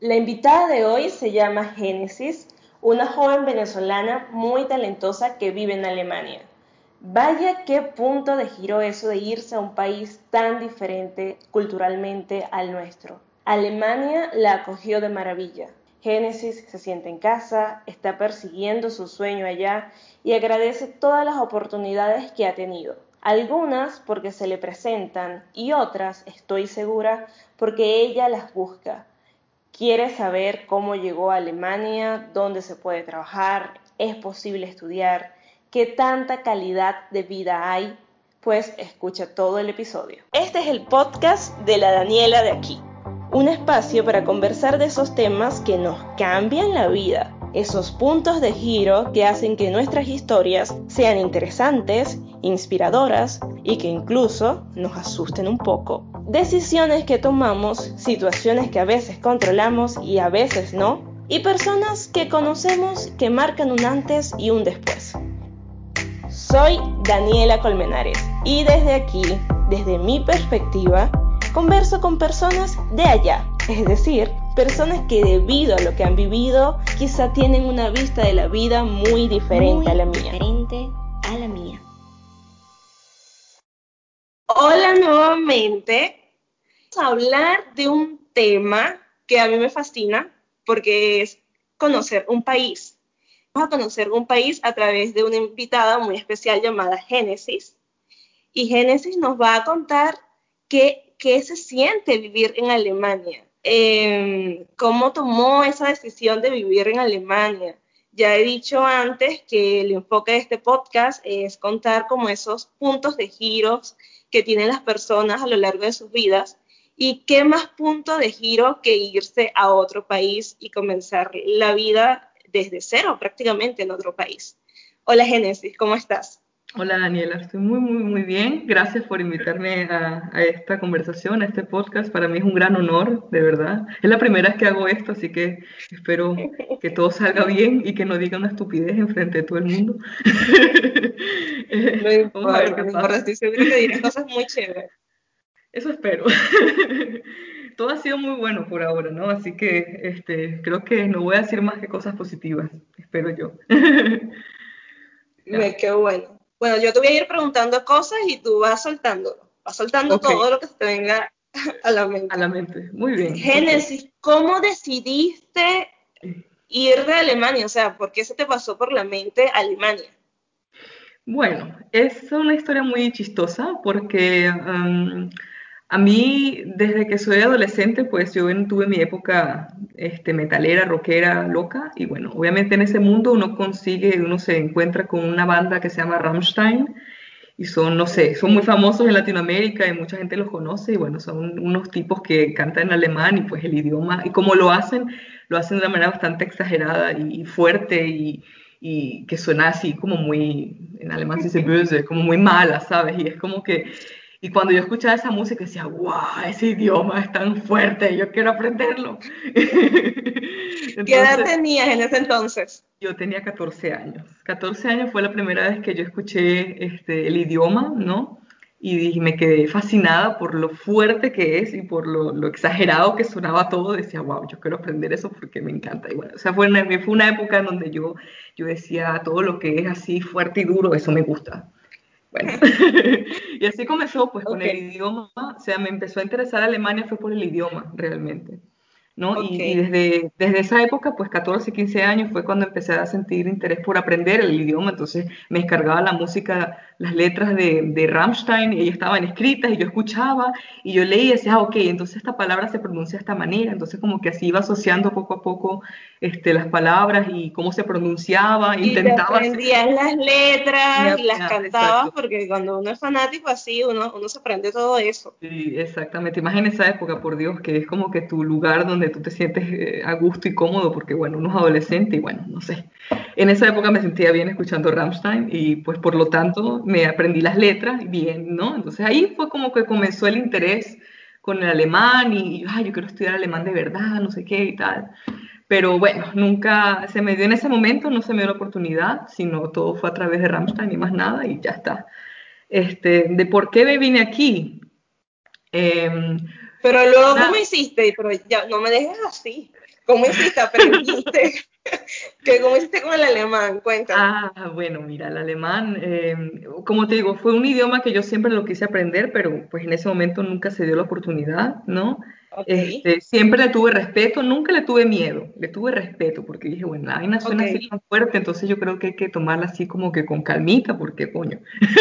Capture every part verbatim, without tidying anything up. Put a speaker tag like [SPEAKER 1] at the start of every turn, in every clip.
[SPEAKER 1] La invitada de hoy se llama Génesis, una joven venezolana muy talentosa que vive en Alemania. Vaya qué punto de giro eso de irse a un país tan diferente culturalmente al nuestro. Alemania la acogió de maravilla. Génesis se siente en casa, está persiguiendo su sueño allá y agradece todas las oportunidades que ha tenido. Algunas porque se le presentan y otras, estoy segura, porque ella las busca. Quiere saber cómo llegó a Alemania, dónde se puede trabajar, es posible estudiar, qué tanta calidad de vida hay. Pues escucha todo el episodio. Este es el podcast de la Daniela de aquí. Un espacio para conversar de esos temas que nos cambian la vida. Esos puntos de giro que hacen que nuestras historias sean interesantes, inspiradoras y que incluso nos asusten un poco. Decisiones que tomamos, situaciones que a veces controlamos y a veces no, y personas que conocemos que marcan un antes y un después. Soy Daniela Colmenares y desde aquí, desde mi perspectiva, converso con personas de allá, es decir, personas que debido a lo que han vivido, quizá tienen una vista de la vida muy diferente muy a la mía.
[SPEAKER 2] Diferente a la mía.
[SPEAKER 1] Hola nuevamente. Vamos a hablar de un tema que a mí me fascina porque es conocer un país. Vamos a conocer un país a través de una invitada muy especial llamada Génesis. Y Génesis nos va a contar qué, qué se siente vivir en Alemania, eh, cómo tomó esa decisión de vivir en Alemania. Ya he dicho antes que el enfoque de este podcast es contar como esos puntos de giros que tienen las personas a lo largo de sus vidas. Y qué más punto de giro que irse a otro país y comenzar la vida desde cero prácticamente en otro país. Hola Génesis, ¿cómo estás?
[SPEAKER 3] Hola Daniela, estoy muy, muy, muy bien. Gracias por invitarme a, a esta conversación, a este podcast. Para mí es un gran honor, de verdad. Es la primera vez que hago esto, así que espero que todo salga bien y que no diga una estupidez enfrente de todo el mundo.
[SPEAKER 1] No importa, no importa, estoy segura que dirás cosas muy chéveres.
[SPEAKER 3] Eso espero. Todo ha sido muy bueno por ahora, ¿no? Así que este, creo que no voy a decir más que cosas positivas, espero yo.
[SPEAKER 1] Me quedó bueno. Bueno, yo te voy a ir preguntando cosas y tú vas soltándolo. Vas soltando okay. Todo lo que te venga a la mente.
[SPEAKER 3] A la mente, muy bien.
[SPEAKER 1] Génesis, okay. ¿Cómo decidiste ir de Alemania? O sea, ¿por qué se te pasó por la mente Alemania?
[SPEAKER 3] Bueno, es una historia muy chistosa porque um, a mí, desde que soy adolescente, pues yo tuve mi época este, metalera, rockera, loca, y bueno, obviamente en ese mundo uno consigue, uno se encuentra con una banda que se llama Rammstein, y son, no sé, son muy famosos en Latinoamérica y mucha gente los conoce, y bueno, son unos tipos que cantan en alemán y pues el idioma, y como lo hacen, lo hacen de una manera bastante exagerada y fuerte y y que suena así como muy, en alemán se dice böse, como muy mala, ¿sabes? Y es como que, y cuando yo escuchaba esa música decía, wow, ese idioma es tan fuerte, yo quiero aprenderlo.
[SPEAKER 1] Entonces, ¿qué edad tenías en ese entonces?
[SPEAKER 3] Yo tenía catorce años. catorce años fue la primera vez que yo escuché este, el idioma, ¿no? Y me quedé fascinada por lo fuerte que es y por lo, lo exagerado que sonaba todo. Decía, wow, yo quiero aprender eso porque me encanta. Y bueno, o sea, fue una, fue una época en donde yo, yo decía, todo lo que es así fuerte y duro, eso me gusta. Bueno, y así comenzó, pues, con okay. el idioma. O sea, me empezó a interesar Alemania fue por el idioma, realmente. ¿no? Okay. Y, y desde, desde esa época, pues catorce, quince años, fue cuando empecé a sentir interés por aprender el idioma, entonces me descargaba la música, las letras de, de Rammstein, y ellas estaban escritas, y yo escuchaba, y yo leía, y decía, ah, ok, entonces esta palabra se pronuncia de esta manera, entonces como que así iba asociando poco a poco este, las palabras, y cómo se pronunciaba,
[SPEAKER 1] y
[SPEAKER 3] intentaba...
[SPEAKER 1] te aprendías hacer... las letras, me, y las ah, cantabas, exacto. Porque cuando uno es fanático así, uno, uno se aprende todo eso.
[SPEAKER 3] Sí, exactamente, más en esa época, por Dios, que es como que tu lugar donde tú te sientes eh, a gusto y cómodo, porque bueno, uno es adolescente y bueno, no sé. En esa época me sentía bien escuchando Rammstein y pues por lo tanto me aprendí las letras bien, ¿no? Entonces ahí fue como que comenzó el interés con el alemán y, y ay, yo quiero estudiar alemán de verdad, no sé qué y tal. Pero bueno, nunca se me dio en ese momento, no se me dio la oportunidad, sino todo fue a través de Rammstein y más nada y ya está. Este, de por qué me vine aquí.
[SPEAKER 1] Eh, pero luego, ¿cómo hiciste? Pero ya no me dejes así. ¿Cómo hiciste? ¿Aprendiste? ¿Qué, ¿Cómo hiciste con el alemán? Cuéntame.
[SPEAKER 3] Ah, bueno, mira, el alemán, eh, como te digo, fue un idioma que yo siempre lo quise aprender, pero pues en ese momento nunca se dio la oportunidad, ¿no?
[SPEAKER 1] Ok,
[SPEAKER 3] Este, siempre le tuve respeto, nunca le tuve miedo, le tuve respeto, porque dije, bueno, la vaina
[SPEAKER 1] ok.
[SPEAKER 3] suena así tan fuerte, entonces yo creo que hay que tomarla así como que con calmita, porque coño.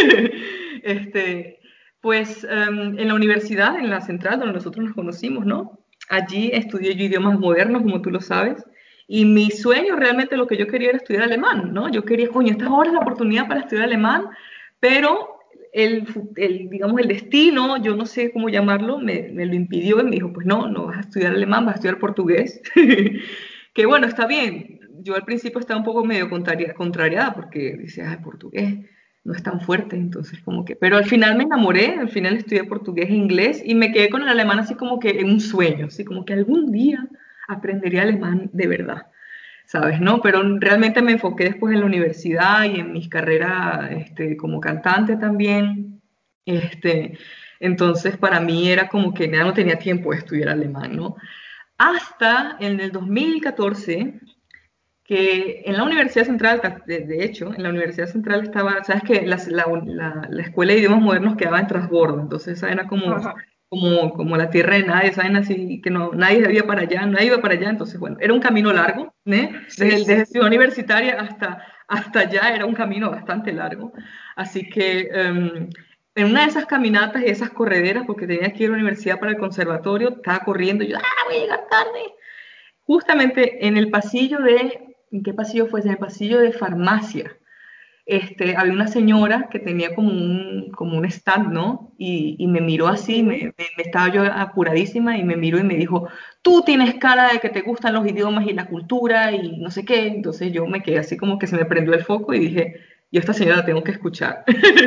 [SPEAKER 3] Este, pues em, en la universidad, en la central donde nosotros nos conocimos, ¿no? Allí estudié yo idiomas modernos, como tú lo sabes. Y mi sueño, realmente lo que yo quería era estudiar alemán, ¿no? Yo quería, coño, esta ahora es la oportunidad para estudiar alemán, pero el, el, digamos, el destino, yo no sé cómo llamarlo, me, me lo impidió y me dijo, pues no, no vas a estudiar alemán, vas a estudiar portugués. Que bueno, está bien. Yo al principio estaba un poco medio contraria, contrariada porque decía, ay, portugués no es tan fuerte, entonces como que, pero al final me enamoré, al final estudié portugués e inglés y me quedé con el alemán así como que en un sueño, así como que algún día aprendería alemán de verdad, ¿sabes? ¿No? Pero realmente me enfoqué después en la universidad y en mis carreras este, como cantante también. Este, entonces para mí era como que ya no tenía tiempo de estudiar alemán, ¿no? Hasta en el dos mil catorce, que en la Universidad Central, de, de hecho, en la Universidad Central estaba, sabes que la, la, la, la Escuela de Idiomas Modernos quedaba en Transbordo, entonces esa era como,
[SPEAKER 1] Ajá.
[SPEAKER 3] como, como la tierra de nadie, saben así, que no, nadie iba para allá, nadie iba para allá, entonces bueno, era un camino largo, ¿eh?
[SPEAKER 1] Sí,
[SPEAKER 3] Desde, desde
[SPEAKER 1] sí.
[SPEAKER 3] Ciudad Universitaria hasta, hasta allá era un camino bastante largo, así que um, en una de esas caminatas y esas correderas, porque tenía que ir a la universidad para el conservatorio, estaba corriendo y yo, ah, voy a llegar tarde, justamente en el pasillo de, ¿en qué pasillo fue? En el pasillo de farmacia. Este, había una señora que tenía como un, como un stand, ¿no? Y, y me miró así, me,
[SPEAKER 1] Ujú.
[SPEAKER 3] me, me estaba yo apuradísima y me miró y me dijo, tú tienes cara de que te gustan los idiomas y la cultura y no sé qué. Entonces yo me quedé así como que se me prendió el foco y dije, yo a esta señora la tengo que escuchar,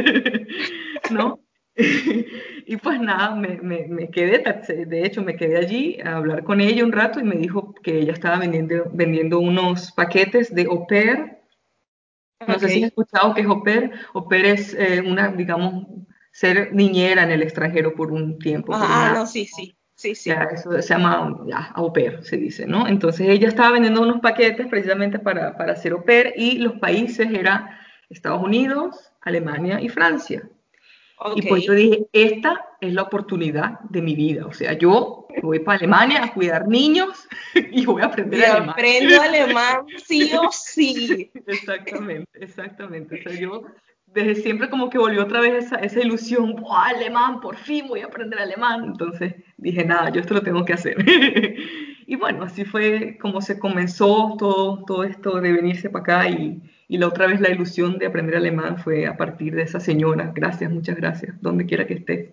[SPEAKER 3] ¿no? Y pues nada, me, me, me, quedé, de hecho me quedé allí a hablar con ella un rato y me dijo que ella estaba vendiendo, vendiendo unos paquetes de au pair. No
[SPEAKER 1] Ok.
[SPEAKER 3] sé si has escuchado qué es au pair. Au pair es eh, una, digamos, ser niñera en el extranjero por un tiempo, por un
[SPEAKER 1] Ah, ah,
[SPEAKER 3] año.
[SPEAKER 1] no, sí, sí. Sí,
[SPEAKER 3] Ya,
[SPEAKER 1] sí.
[SPEAKER 3] eso se llama ya, au pair, se dice, ¿no? Entonces ella estaba vendiendo unos paquetes precisamente para, para hacer au pair y los países eran Estados Unidos, Alemania y Francia. Y
[SPEAKER 1] Ok.
[SPEAKER 3] pues yo dije, esta es la oportunidad de mi vida. O sea, yo voy para Alemania a cuidar niños y voy a aprender
[SPEAKER 1] Y
[SPEAKER 3] alemán.
[SPEAKER 1] aprendo alemán sí o sí.
[SPEAKER 3] Exactamente, exactamente. O sea, yo desde siempre como que volvió otra vez esa, esa ilusión, ¡buah, alemán! Por fin voy a aprender alemán. Entonces dije, nada, yo esto lo tengo que hacer. Y bueno, así fue como se comenzó todo, todo esto de venirse para acá y, y la otra vez la ilusión de aprender alemán fue a partir de esa señora. Gracias, muchas gracias, donde quiera que estés.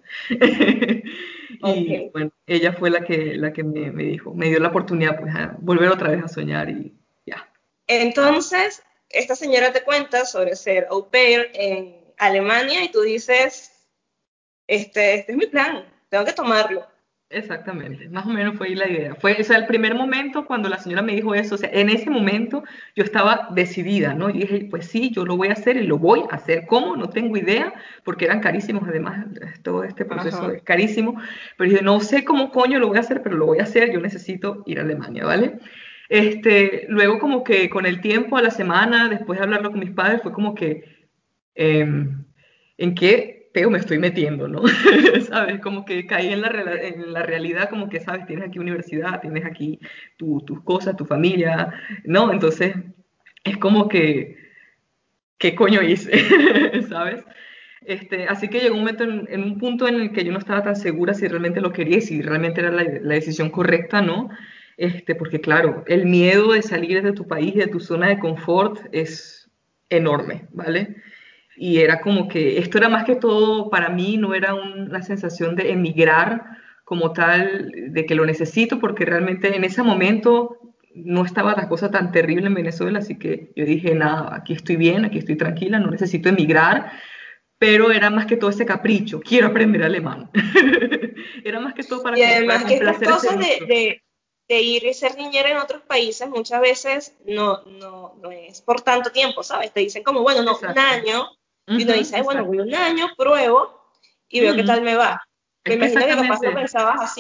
[SPEAKER 3] Y
[SPEAKER 1] Ok.
[SPEAKER 3] bueno, ella fue la que, la que me, me dijo, me dio la oportunidad pues a volver otra vez a soñar y ya.
[SPEAKER 1] Entonces, esta señora te cuenta sobre ser au pair en Alemania y tú dices, este, este es mi plan, tengo que tomarlo.
[SPEAKER 3] Exactamente, más o menos fue ahí la idea. Fue, o sea, el primer momento cuando la señora me dijo eso, o sea, en ese momento yo estaba decidida, ¿no? Y dije, pues sí, yo lo voy a hacer y lo voy a hacer. ¿Cómo? No tengo idea, porque eran carísimos, además, todo este proceso
[SPEAKER 1] Ajá.
[SPEAKER 3] es carísimo. Pero dije, no sé cómo coño lo voy a hacer, pero lo voy a hacer, yo necesito ir a Alemania, ¿vale? Este, luego como que con el tiempo, a la semana, después de hablarlo con mis padres, fue como que eh, en qué peo me estoy metiendo, ¿no? ¿Sabes? Como que caí en la, en la realidad, como que, ¿sabes? Tienes aquí universidad, tienes aquí tu, tus cosas, tu familia, ¿no? Entonces, es como que, ¿qué coño hice? ¿Sabes? Este, así que llegó un momento en, en, un punto en el que yo no estaba tan segura si realmente lo quería y si realmente era la, la decisión correcta, ¿no? Este, porque claro, el miedo de salir de tu país, de tu zona de confort, es enorme, ¿vale? Y era como que esto era más que todo para mí, no era una sensación de emigrar como tal, de que lo necesito, porque realmente en ese momento no estaba la cosa tan terrible en Venezuela, así que yo dije, nada, aquí estoy bien, aquí estoy tranquila, no necesito emigrar, pero era más que todo ese capricho, quiero aprender alemán. Era más que todo para,
[SPEAKER 1] Y
[SPEAKER 3] para
[SPEAKER 1] además que estas
[SPEAKER 3] complacer ese
[SPEAKER 1] cosas de,
[SPEAKER 3] gusto.
[SPEAKER 1] de, de ir y ser niñera en otros países muchas veces no, no, no es por tanto tiempo, ¿sabes? Te dicen como, bueno, no, un
[SPEAKER 3] Exacto.
[SPEAKER 1] año, y uno
[SPEAKER 3] Uh-huh,
[SPEAKER 1] dice, ay, bueno,
[SPEAKER 3] exacto.
[SPEAKER 1] voy un año, pruebo y veo qué
[SPEAKER 3] Uh-huh.
[SPEAKER 1] tal me va. Me
[SPEAKER 3] Es que
[SPEAKER 1] imagino que capaz lo
[SPEAKER 3] exactamente.
[SPEAKER 1] pensabas así.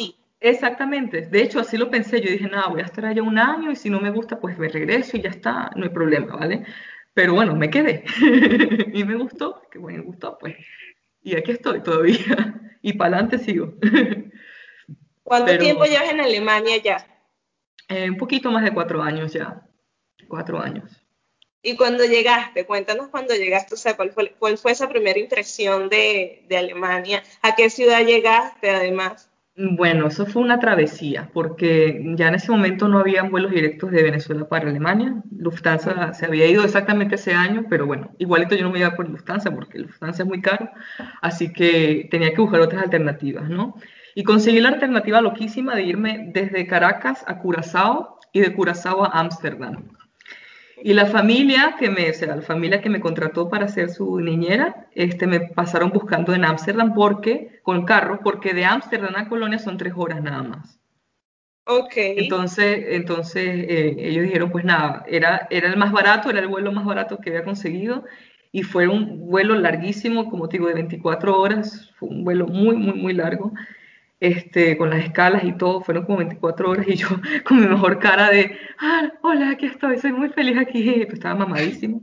[SPEAKER 3] exactamente. De hecho, así lo pensé. Yo dije, nada, voy a estar allá un año y si no me gusta, pues me regreso y ya está, no hay problema, ¿vale? Pero bueno, me quedé. Y me gustó, que bueno, me gustó, pues. Y aquí estoy todavía. Y para adelante sigo.
[SPEAKER 1] ¿Cuánto tiempo
[SPEAKER 3] Pero
[SPEAKER 1] llevas en Alemania ya?
[SPEAKER 3] eh, un poquito más de cuatro años ya. Cuatro años.
[SPEAKER 1] Y cuando llegaste, cuéntanos cuando llegaste, o sea, cuál fue, cuál fue esa primera impresión de, de Alemania, a qué ciudad llegaste además.
[SPEAKER 3] Bueno, eso fue una travesía, porque ya en ese momento no habían vuelos directos de Venezuela para Alemania. Lufthansa se había ido exactamente ese año, pero bueno, igualito yo no me iba por Lufthansa porque Lufthansa es muy caro, así que tenía que buscar otras alternativas, ¿no? Y conseguí la alternativa loquísima de irme desde Caracas a Curazao y de Curazao a Ámsterdam. Y la familia que me, o sea, la familia que me contrató para ser su niñera, este, me pasaron buscando en Ámsterdam porque, con carro, porque de Ámsterdam a Colonia son tres horas nada más.
[SPEAKER 1] Ok.
[SPEAKER 3] Entonces, entonces eh, ellos dijeron, pues nada, era, era el más barato, era el vuelo más barato que había conseguido y fue un vuelo larguísimo, como te digo, de veinticuatro horas, fue un vuelo muy, muy, muy largo este, con las escalas y todo, fueron como veinticuatro horas y yo con mi mejor cara de, ah, hola, aquí estoy, soy muy feliz aquí, pues estaba mamadísimo.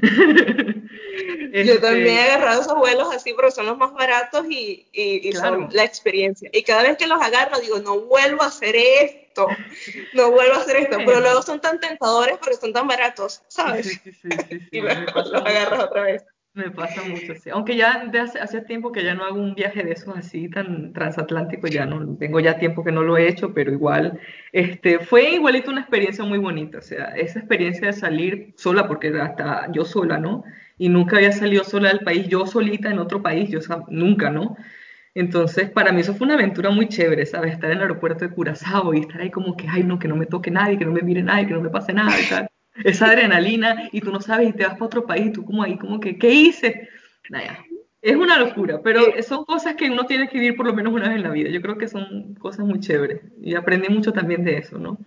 [SPEAKER 1] Yo también he
[SPEAKER 3] Este,
[SPEAKER 1] agarrado esos vuelos así porque son los más baratos y, y, y son
[SPEAKER 3] claro,
[SPEAKER 1] la experiencia. Y cada vez que los agarro digo, no vuelvo a hacer esto, no vuelvo a hacer esto, pero luego
[SPEAKER 3] bueno,
[SPEAKER 1] son tan tentadores porque son tan baratos,
[SPEAKER 3] sí,
[SPEAKER 1] ¿sabes?
[SPEAKER 3] sí, sí, sí,
[SPEAKER 1] Y
[SPEAKER 3] sí,
[SPEAKER 1] luego
[SPEAKER 3] me pasa
[SPEAKER 1] los
[SPEAKER 3] mucho.
[SPEAKER 1] agarras otra vez.
[SPEAKER 3] Me pasa mucho, sí. Aunque ya de hace, hace tiempo que ya no hago un viaje de esos así tan transatlántico, ya no, tengo ya tiempo que no lo he hecho, pero igual, este, fue igualito una experiencia muy bonita, o sea, esa experiencia de salir sola, porque hasta yo sola, ¿no? Y nunca había salido sola del país, yo solita en otro país, yo nunca, ¿no? Entonces, para mí eso fue una aventura muy chévere, ¿sabes? Estar en el aeropuerto de Curazao y estar ahí como que, ay, no, que no me toque nadie, que no me mire nadie, que no me pase nada y tal. Esa adrenalina y tú no sabes y te vas para otro país y tú como ahí como que, ¿qué hice? Nada, es una locura, pero
[SPEAKER 1] Y,
[SPEAKER 3] son cosas que uno tiene que vivir por lo menos una vez en la vida. Yo creo que son cosas muy chéveres y aprendí mucho también de eso, ¿no?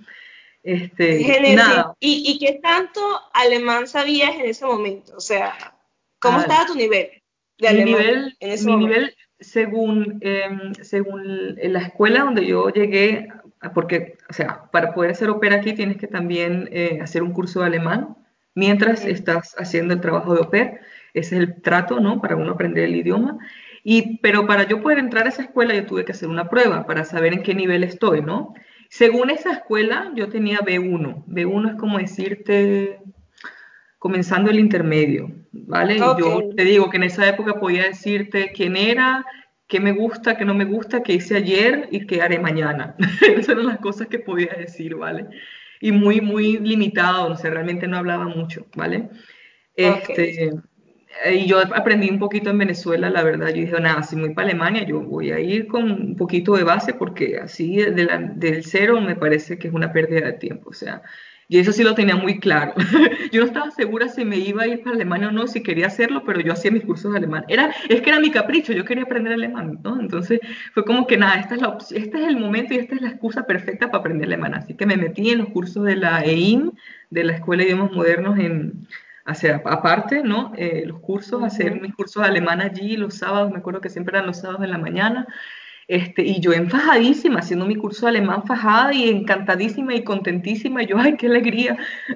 [SPEAKER 3] Este, y
[SPEAKER 1] Génesis,
[SPEAKER 3] nada,
[SPEAKER 1] ¿y, ¿y qué tanto alemán sabías en ese momento? O sea, ¿cómo
[SPEAKER 3] ah,
[SPEAKER 1] estaba tu nivel de
[SPEAKER 3] Mi
[SPEAKER 1] alemán
[SPEAKER 3] nivel,
[SPEAKER 1] en ese
[SPEAKER 3] mi
[SPEAKER 1] momento?
[SPEAKER 3] nivel según, em, según la escuela donde yo llegué, porque, o sea, para poder ser au pair aquí tienes que también eh, hacer un curso de alemán mientras
[SPEAKER 1] Mm,
[SPEAKER 3] estás haciendo el trabajo de au pair. Ese es el trato, ¿no? Para uno aprender el idioma. Y, pero para yo poder entrar a esa escuela yo tuve que hacer una prueba para saber en qué nivel estoy, ¿no? Según esa escuela yo tenía B uno. B uno es como decirte comenzando el intermedio, ¿vale?
[SPEAKER 1] ok,
[SPEAKER 3] Yo te digo que en esa época podía decirte quién era, qué me gusta, qué no me gusta, qué hice ayer y qué haré mañana. Esas eran las cosas que podía decir, ¿vale? Y muy, muy limitado, o sea, realmente no hablaba mucho, ¿vale?
[SPEAKER 1] ok.
[SPEAKER 3] Este, y yo aprendí un poquito en Venezuela, la verdad, yo dije, nada, si me voy para Alemania, yo voy a ir con un poquito de base porque así de la, del cero me parece que es una pérdida de tiempo, o sea, y eso sí lo tenía muy claro. Yo no estaba segura si me iba a ir para Alemania o no, si quería hacerlo, pero yo hacía mis cursos de alemán. Era, es que era mi capricho, yo quería aprender alemán, ¿no? Entonces fue como que nada, esta es la opción, este es el momento y esta es la excusa perfecta para aprender alemán. Así que me metí en los cursos de la E I M, de la Escuela de Idiomas Modernos en hacer aparte, ¿no? Eh, los cursos, hacer
[SPEAKER 1] Ujú.
[SPEAKER 3] mis cursos de alemán allí los sábados, me acuerdo que siempre eran los sábados en la mañana, este, y yo enfajadísima, haciendo mi curso de alemán fajada y encantadísima y contentísima, y yo, ay, qué alegría.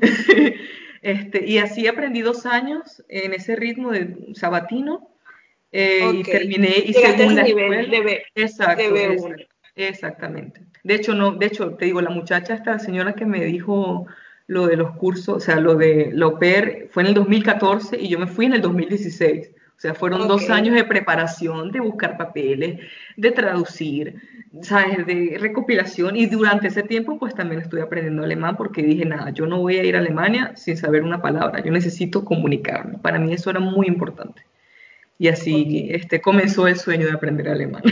[SPEAKER 3] Este, y así aprendí dos años en ese ritmo de sabatino eh, y
[SPEAKER 1] Ok.
[SPEAKER 3] terminé, y
[SPEAKER 1] Llegaste a
[SPEAKER 3] según
[SPEAKER 1] ese
[SPEAKER 3] la
[SPEAKER 1] nivel
[SPEAKER 3] escuela,
[SPEAKER 1] de, B, de
[SPEAKER 3] exacto,
[SPEAKER 1] B uno.
[SPEAKER 3] exacto, exactamente. De hecho, no, de hecho, te digo, la muchacha, esta señora que me dijo lo de los cursos, o sea, lo de la au pair, fue en el dos mil catorce y yo me fui en el dos mil dieciséis. O sea, fueron
[SPEAKER 1] Ok.
[SPEAKER 3] dos años de preparación, de buscar papeles, de traducir, ¿sabes? De recopilación. Y durante ese tiempo, pues también estuve aprendiendo alemán porque dije, nada, yo no voy a ir a Alemania sin saber una palabra. Yo necesito comunicarme. Para mí eso era muy importante. Y
[SPEAKER 1] Ok.
[SPEAKER 3] así este, comenzó el sueño de aprender alemán.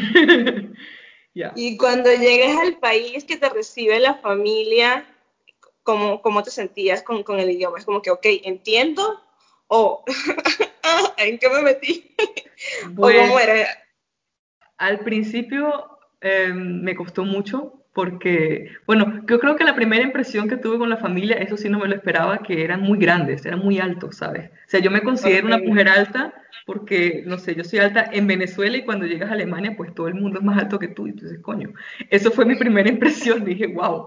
[SPEAKER 3] Ya.
[SPEAKER 1] Y cuando llegas al país que te recibe la familia, ¿cómo, cómo te sentías con, con el idioma? Es como que, ok, entiendo, o ah, ¿en qué me metí? ¿O cómo
[SPEAKER 3] Pues
[SPEAKER 1] era?
[SPEAKER 3] al principio eh, me costó mucho porque, bueno, yo creo que la primera impresión que tuve con la familia, eso sí no me lo esperaba, que eran muy grandes, eran muy altos, ¿sabes? O sea, yo me considero una
[SPEAKER 1] Ok.
[SPEAKER 3] mujer alta porque, no sé, yo soy alta en Venezuela y cuando llegas a Alemania, pues todo el mundo es más alto que tú, y entonces, coño, eso fue mi primera impresión, dije, wow.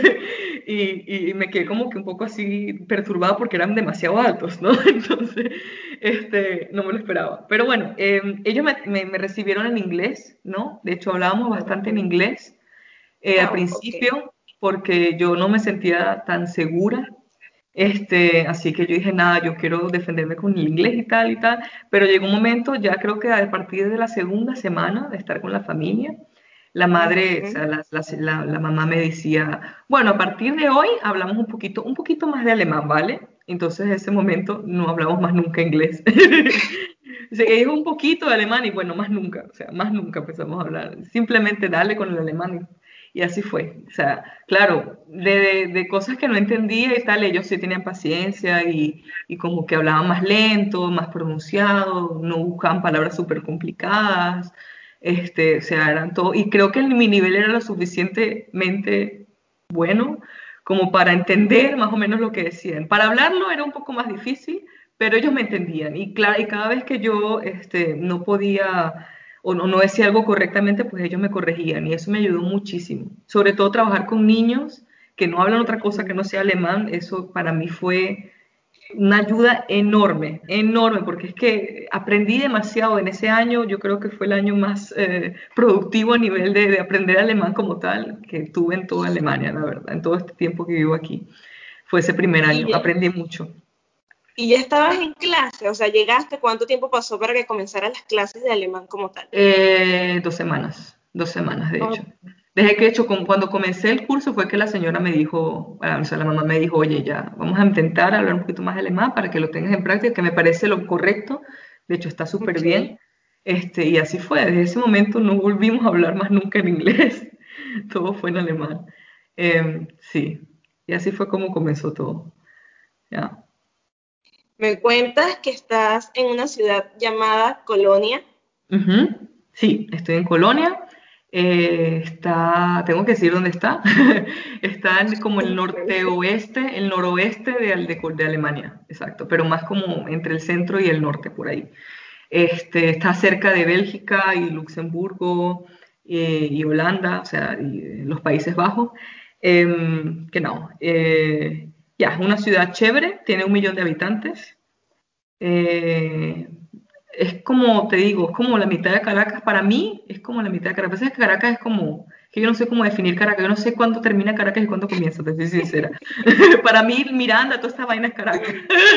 [SPEAKER 3] Y, y me quedé como que un poco así perturbada porque eran demasiado altos, ¿no? Entonces, este, no me lo esperaba. Pero bueno, eh, ellos me, me, me recibieron en inglés, ¿no? De hecho, hablábamos bastante en
[SPEAKER 1] Ok.
[SPEAKER 3] inglés eh, al
[SPEAKER 1] Wow, ok.
[SPEAKER 3] principio porque yo no me sentía tan segura. Este, así que yo dije, nada, yo quiero defenderme con el inglés y tal y tal, pero llegó un momento, ya creo que a partir de la segunda semana de estar con la familia, la madre, o
[SPEAKER 1] Ujú.
[SPEAKER 3] sea, la, la, la, la mamá me decía, bueno, a partir de hoy hablamos un poquito, un poquito más de alemán, ¿vale? Entonces, en ese momento no hablamos más nunca inglés. O sea, es un poquito de alemán y bueno, más nunca, o sea, más nunca empezamos a hablar. Simplemente dale con el alemán y, y así fue. O sea, claro, de, de, de, cosas que no entendía y tal, ellos sí tenían paciencia y, y como que hablaban más lento, más pronunciado, no buscaban palabras súper complicadas. Este, o sea, eran todo. Y creo que mi nivel era lo suficientemente bueno como para entender más o menos lo que decían. Para hablarlo era un poco más difícil, pero ellos me entendían. Y, claro, y cada vez que yo este, no podía o no, no decía algo correctamente, pues ellos me corregían y eso me ayudó muchísimo. Sobre todo trabajar con niños que no hablan otra cosa que
[SPEAKER 1] Ujú.
[SPEAKER 3] no sea alemán, eso para mí fue una ayuda enorme, enorme, porque es que aprendí demasiado en ese año, yo creo que fue el año más eh, productivo a nivel de, de, aprender alemán como tal que tuve en toda Alemania, la verdad, en todo este tiempo que vivo aquí. Fue ese primer
[SPEAKER 1] Y
[SPEAKER 3] año,
[SPEAKER 1] ya,
[SPEAKER 3] aprendí mucho.
[SPEAKER 1] y ya estabas en clase, o sea, llegaste, ¿cuánto tiempo pasó para que comenzaran las clases de alemán como tal?
[SPEAKER 3] Eh, dos semanas, dos semanas de hecho.
[SPEAKER 1] Oh,
[SPEAKER 3] Desde que, de hecho, con, cuando comencé el curso fue que la señora me dijo, ah, o sea, la mamá me dijo, oye, ya, vamos a intentar hablar un poquito más de alemán para que lo tengas en práctica, que me parece lo correcto, de hecho está súper
[SPEAKER 1] ok.
[SPEAKER 3] bien. Este, y así fue, desde ese momento no volvimos a hablar más nunca en inglés, todo fue en alemán. Eh, sí, y así fue como comenzó todo. ¿Ya?
[SPEAKER 1] Me cuentas que estás en una ciudad llamada Colonia.
[SPEAKER 3] Ujú. Sí, estoy en Colonia. Eh, está, tengo que decir dónde está. Está en como el norte oeste, el noroeste de, de, de Alemania, exacto, pero más como entre el centro y el norte, por ahí. Este, está cerca de Bélgica y Luxemburgo eh, y Holanda, o sea, y, eh, los Países Bajos. Eh, que no, eh, ya, es una ciudad chévere, tiene un millón de habitantes. Eh, es como, te digo, es como la mitad de Caracas. Para mí es como la mitad de Caracas. Pasa que Caracas es como, que yo no sé cómo definir Caracas. Yo no sé cuándo termina Caracas y cuándo comienza, te soy sincera. Para mí, Miranda, toda esta vaina es Caracas.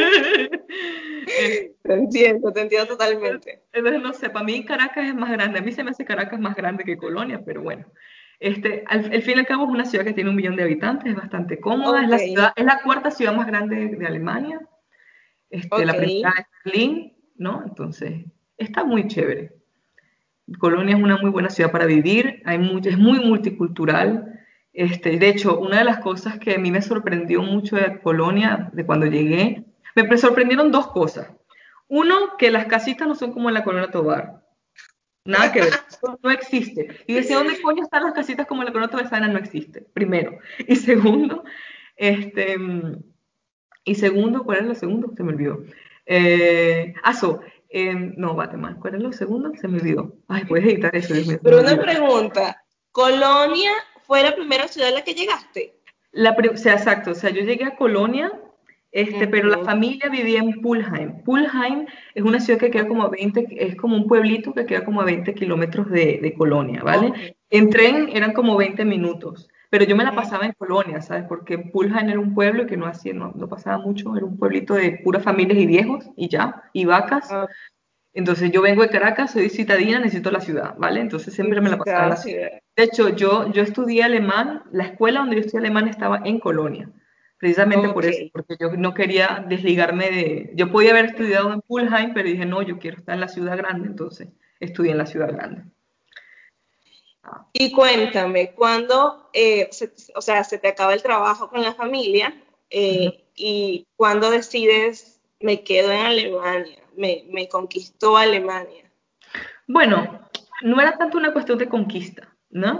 [SPEAKER 3] Eh,
[SPEAKER 1] Te entiendo, te entiendo totalmente.
[SPEAKER 3] Entonces, no sé, para mí Caracas es más grande. A mí se me hace Caracas más grande que Colonia, pero bueno. Este, al, al fin y al cabo es una ciudad que tiene un millón de habitantes, es bastante cómoda, es
[SPEAKER 1] Ok,
[SPEAKER 3] la ciudad, es la cuarta ciudad más grande de, de Alemania. Este,
[SPEAKER 1] ok.
[SPEAKER 3] la primera es Berlín, ¿no? Entonces, está muy chévere. Colonia es una muy buena ciudad para vivir, hay mucho, es muy multicultural. Este, de hecho, una de las cosas que a mí me sorprendió mucho de Colonia, de cuando llegué, me sorprendieron dos cosas. Uno, que las casitas no son como en la Colonia Tovar. Nada que ver. Eso no existe. Y decía, ¿dónde coño están las casitas como en la Colonia Tovar? No existe, primero. Y segundo, este, y segundo, ¿cuál es lo segundo? Se me olvidó. Eh, ah, so, eh, no, Batman. ¿Cuál es lo segundo? Se me olvidó. Ay, puedes editar eso, Dios mío, se me
[SPEAKER 1] Pero una
[SPEAKER 3] olvidó.
[SPEAKER 1] pregunta, ¿Colonia fue la primera ciudad a la que llegaste?
[SPEAKER 3] La, o sea, exacto, o sea, yo llegué a Colonia, este, pero la
[SPEAKER 1] Ujú.
[SPEAKER 3] familia vivía en Pulheim. Pulheim es una ciudad que queda como a veinte, es como un pueblito que queda como a veinte kilómetros de, de Colonia, ¿vale?
[SPEAKER 1] Ok.
[SPEAKER 3] En tren eran como veinte minutos, pero yo me la
[SPEAKER 1] Ujú.
[SPEAKER 3] pasaba en Colonia, ¿sabes? Porque Pulheim era un pueblo que no hacía, no, no pasaba mucho, era un pueblito de puras familias y viejos y ya, y vacas.
[SPEAKER 1] Ok.
[SPEAKER 3] Entonces yo vengo de Caracas, soy citadina, necesito la ciudad, ¿vale? Entonces siempre me la pasaba en la
[SPEAKER 1] Necesitabas
[SPEAKER 3] ciudad.
[SPEAKER 1] ciudad.
[SPEAKER 3] De hecho, yo, yo estudié alemán, la escuela donde yo estudié alemán estaba en Colonia, precisamente por
[SPEAKER 1] Ok.
[SPEAKER 3] eso, porque yo no quería desligarme de... Yo podía haber estudiado en Pulheim, pero dije, no, yo quiero estar en la ciudad grande, entonces estudié en la ciudad grande. Ah.
[SPEAKER 1] Y cuéntame, ¿cuándo, eh, se- o sea, se te acaba el trabajo con la familia
[SPEAKER 3] Ujú.
[SPEAKER 1] eh, y cuándo decides, me quedo en Alemania, me, me conquistó Alemania?
[SPEAKER 3] Bueno, no era tanto una cuestión de conquista, ¿no?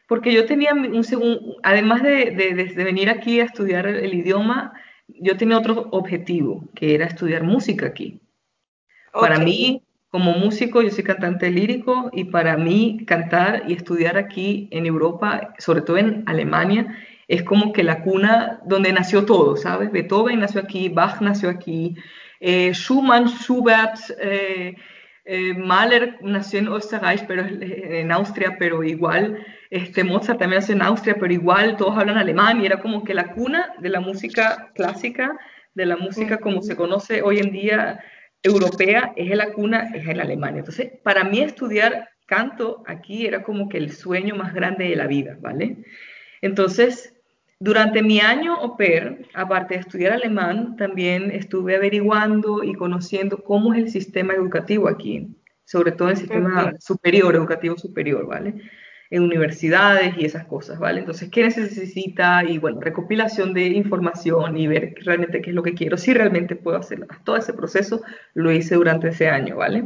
[SPEAKER 3] Porque yo tenía un segundo, además de, de, de venir aquí a estudiar el, el idioma, yo tenía otro objetivo, que era estudiar música aquí. Para
[SPEAKER 1] Ok.
[SPEAKER 3] mí, como músico, yo soy cantante lírico y para mí cantar y estudiar aquí en Europa, sobre todo en Alemania, es como que la cuna donde nació todo, ¿sabes? Beethoven nació aquí, Bach nació aquí, eh, Schumann, Schubert, eh, eh, Mahler nació en Österreich, pero en Austria, pero igual, este, Mozart también nació en Austria, pero igual todos hablan alemán y era como que la cuna de la música clásica, de la música como se
[SPEAKER 1] Ujú.
[SPEAKER 3] conoce hoy en día europea, es en la cuna, es en Alemania. Entonces, para mí estudiar canto aquí era como que el sueño más grande de la vida, ¿vale? Entonces, durante mi año au pair, aparte de estudiar alemán, también estuve averiguando y conociendo cómo es el sistema educativo aquí, sobre todo el sistema
[SPEAKER 1] Ok.
[SPEAKER 3] superior, educativo superior, ¿vale? En universidades y esas cosas, ¿vale? Entonces, ¿qué necesita? Y bueno, recopilación de información y ver realmente qué es lo que quiero. Si realmente puedo hacer todo ese proceso, lo hice durante ese año, ¿vale?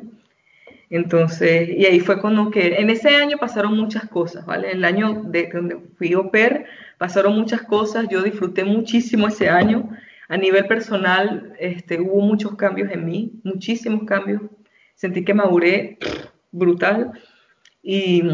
[SPEAKER 3] Entonces, y ahí fue cuando que, en ese año pasaron muchas cosas, ¿vale? En el año de donde fui au pair, pasaron muchas cosas, yo disfruté muchísimo ese año. A nivel personal, este, hubo muchos cambios en mí, muchísimos cambios. Sentí que maduré brutal y,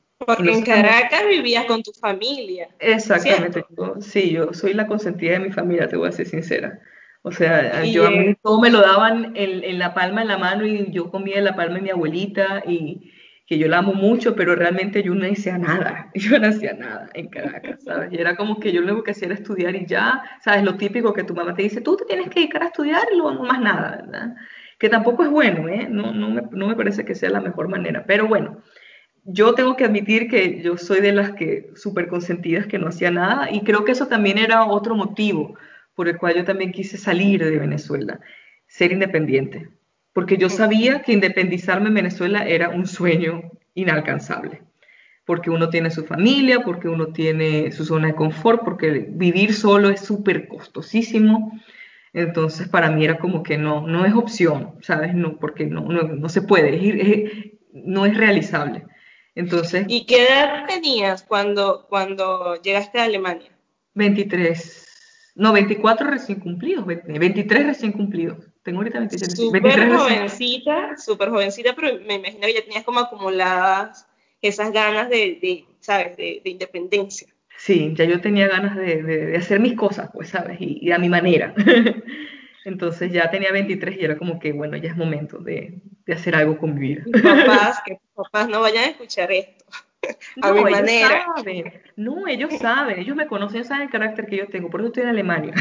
[SPEAKER 3] y
[SPEAKER 1] Porque
[SPEAKER 3] no
[SPEAKER 1] en
[SPEAKER 3] solamente,
[SPEAKER 1] Caracas vivías con tu familia,
[SPEAKER 3] exactamente,
[SPEAKER 1] ¿cierto?
[SPEAKER 3] yo, sí, yo soy la consentida de mi familia, te voy a ser sincera. O sea,
[SPEAKER 1] Y
[SPEAKER 3] yo a mí
[SPEAKER 1] eh,
[SPEAKER 3] todo me lo daban en, en la palma de la mano y yo comía en la palma de mi abuelita y que yo la amo mucho, pero realmente yo no hacía nada, yo no hacía nada en Caracas, ¿sabes? Y era como que yo lo único que hacía era estudiar y ya, ¿sabes? Lo típico que tu mamá te dice, tú te tienes que dedicar a estudiar y luego más nada, ¿verdad? Que tampoco es bueno, ¿eh? No, no me, no me parece que sea la mejor manera, pero bueno, yo tengo que admitir que yo soy de las que súper consentidas que no hacía nada y creo que eso también era otro motivo por el cual yo también quise salir de Venezuela, ser independiente, porque yo sabía que independizarme en Venezuela era un sueño inalcanzable, porque uno tiene su familia, porque uno tiene su zona de confort, porque vivir solo es súper costosísimo. Entonces para mí era como que no, no es opción, ¿sabes? No, porque no, no, no se puede, es, es, no es realizable. Entonces,
[SPEAKER 1] ¿Y qué edad tenías cuando, cuando llegaste a Alemania?
[SPEAKER 3] veintitrés, no, veinticuatro recién cumplidos, veintitrés recién cumplidos. Tengo ahorita veintitrés, sí,
[SPEAKER 1] Súper
[SPEAKER 3] veintitrés recién.
[SPEAKER 1] jovencita, súper jovencita, pero me imagino que ya tenías como acumuladas esas ganas de, de ¿sabes?, de, de independencia.
[SPEAKER 3] Sí, ya yo tenía ganas de, de, de hacer mis cosas, pues, ¿sabes? Y, y a mi manera. Entonces ya tenía veintitrés y era como que, bueno, ya es momento de, de hacer algo con mi vida.
[SPEAKER 1] Tus papás, que tus papás no vayan a escuchar esto, a mi
[SPEAKER 3] No, ellos
[SPEAKER 1] manera.
[SPEAKER 3] saben, no, ellos saben, ellos me conocen, ellos saben el carácter que yo tengo, por eso estoy en Alemania.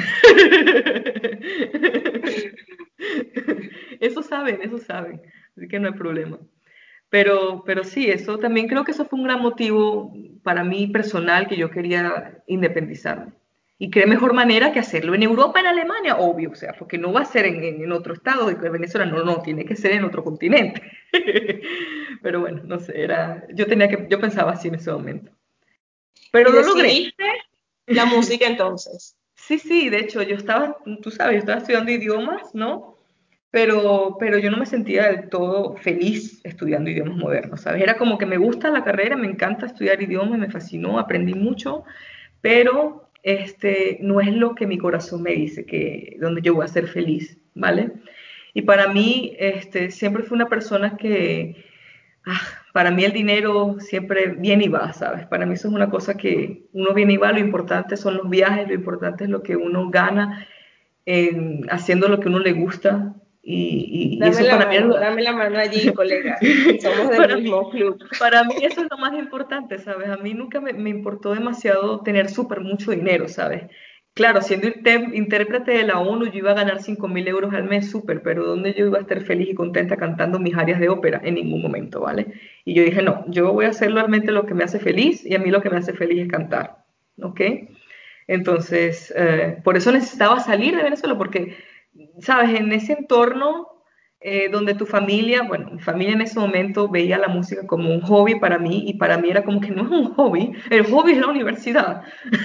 [SPEAKER 3] Eso saben, eso saben, así que no hay problema. Pero, pero sí, eso también creo que eso fue un gran motivo para mí personal que yo quería independizarme. Y qué mejor manera que hacerlo en Europa, en Alemania, obvio, o sea, porque no va a ser en, en otro estado de Venezuela, no, no, tiene que ser en otro continente. Pero bueno, no sé, era, yo tenía que, yo pensaba así en ese momento. Pero
[SPEAKER 1] Y
[SPEAKER 3] lo logré.
[SPEAKER 1] decidiste la música entonces.
[SPEAKER 3] Sí, sí, de hecho, yo estaba, tú sabes, yo estaba estudiando idiomas, ¿no? Pero, pero yo no me sentía del todo feliz estudiando idiomas modernos, ¿sabes? Era como que me gusta la carrera, me encanta estudiar idiomas, me fascinó, aprendí mucho, pero este, no es lo que mi corazón me dice, que donde yo voy a ser feliz, ¿vale? Y para mí, este, siempre fui una persona que, ah, para mí el dinero siempre viene y va, ¿sabes? Para mí eso es una cosa que uno viene y va, lo importante son los viajes, lo importante es lo que uno gana en, haciendo lo que uno le gusta y, y, y
[SPEAKER 1] Dame
[SPEAKER 3] eso
[SPEAKER 1] la
[SPEAKER 3] para mí es
[SPEAKER 1] mano,
[SPEAKER 3] lo,
[SPEAKER 1] dame la mano allí, colega. Somos del
[SPEAKER 3] para mí,
[SPEAKER 1] mismo club.
[SPEAKER 3] para mí eso es lo más importante, ¿sabes? A mí nunca me, me importó demasiado tener súper mucho dinero, ¿sabes? Claro, siendo inter- intérprete de la ONU yo iba a ganar cinco mil euros al mes, súper, pero ¿dónde yo iba a estar feliz y contenta cantando mis áreas de ópera? En ningún momento, ¿vale? Y yo dije, no, yo voy a hacer realmente lo que me hace feliz y a mí lo que me hace feliz es cantar, ¿ok? Entonces, eh, por eso necesitaba salir de Venezuela, porque, sabes, en ese entorno eh, donde tu familia, bueno, mi familia en ese momento veía la música como un hobby para mí y para mí era como que no es un hobby, el hobby es la universidad.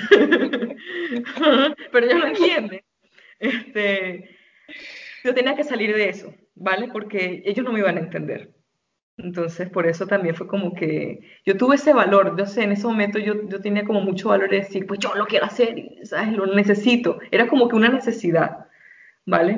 [SPEAKER 3] Pero ellos no entienden. Este, yo tenía que salir de eso, ¿vale? Porque ellos no me iban a entender. Entonces, por eso también fue como que yo tuve ese valor, yo sé, en ese momento yo, yo tenía como mucho valor de decir, pues yo lo quiero hacer, y, ¿sabes? Lo necesito. Era como que una necesidad, ¿vale?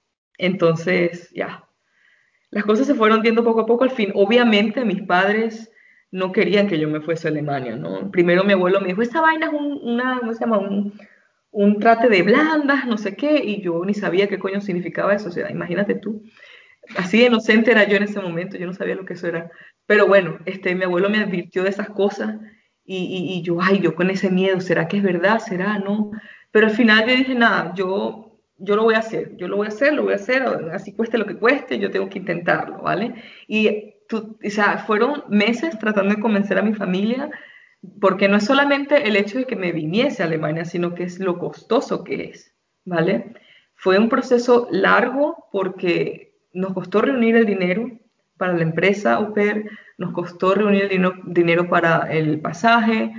[SPEAKER 3] Entonces, ya, las cosas se fueron viendo poco a poco al fin. Obviamente mis padres no querían que yo me fuese a Alemania, ¿no? Primero mi abuelo me dijo, esta vaina es un, una, ¿cómo se llama? Un, un trate de blandas, no sé qué, y yo ni sabía qué coño significaba eso, o sea, imagínate tú. Así de inocente era yo en ese momento, yo no sabía lo que eso era. Pero bueno, este, mi abuelo me advirtió de esas cosas y, y, y yo, ay, yo con ese miedo, ¿será que es verdad? ¿Será? No. Pero al final yo dije, nada, yo, yo lo voy a hacer, yo lo voy a hacer, lo voy a hacer, así cueste lo que cueste, yo tengo que intentarlo, ¿vale? Y, tú, o sea, fueron meses tratando de convencer a mi familia, porque no es solamente el hecho de que me viniese a Alemania, sino que es lo costoso que es, ¿vale? Fue un proceso largo porque nos costó reunir el dinero para la empresa au pair, nos costó reunir el dinero, dinero para el pasaje,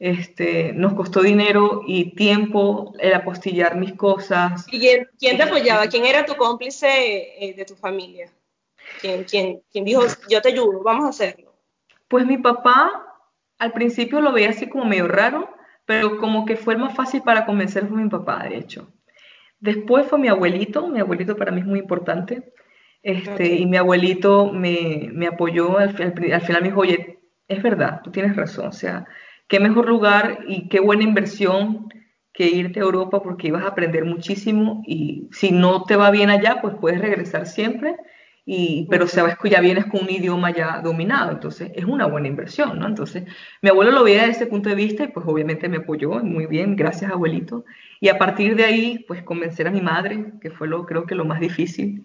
[SPEAKER 3] este, nos costó dinero y tiempo el apostillar mis cosas.
[SPEAKER 1] ¿Y quién, quién te apoyaba?
[SPEAKER 3] Este,
[SPEAKER 1] ¿Quién era tu cómplice eh, de tu familia? ¿Quién, quién, quién dijo, yo te ayudo, vamos a hacerlo?
[SPEAKER 3] pues mi papá al principio lo veía así como medio raro, pero como que fue el más fácil para convencer fue mi papá, de hecho. Después fue mi abuelito, mi abuelito para mí es muy importante, este, y
[SPEAKER 1] Ok.
[SPEAKER 3] mi abuelito me, me apoyó, al, al, al final me dijo, oye, es verdad, tú tienes razón, o sea, qué mejor lugar y qué buena inversión que irte a Europa porque ibas a aprender muchísimo y si no te va bien allá, pues puedes regresar siempre, y, pero
[SPEAKER 1] Ujú.
[SPEAKER 3] sabes que ya vienes con un idioma ya dominado, entonces es una buena inversión, ¿no? Entonces mi abuelo lo veía desde ese punto de vista y pues obviamente me apoyó muy bien, gracias abuelito. Y a partir de ahí, pues convencer a mi madre, que fue lo, creo que lo más difícil,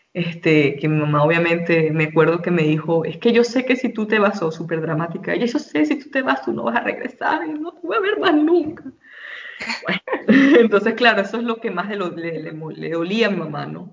[SPEAKER 3] este, que mi mamá obviamente me acuerdo que me dijo, es que yo sé que si tú te vas, sos súper dramática, y yo sé, si tú te vas, tú no vas a regresar y no te voy a ver más nunca. Bueno, entonces claro, eso es lo que más le, le, le, le dolía a mi mamá, ¿no?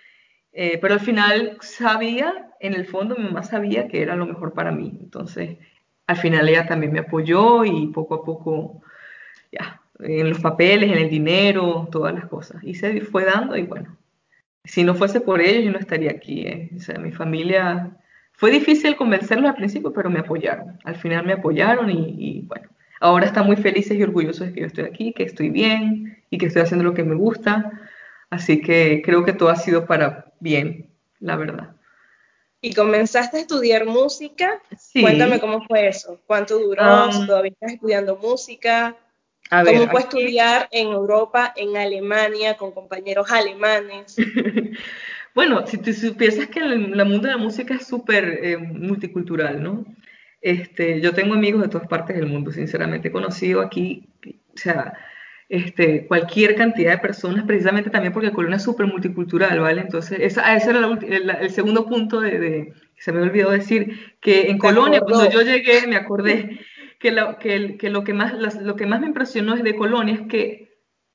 [SPEAKER 3] Eh, pero al final sabía, en el fondo mi mamá sabía que era lo mejor para mí, entonces al final ella también me apoyó y poco a poco ya, en los papeles, en el dinero, todas las cosas. Y se fue dando y bueno, si no fuese por ellos yo no estaría aquí. ¿Eh? O sea, mi familia, fue difícil convencerlos al principio, pero me apoyaron. Al final me apoyaron y, y bueno, ahora están muy felices y orgullosos de que yo estoy aquí, que estoy bien y que estoy haciendo lo que me gusta. Así que creo que todo ha sido para bien, la verdad.
[SPEAKER 1] ¿Y comenzaste a estudiar música? Cuéntame
[SPEAKER 3] Sí,
[SPEAKER 1] cómo fue eso. ¿Cuánto duró? Si
[SPEAKER 3] um,
[SPEAKER 1] todavía estás estudiando música.
[SPEAKER 3] a ver,
[SPEAKER 1] ¿Cómo fue
[SPEAKER 3] aquí
[SPEAKER 1] estudiar en Europa, en Alemania, con compañeros alemanes?
[SPEAKER 3] bueno, si tú supieras que el, el mundo de la música es súper eh, multicultural, ¿no? Este, yo tengo amigos de todas partes del mundo, sinceramente he conocido aquí, o sea, este, cualquier cantidad de personas, precisamente también porque Colombia es súper multicultural, ¿vale? Entonces, esa, ese era la el, el, segundo punto de, de, se me olvidó decir, que en
[SPEAKER 1] Te
[SPEAKER 3] Colonia, cuando
[SPEAKER 1] acordó.
[SPEAKER 3] yo llegué, me acordé que, lo que, el, que lo, que más, lo que más me impresionó es de Colonia es que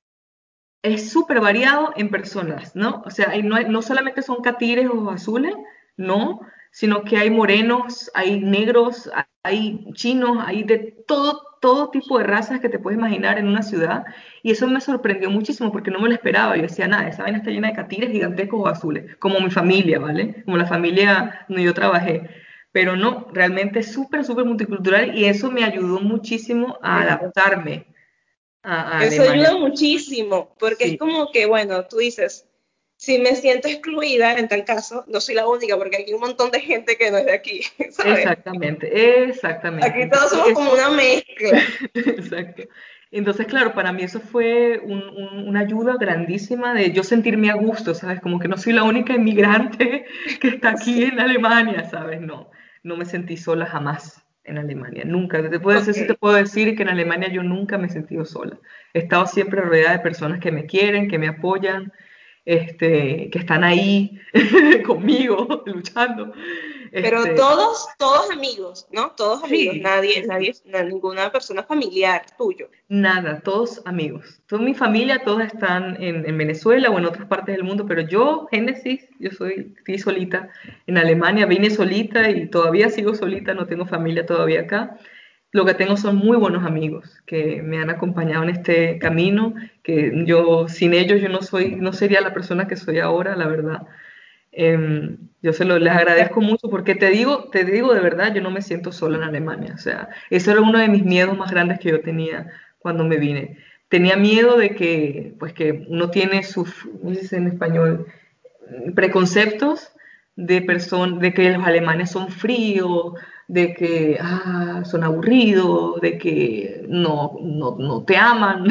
[SPEAKER 3] es súper variado en personas, ¿no? O sea, hay- no, hay- no solamente son catires o azules, no, sino que hay morenos, hay negros, hay chinos, hay de todo, todo tipo de razas que te puedes imaginar en una ciudad. Y eso me sorprendió muchísimo porque no me lo esperaba. Yo decía, nada, esa vaina está llena de catires gigantescos o azules, como mi familia, ¿vale? Como la familia donde yo trabajé. Pero no, realmente es súper, súper multicultural y eso me ayudó muchísimo a
[SPEAKER 1] Eso.
[SPEAKER 3] adaptarme a, a
[SPEAKER 1] Eso
[SPEAKER 3] Alemania.
[SPEAKER 1] ayuda muchísimo, porque es
[SPEAKER 3] Sí.
[SPEAKER 1] como que, bueno, tú dices, si me siento excluida en tal caso, no soy la única, porque hay un montón de gente que no es de aquí, ¿sabes?
[SPEAKER 3] Exactamente, exactamente.
[SPEAKER 1] Aquí todos
[SPEAKER 3] Entonces,
[SPEAKER 1] somos como
[SPEAKER 3] eso,
[SPEAKER 1] una mezcla.
[SPEAKER 3] exacto. Entonces, claro, para mí eso fue un- un- una ayuda grandísima de yo sentirme a gusto, ¿sabes? Como que no soy la única inmigrante que está aquí en Alemania, ¿sabes? No, no me sentí sola jamás en Alemania, nunca. Te puedo decir,
[SPEAKER 1] Ok.
[SPEAKER 3] sí te puedo decir que en Alemania yo nunca me he sentido sola. He estado siempre rodeada de personas que me quieren, que me apoyan, este, que están ahí conmigo, luchando.
[SPEAKER 1] Pero
[SPEAKER 3] Este,
[SPEAKER 1] todos, todos amigos, ¿no? Todos amigos,
[SPEAKER 3] sí,
[SPEAKER 1] nadie,
[SPEAKER 3] sí, sí.
[SPEAKER 1] nadie, na- ninguna persona familiar tuyo.
[SPEAKER 3] Nada, todos amigos. Toda mi familia, todos están en, en Venezuela o en otras partes del mundo, pero yo, Génesis, yo soy, estoy solita en Alemania, vine solita y todavía sigo solita, no tengo familia todavía acá. Lo que tengo son muy buenos amigos que me han acompañado en este camino, que yo sin ellos yo no soy, no sería la persona que soy ahora, la verdad. Eh, yo se lo les agradezco mucho porque te digo, te digo de verdad, yo no me siento sola en Alemania. O sea, eso era uno de mis miedos más grandes que yo tenía cuando me vine. Tenía miedo de que, pues que uno tiene sus, ¿cómo se dice en español? Preconceptos de, person de que los alemanes son fríos, de que ah, son aburridos, de que no, no, no te aman,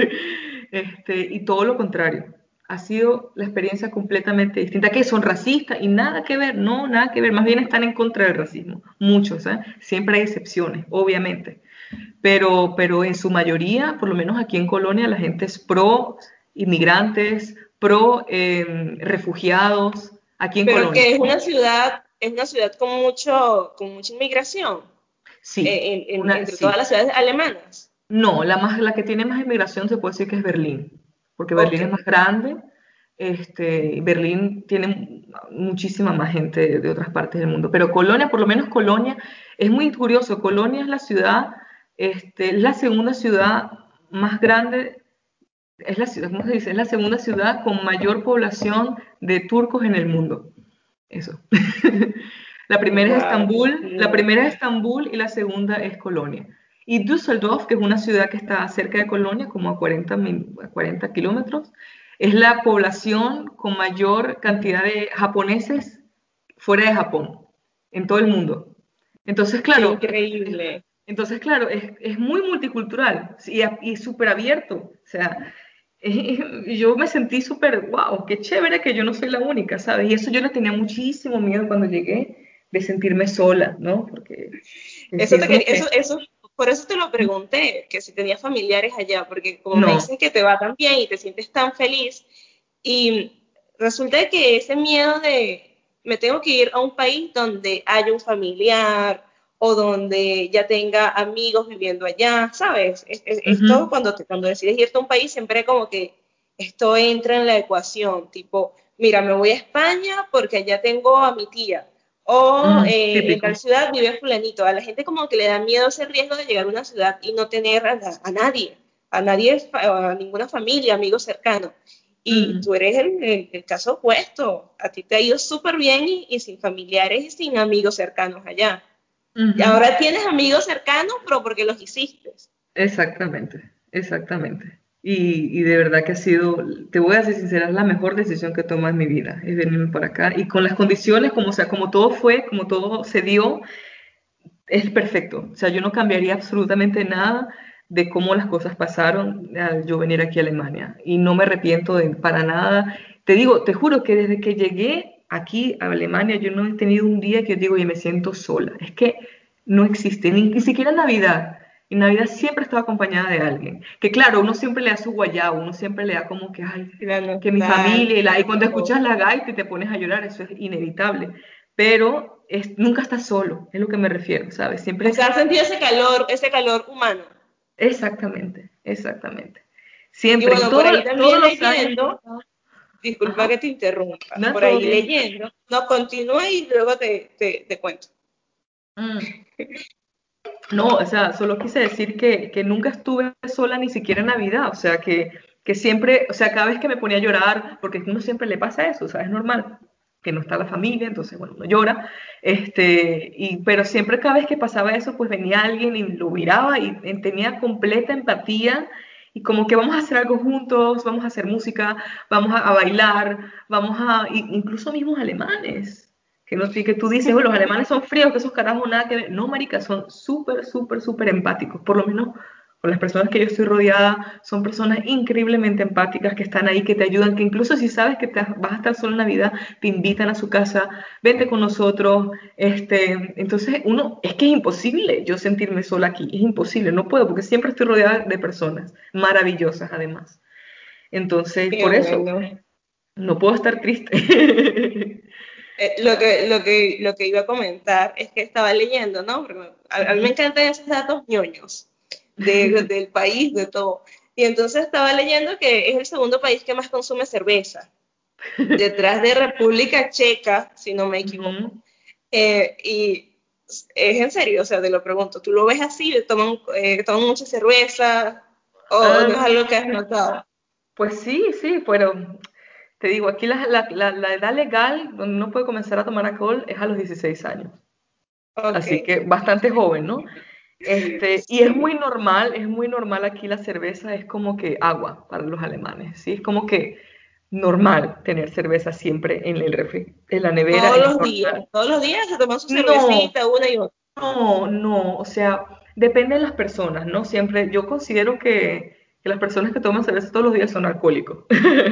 [SPEAKER 3] este, y todo lo contrario. Ha sido la experiencia completamente distinta, que son racistas y nada que ver, no, nada que ver, más bien están en contra del racismo, muchos, ¿eh? Siempre hay excepciones, obviamente, pero, pero en su mayoría, por lo menos aquí en Colonia, la gente es pro inmigrantes, pro eh, refugiados, aquí en
[SPEAKER 1] Pero
[SPEAKER 3] Colonia.
[SPEAKER 1] que es una ciudad, es una ciudad con mucho, con mucha inmigración,
[SPEAKER 3] Sí,
[SPEAKER 1] eh, en, en,
[SPEAKER 3] una,
[SPEAKER 1] entre todas
[SPEAKER 3] sí.
[SPEAKER 1] las ciudades alemanas.
[SPEAKER 3] No, la, más, la que tiene más inmigración se puede decir que es Berlín, porque
[SPEAKER 1] Ok.
[SPEAKER 3] Berlín es más grande. Este, Berlín tiene muchísima más gente de, de otras partes del mundo, pero Colonia, por lo menos Colonia, es muy curioso. Colonia es la ciudad, este, es la segunda ciudad más grande, es la ciudad, ¿cómo se dice? Es la segunda ciudad con mayor población de turcos en el mundo. Eso. La primera es
[SPEAKER 1] Wow,
[SPEAKER 3] Estambul, la
[SPEAKER 1] imagínate.
[SPEAKER 3] primera es Estambul y la segunda es Colonia. Y Düsseldorf, que es una ciudad que está cerca de Colonia, como a cuarenta, a cuarenta kilómetros, es la población con mayor cantidad de japoneses fuera de Japón, en todo el mundo. Entonces,
[SPEAKER 1] Qué
[SPEAKER 3] claro,
[SPEAKER 1] increíble.
[SPEAKER 3] entonces, claro, es, es muy multicultural y, y súper abierto. O sea, eh, yo me sentí súper, wow, qué chévere que yo no soy la única, ¿sabes? Y eso yo le tenía muchísimo miedo cuando llegué, de sentirme sola, ¿no? Porque
[SPEAKER 1] Eso
[SPEAKER 3] decir
[SPEAKER 1] te
[SPEAKER 3] como
[SPEAKER 1] quería,
[SPEAKER 3] que,
[SPEAKER 1] eso, eso, por eso te lo pregunté, que si tenías familiares allá, porque como me
[SPEAKER 3] no,
[SPEAKER 1] dices que te va tan bien y te sientes tan feliz, y resulta que ese miedo de me tengo que ir a un país donde haya un familiar o donde ya tenga amigos viviendo allá, ¿sabes? Es- es- Esto
[SPEAKER 3] ujú,
[SPEAKER 1] cuando, te, cuando decides irte a un país siempre como que esto entra en la ecuación, tipo, mira, me voy a España porque allá tengo a mi tía o
[SPEAKER 3] mm,
[SPEAKER 1] eh, en tal
[SPEAKER 3] típico,
[SPEAKER 1] ciudad vive fulanito. A la gente como que le da miedo ese riesgo de llegar a una ciudad y no tener a, a nadie, a nadie, a ninguna familia, amigo cercano. Y
[SPEAKER 3] mm,
[SPEAKER 1] tú eres el, el, el caso opuesto. A ti te ha ido súper bien y, y, sin familiares y sin amigos cercanos allá. Y
[SPEAKER 3] ujú.
[SPEAKER 1] ahora tienes amigos cercanos, pero porque los hiciste.
[SPEAKER 3] Exactamente, exactamente. Y, y de verdad que ha sido, te voy a ser sincera, es la mejor decisión que he tomado en mi vida, es venirme para acá. Y con las condiciones, como, o sea, como todo fue, como todo se dio, es perfecto. O sea, yo no cambiaría absolutamente nada de cómo las cosas pasaron al yo venir aquí a Alemania. Y no me arrepiento de, para nada. Te digo, te juro que desde que llegué aquí a Alemania, yo no he tenido un día que yo digo, oye, me siento sola. Es que no existe, ni, ni siquiera en Navidad. En Navidad siempre estaba acompañada de alguien. Que claro, uno siempre le da su guayabo, uno siempre le da como que, ay,
[SPEAKER 1] La
[SPEAKER 3] que mi familia, y, la, y
[SPEAKER 1] nostalgia,
[SPEAKER 3] cuando
[SPEAKER 1] todo.
[SPEAKER 3] escuchas la gaita y te pones a llorar, eso es inevitable. Pero es, nunca estás solo, es lo que me refiero, ¿sabes?
[SPEAKER 1] O
[SPEAKER 3] Siempre,
[SPEAKER 1] sea, has sentido ese calor, ese calor humano.
[SPEAKER 3] exactamente, exactamente.
[SPEAKER 1] Y
[SPEAKER 3] Siempre, y
[SPEAKER 1] bueno, por
[SPEAKER 3] todo,
[SPEAKER 1] ahí
[SPEAKER 3] todos
[SPEAKER 1] también
[SPEAKER 3] los años que he
[SPEAKER 1] leyendo,
[SPEAKER 3] estado,
[SPEAKER 1] disculpa
[SPEAKER 3] ajá,
[SPEAKER 1] que te interrumpa,
[SPEAKER 3] no,
[SPEAKER 1] por
[SPEAKER 3] todo
[SPEAKER 1] ahí
[SPEAKER 3] bien.
[SPEAKER 1] leyendo, no, continúa y luego te, te, te cuento.
[SPEAKER 3] Mm. No, o sea, solo quise decir que, que nunca estuve sola ni siquiera en Navidad, o sea, que, que siempre, o sea, cada vez que me ponía a llorar, porque a uno siempre le pasa eso, o sea, es normal, que no está la familia, entonces, bueno, uno llora, este, y, pero siempre cada vez que pasaba eso, pues venía alguien y lo miraba y, y tenía completa empatía y como que vamos a hacer algo juntos, vamos a hacer música, vamos a, a bailar, vamos a, incluso mismos alemanes. Que, no, que tú dices, oh, los alemanes son fríos, que esos carajos nada que ver. No, marica, son súper, súper, súper empáticos. Por lo menos con las personas que yo estoy rodeada, son personas increíblemente empáticas que están ahí, que te ayudan, que incluso si sabes que te vas a estar solo en Navidad, te invitan a su casa, vente con nosotros. Este, entonces, uno, es que es imposible yo sentirme sola aquí, es imposible, no puedo, porque siempre estoy rodeada de personas maravillosas además. Entonces,
[SPEAKER 1] Qué
[SPEAKER 3] por eso,
[SPEAKER 1] bueno.
[SPEAKER 3] no puedo estar triste.
[SPEAKER 1] Eh, lo que, lo que, lo que iba a comentar es que estaba leyendo, ¿no? Porque a, a mí me
[SPEAKER 3] Ujú.
[SPEAKER 1] encantan esos datos ñoños de, del país, de todo. Y entonces estaba leyendo que es el segundo país que más consume cerveza, detrás de República Checa, si no me equivoco.
[SPEAKER 3] Ujú.
[SPEAKER 1] Eh, y es en serio, o sea, te lo pregunto, ¿tú lo ves así? ¿Toman, eh, toman mucha cerveza? ¿O, o no es
[SPEAKER 3] Ah,
[SPEAKER 1] algo que has notado?
[SPEAKER 3] pues sí, sí, pero te digo, aquí la, la, la, la edad legal donde uno puede comenzar a tomar alcohol es a los dieciséis años.
[SPEAKER 1] Ok.
[SPEAKER 3] Así que bastante joven, ¿no? Este, y es muy
[SPEAKER 1] Sí.
[SPEAKER 3] normal, es muy normal aquí la cerveza, es como que agua para los alemanes, ¿sí? Es como que normal tener cerveza siempre en el refri, en la nevera,
[SPEAKER 1] Todos
[SPEAKER 3] en
[SPEAKER 1] los
[SPEAKER 3] todas
[SPEAKER 1] días,
[SPEAKER 3] partes.
[SPEAKER 1] todos los días se toman su
[SPEAKER 3] No,
[SPEAKER 1] cervecita, una y otra.
[SPEAKER 3] no, no, o sea, depende de las personas, ¿no? Siempre, yo considero que, que las personas que toman cerveza todos los días son alcohólicos.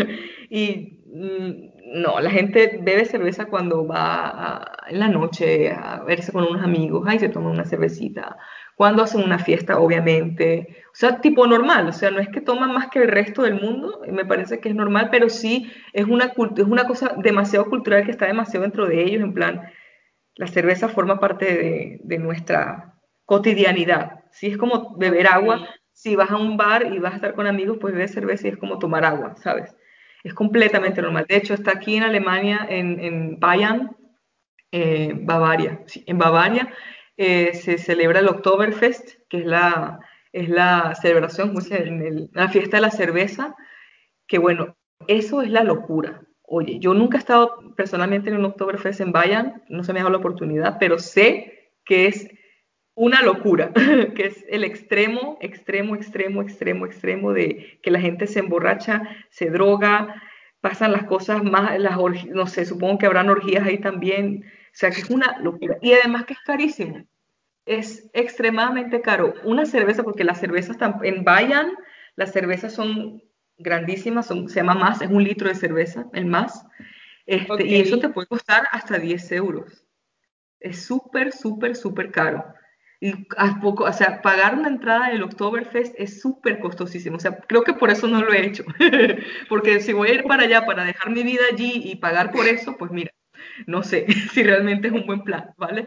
[SPEAKER 3] Y mm, no, la gente bebe cerveza cuando va a- en la noche a verse con unos amigos, ahí se toma una cervecita. Cuando hacen una fiesta, obviamente. O sea, tipo normal, o sea, no es que toman más que el resto del mundo, me parece que es normal, pero sí es una, cult- es una cosa demasiado cultural que está demasiado dentro de ellos, en plan la cerveza forma parte de, de nuestra cotidianidad. Si es como beber
[SPEAKER 1] Ok.
[SPEAKER 3] agua, si vas a un bar y vas a estar con amigos, pues bebes cerveza y es como tomar agua, ¿sabes? Es completamente
[SPEAKER 1] Ok.
[SPEAKER 3] normal. De hecho, está aquí en Alemania, en, en Bayern, eh, Bavaria. Sí, en Bavaria eh, se celebra el Oktoberfest, que es la, es la celebración, pues, en el- la fiesta de la cerveza, que bueno, eso es la locura. Oye, yo nunca he estado personalmente en un Oktoberfest en Bayern, no se me ha dado la oportunidad, pero sé que es una locura, que es el extremo, extremo, extremo, extremo, extremo de que la gente se emborracha, se droga, pasan las cosas más, las orgías, no sé, supongo que habrán orgías ahí también, o sea que es una locura. Y además que es carísimo, es extremadamente caro. Una cerveza, porque las cervezas en Bayern, las cervezas son grandísimas, son, se llama más, es un litro de cerveza, el más, este,
[SPEAKER 1] Ok.
[SPEAKER 3] y eso te puede costar hasta diez euros. Es súper, súper, súper caro. Y a poco, o sea, pagar una entrada del Oktoberfest es súper costosísimo. O sea, creo que por eso no lo he hecho. Porque si voy a ir para allá para dejar mi vida allí y pagar por eso, pues mira, no sé si realmente es un buen plan, ¿vale?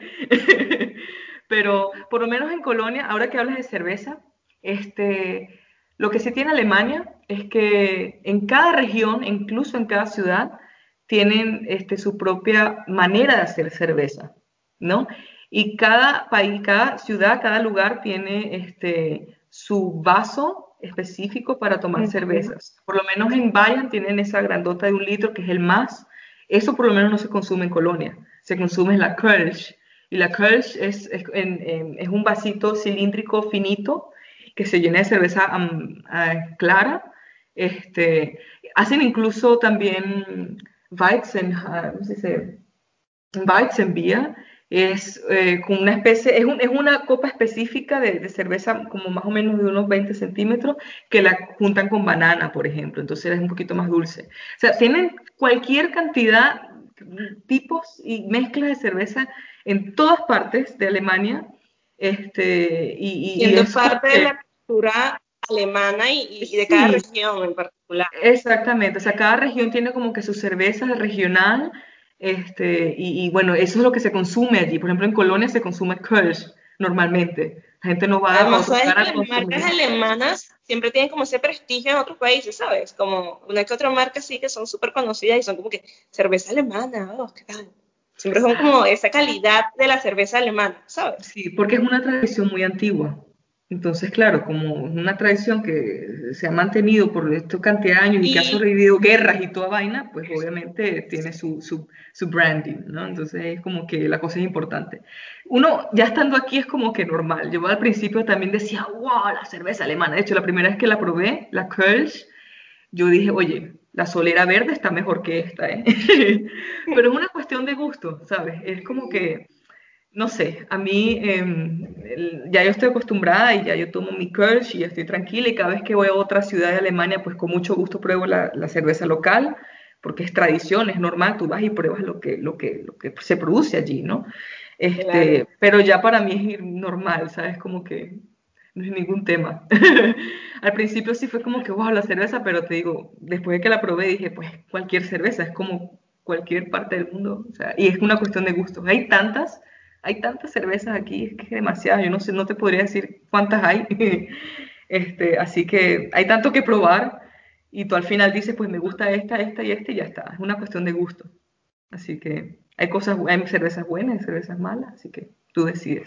[SPEAKER 3] Pero por lo menos en Colonia, ahora que hablas de cerveza, este, lo que sí tiene Alemania es que en cada región, incluso en cada ciudad, tienen este, su propia manera de hacer cerveza, ¿no? Y cada país, cada ciudad, cada lugar tiene este, su vaso específico para tomar
[SPEAKER 1] Ujú.
[SPEAKER 3] cervezas. Por lo menos en Bayern tienen esa grandota de un litro que es el más. Eso por lo menos no se consume en Colonia. Se consume en la Kölsch. Y la Kölsch es, es, en, en, es un vasito cilíndrico finito que se llena de cerveza um, uh, clara. Este, hacen incluso también Weizen, uh, ¿cómo se dice? Weizenbier es eh, con una especie, es, un, es, una copa específica de, de, cerveza como más o menos de unos veinte centímetros que la juntan con banana, por ejemplo, entonces es un poquito más dulce. O sea, tienen cualquier cantidad, tipos y mezclas de cerveza en todas partes de Alemania, este, y, y, y
[SPEAKER 1] Siendo
[SPEAKER 3] es como
[SPEAKER 1] parte de
[SPEAKER 3] que,
[SPEAKER 1] la cultura alemana y, y de cada
[SPEAKER 3] sí,
[SPEAKER 1] región en particular.
[SPEAKER 3] exactamente, o sea, cada región tiene como que su cerveza regional, este, y, y bueno, eso es lo que se consume allí. Por ejemplo, en Colonia se consume Kölsch normalmente. La gente no va a
[SPEAKER 1] Además,
[SPEAKER 3] otro
[SPEAKER 1] sabes
[SPEAKER 3] lugar
[SPEAKER 1] que
[SPEAKER 3] a
[SPEAKER 1] las marcas
[SPEAKER 3] consumir.
[SPEAKER 1] alemanas siempre tienen como ese prestigio en otros países, ¿sabes? Como una que otra marca sí que son súper conocidas y son como que cerveza alemana, oh, ¿qué tal? Siempre son como esa calidad de la cerveza alemana, ¿sabes?
[SPEAKER 3] Sí, porque es una tradición muy antigua. Entonces, claro, como es una tradición que se ha mantenido por esta cantidad de años y que ha
[SPEAKER 1] Y
[SPEAKER 3] sobrevivido guerras y toda vaina, pues obviamente tiene su, su, su branding, ¿no? Entonces es como que la cosa es importante. Uno, ya estando aquí, es como que normal. Yo al principio también decía, wow, la cerveza alemana. De hecho, la primera vez que la probé, la Kölsch, yo dije, oye, la solera verde está mejor que esta, ¿eh? Pero es una cuestión de gusto, ¿sabes? Es como que no sé, a mí eh, el, ya yo estoy acostumbrada y ya yo tomo mi Kölsch y ya estoy tranquila y cada vez que voy a otra ciudad de Alemania, pues con mucho gusto pruebo la, la cerveza local, porque es tradición, es normal, tú vas y pruebas lo que, lo que, lo que se produce allí, ¿no?
[SPEAKER 1] claro.
[SPEAKER 3] Este, pero ya para mí es ir normal, ¿sabes? Como que no es ningún tema. Al principio sí fue como que, wow, la cerveza, pero te digo, después de que la probé dije, pues cualquier cerveza, es como cualquier parte del mundo, o sea, y es una cuestión de gustos. Hay tantas hay tantas cervezas aquí, es que es demasiado, yo no sé, no te podría decir cuántas hay, este, así que hay tanto que probar y tú al final dices, pues me gusta esta, esta y esta y ya está, es una cuestión de gusto, así que hay cosas, hay cervezas buenas, hay cervezas malas, así que tú decides.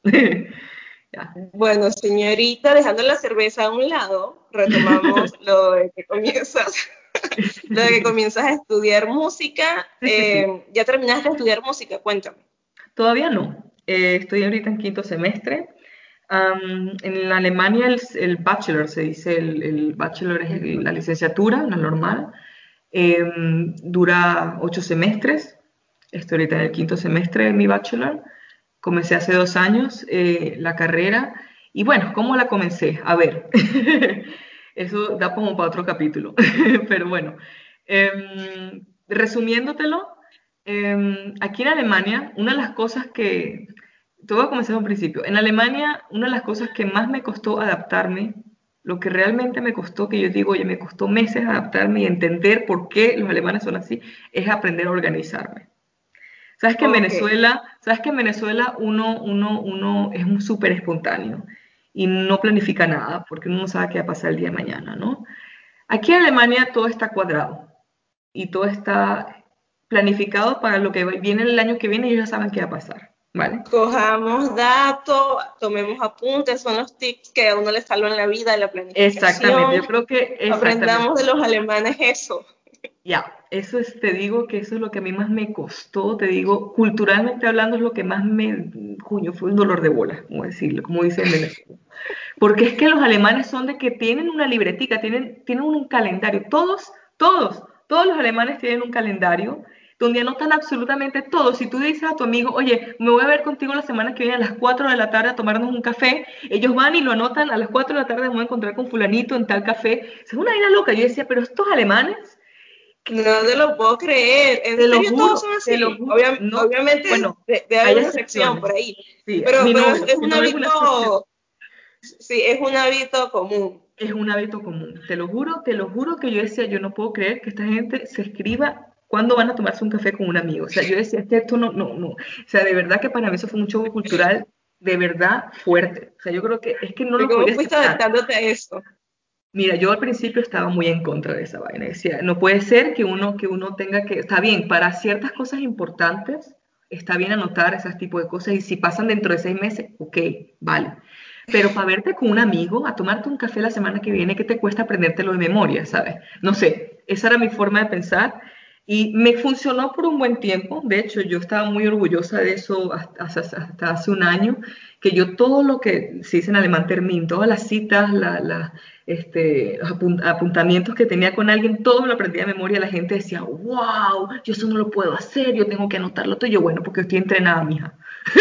[SPEAKER 3] Ya.
[SPEAKER 1] Bueno, señorita, dejando la cerveza a un lado, retomamos lo de que comienzas. lo de que comienzas a estudiar música,
[SPEAKER 3] Sí, sí, sí.
[SPEAKER 1] eh, ya terminaste de estudiar música, cuéntame.
[SPEAKER 3] Todavía no. Eh, estoy ahorita en quinto semestre. Am, en Alemania el, el bachelor, se dice, el, el bachelor es el- la licenciatura, la normal. Em, dura ocho semestres. Estoy ahorita en el quinto semestre de mi bachelor. Comencé hace dos años eh, la carrera. Y bueno, ¿cómo la comencé? A ver, eso da como para otro capítulo. Pero bueno, em, resumiéndotelo, em, aquí en Alemania, una de las cosas que... Te voy a comenzar un principio. En Alemania, una de las cosas que más me costó adaptarme, lo que realmente me costó, que yo digo, oye, me costó meses adaptarme y entender por qué los alemanes son así, es aprender a organizarme. Sabes que en
[SPEAKER 1] Ok,
[SPEAKER 3] Venezuela, sabes que en Venezuela uno, uno, uno es un súper espontáneo y no planifica nada porque uno no sabe qué va a pasar el día de mañana, ¿no? Aquí en Alemania todo está cuadrado y todo está planificado para lo que viene el año que viene y ellos ya saben qué va a pasar, ¿vale?
[SPEAKER 1] cojamos datos, tomemos apuntes, son los tips que a uno le salvan la vida, la
[SPEAKER 3] Exactamente, yo
[SPEAKER 1] planificación.
[SPEAKER 3] creo que exactamente.
[SPEAKER 1] Aprendamos de los alemanes eso.
[SPEAKER 3] Ya, eso es, te digo que eso es lo que a mí más me costó, te digo, culturalmente hablando es lo que más me, coño, fue un dolor de bola, como decirlo, como dicen en Venezuela. Porque es que los alemanes son de que tienen una libretica, tienen, tienen un calendario, todos, todos, todos los alemanes tienen un calendario donde anotan absolutamente todo. Si tú dices a tu amigo, oye, me voy a ver contigo la semana que viene a las cuatro de la tarde a tomarnos un café, ellos van y lo anotan, a las cuatro de la tarde me voy a encontrar con fulanito en tal café. Es una vaina loca. Yo decía, pero estos alemanes,
[SPEAKER 1] No te lo puedo creer. ¿En
[SPEAKER 3] te lo
[SPEAKER 1] serio todos
[SPEAKER 3] juro,
[SPEAKER 1] son
[SPEAKER 3] te lo
[SPEAKER 1] así?
[SPEAKER 3] juro,
[SPEAKER 1] Obvia-
[SPEAKER 3] no,
[SPEAKER 1] obviamente
[SPEAKER 3] bueno,
[SPEAKER 1] de- debe haber
[SPEAKER 3] hay
[SPEAKER 1] una excepción
[SPEAKER 3] excepciones.
[SPEAKER 1] por ahí.
[SPEAKER 3] Sí,
[SPEAKER 1] Pero,
[SPEAKER 3] mi
[SPEAKER 1] pero
[SPEAKER 3] novio,
[SPEAKER 1] es, es
[SPEAKER 3] mi
[SPEAKER 1] un
[SPEAKER 3] novio es una excepción.
[SPEAKER 1] hábito, sí, es un hábito común.
[SPEAKER 3] Es un hábito común. Te lo juro, te lo juro que yo decía, yo no puedo creer que esta gente se escriba cuándo van a tomarse un café con un amigo. O sea, yo decía, es que esto no, no, no. O sea, de verdad que para mí eso fue un choque cultural de verdad fuerte. O sea, yo creo que es que no
[SPEAKER 1] ¿Y
[SPEAKER 3] lo
[SPEAKER 1] cómo
[SPEAKER 3] podía
[SPEAKER 1] fuiste
[SPEAKER 3] aceptar.
[SPEAKER 1] adaptándote a eso?
[SPEAKER 3] Mira, yo al principio estaba muy en contra de esa vaina. Decía, no puede ser que uno, que uno tenga que, está bien, para ciertas cosas importantes, está bien anotar ese tipo de cosas y si pasan dentro de seis meses, ok, vale. Pero para verte con un amigo, a tomarte un café la semana que viene, ¿qué te cuesta aprendértelo de memoria, sabes? No sé, esa era mi forma de pensar y me funcionó por un buen tiempo. De hecho, yo estaba muy orgullosa de eso hasta, hasta, hasta hace un año, que yo todo lo que se dice en alemán termin, todas las citas, la, la, este, los apuntamientos que tenía con alguien, todo me lo aprendía de memoria. La gente decía, wow, yo eso no lo puedo hacer, yo tengo que anotarlo todo. Y yo, bueno, porque estoy entrenada, mija.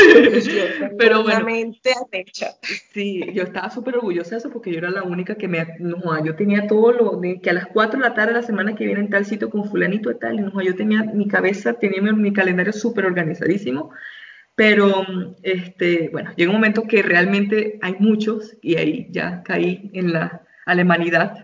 [SPEAKER 1] Yo tengo
[SPEAKER 3] Pero
[SPEAKER 1] una
[SPEAKER 3] bueno,
[SPEAKER 1] mente arrecha.
[SPEAKER 3] sí, yo estaba súper orgullosa de eso porque yo era la única que me, no, yo tenía todo lo de que a las cuatro de la tarde de la semana que viene en tal sitio con fulanito de tal, y no, yo tenía mi cabeza, tenía mi, mi calendario súper organizadísimo, pero este, bueno, llega un momento que realmente hay muchos y ahí ya caí en la alemanidad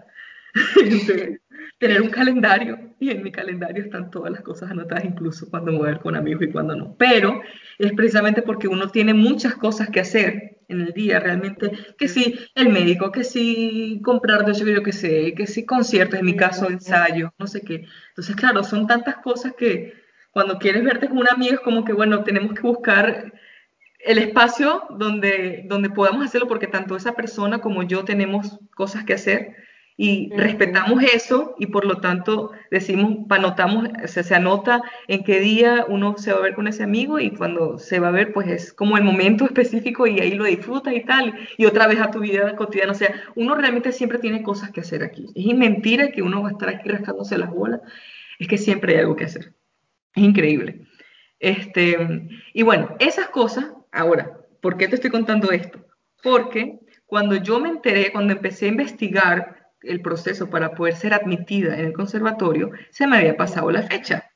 [SPEAKER 3] de tener un calendario y en mi calendario están todas las cosas anotadas, incluso cuando me voy a ver con amigos y cuando no. Pero es precisamente porque uno tiene muchas cosas que hacer en el día, realmente, que si el médico, que si comprar de yo que sé, que si conciertos, en mi caso ensayo, no sé qué. Entonces, claro, son tantas cosas que cuando quieres verte con un amigo es como que, bueno, tenemos que buscar el espacio donde, donde podamos hacerlo porque tanto esa persona como yo tenemos cosas que hacer y
[SPEAKER 1] Ujú.
[SPEAKER 3] respetamos eso y por lo tanto decimos, anotamos, se, se anota en qué día uno se va a ver con ese amigo y cuando se va a ver pues es como el momento específico y ahí lo disfrutas y tal y otra vez a tu vida cotidiana, o sea, uno realmente siempre tiene cosas que hacer aquí. Es mentira que uno va a estar aquí rascándose las bolas, es que siempre hay algo que hacer. Es increíble. Este, y bueno, esas cosas, ahora, ¿por qué te estoy contando esto? Porque cuando yo me enteré, cuando empecé a investigar el proceso para poder ser admitida en el conservatorio, se me había pasado la fecha.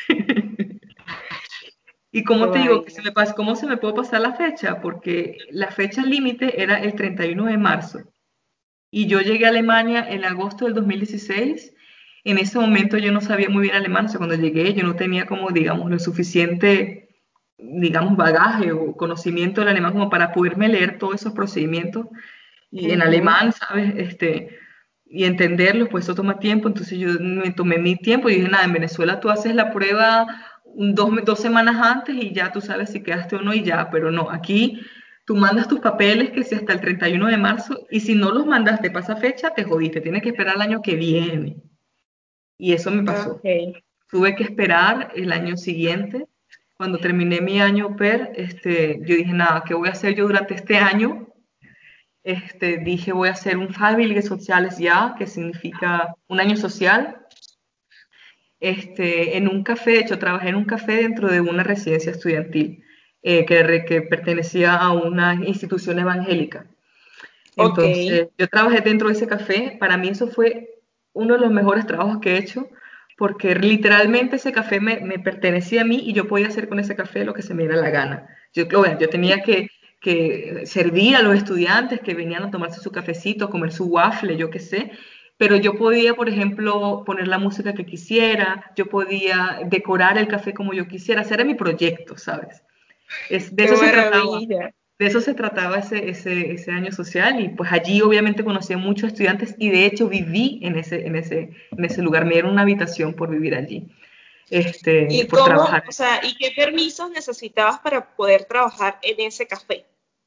[SPEAKER 3] ¿Y
[SPEAKER 1] Qué
[SPEAKER 3] cómo te digo que se
[SPEAKER 1] vaina.
[SPEAKER 3] me pasa, cómo se me puede pasar la fecha? Porque la fecha límite era el treinta y uno de marzo. Y yo llegué a Alemania en agosto del dos mil dieciséis. En ese momento yo no sabía muy bien alemán, o sea, cuando llegué yo no tenía como, digamos, lo suficiente, digamos, bagaje o conocimiento del alemán como para poderme leer todos esos procedimientos. Y en
[SPEAKER 1] Ujú.
[SPEAKER 3] alemán, ¿sabes? Este, y entenderlos, pues eso toma tiempo. Entonces yo me tomé mi tiempo y dije, nada, en Venezuela tú haces la prueba un- dos, dos semanas antes y ya tú sabes si quedaste o no y ya, pero no, aquí tú mandas tus papeles que si hasta el treinta y uno de marzo y si no los mandaste para esa fecha, te jodiste, tienes que esperar el año que viene. Y eso me pasó.
[SPEAKER 1] Ok.
[SPEAKER 3] Tuve que esperar el año siguiente. Cuando terminé mi año au pair, este, yo dije, nada, ¿qué voy a hacer yo durante este año? Este, dije, voy a hacer un Freiwillige Sociales ya, que significa un año social, este, en un café. De hecho, trabajé en un café dentro de una residencia estudiantil eh, que, re- que pertenecía a una institución evangélica.
[SPEAKER 1] Ok.
[SPEAKER 3] Entonces, yo trabajé dentro de ese café. Para mí eso fue uno de los mejores trabajos que he hecho, porque literalmente ese café me, me pertenecía a mí y yo podía hacer con ese café lo que se me diera la gana. Yo, bueno, yo tenía que, que servir a los estudiantes que venían a tomarse su cafecito, comer su waffle, yo qué sé, pero yo podía, por ejemplo, poner la música que quisiera, yo podía decorar el café como yo quisiera, hacer mi proyecto, ¿sabes? Es, de
[SPEAKER 1] Qué
[SPEAKER 3] eso se trataba.
[SPEAKER 1] maravilla.
[SPEAKER 3] De eso se trataba ese, ese, ese año social y pues allí obviamente conocí a muchos estudiantes y de hecho viví en ese, en ese, en ese lugar. Me dieron una habitación por vivir allí, este,
[SPEAKER 1] ¿Y
[SPEAKER 3] por
[SPEAKER 1] cómo,
[SPEAKER 3] trabajar.
[SPEAKER 1] o sea, y qué permisos necesitabas para poder trabajar en ese café?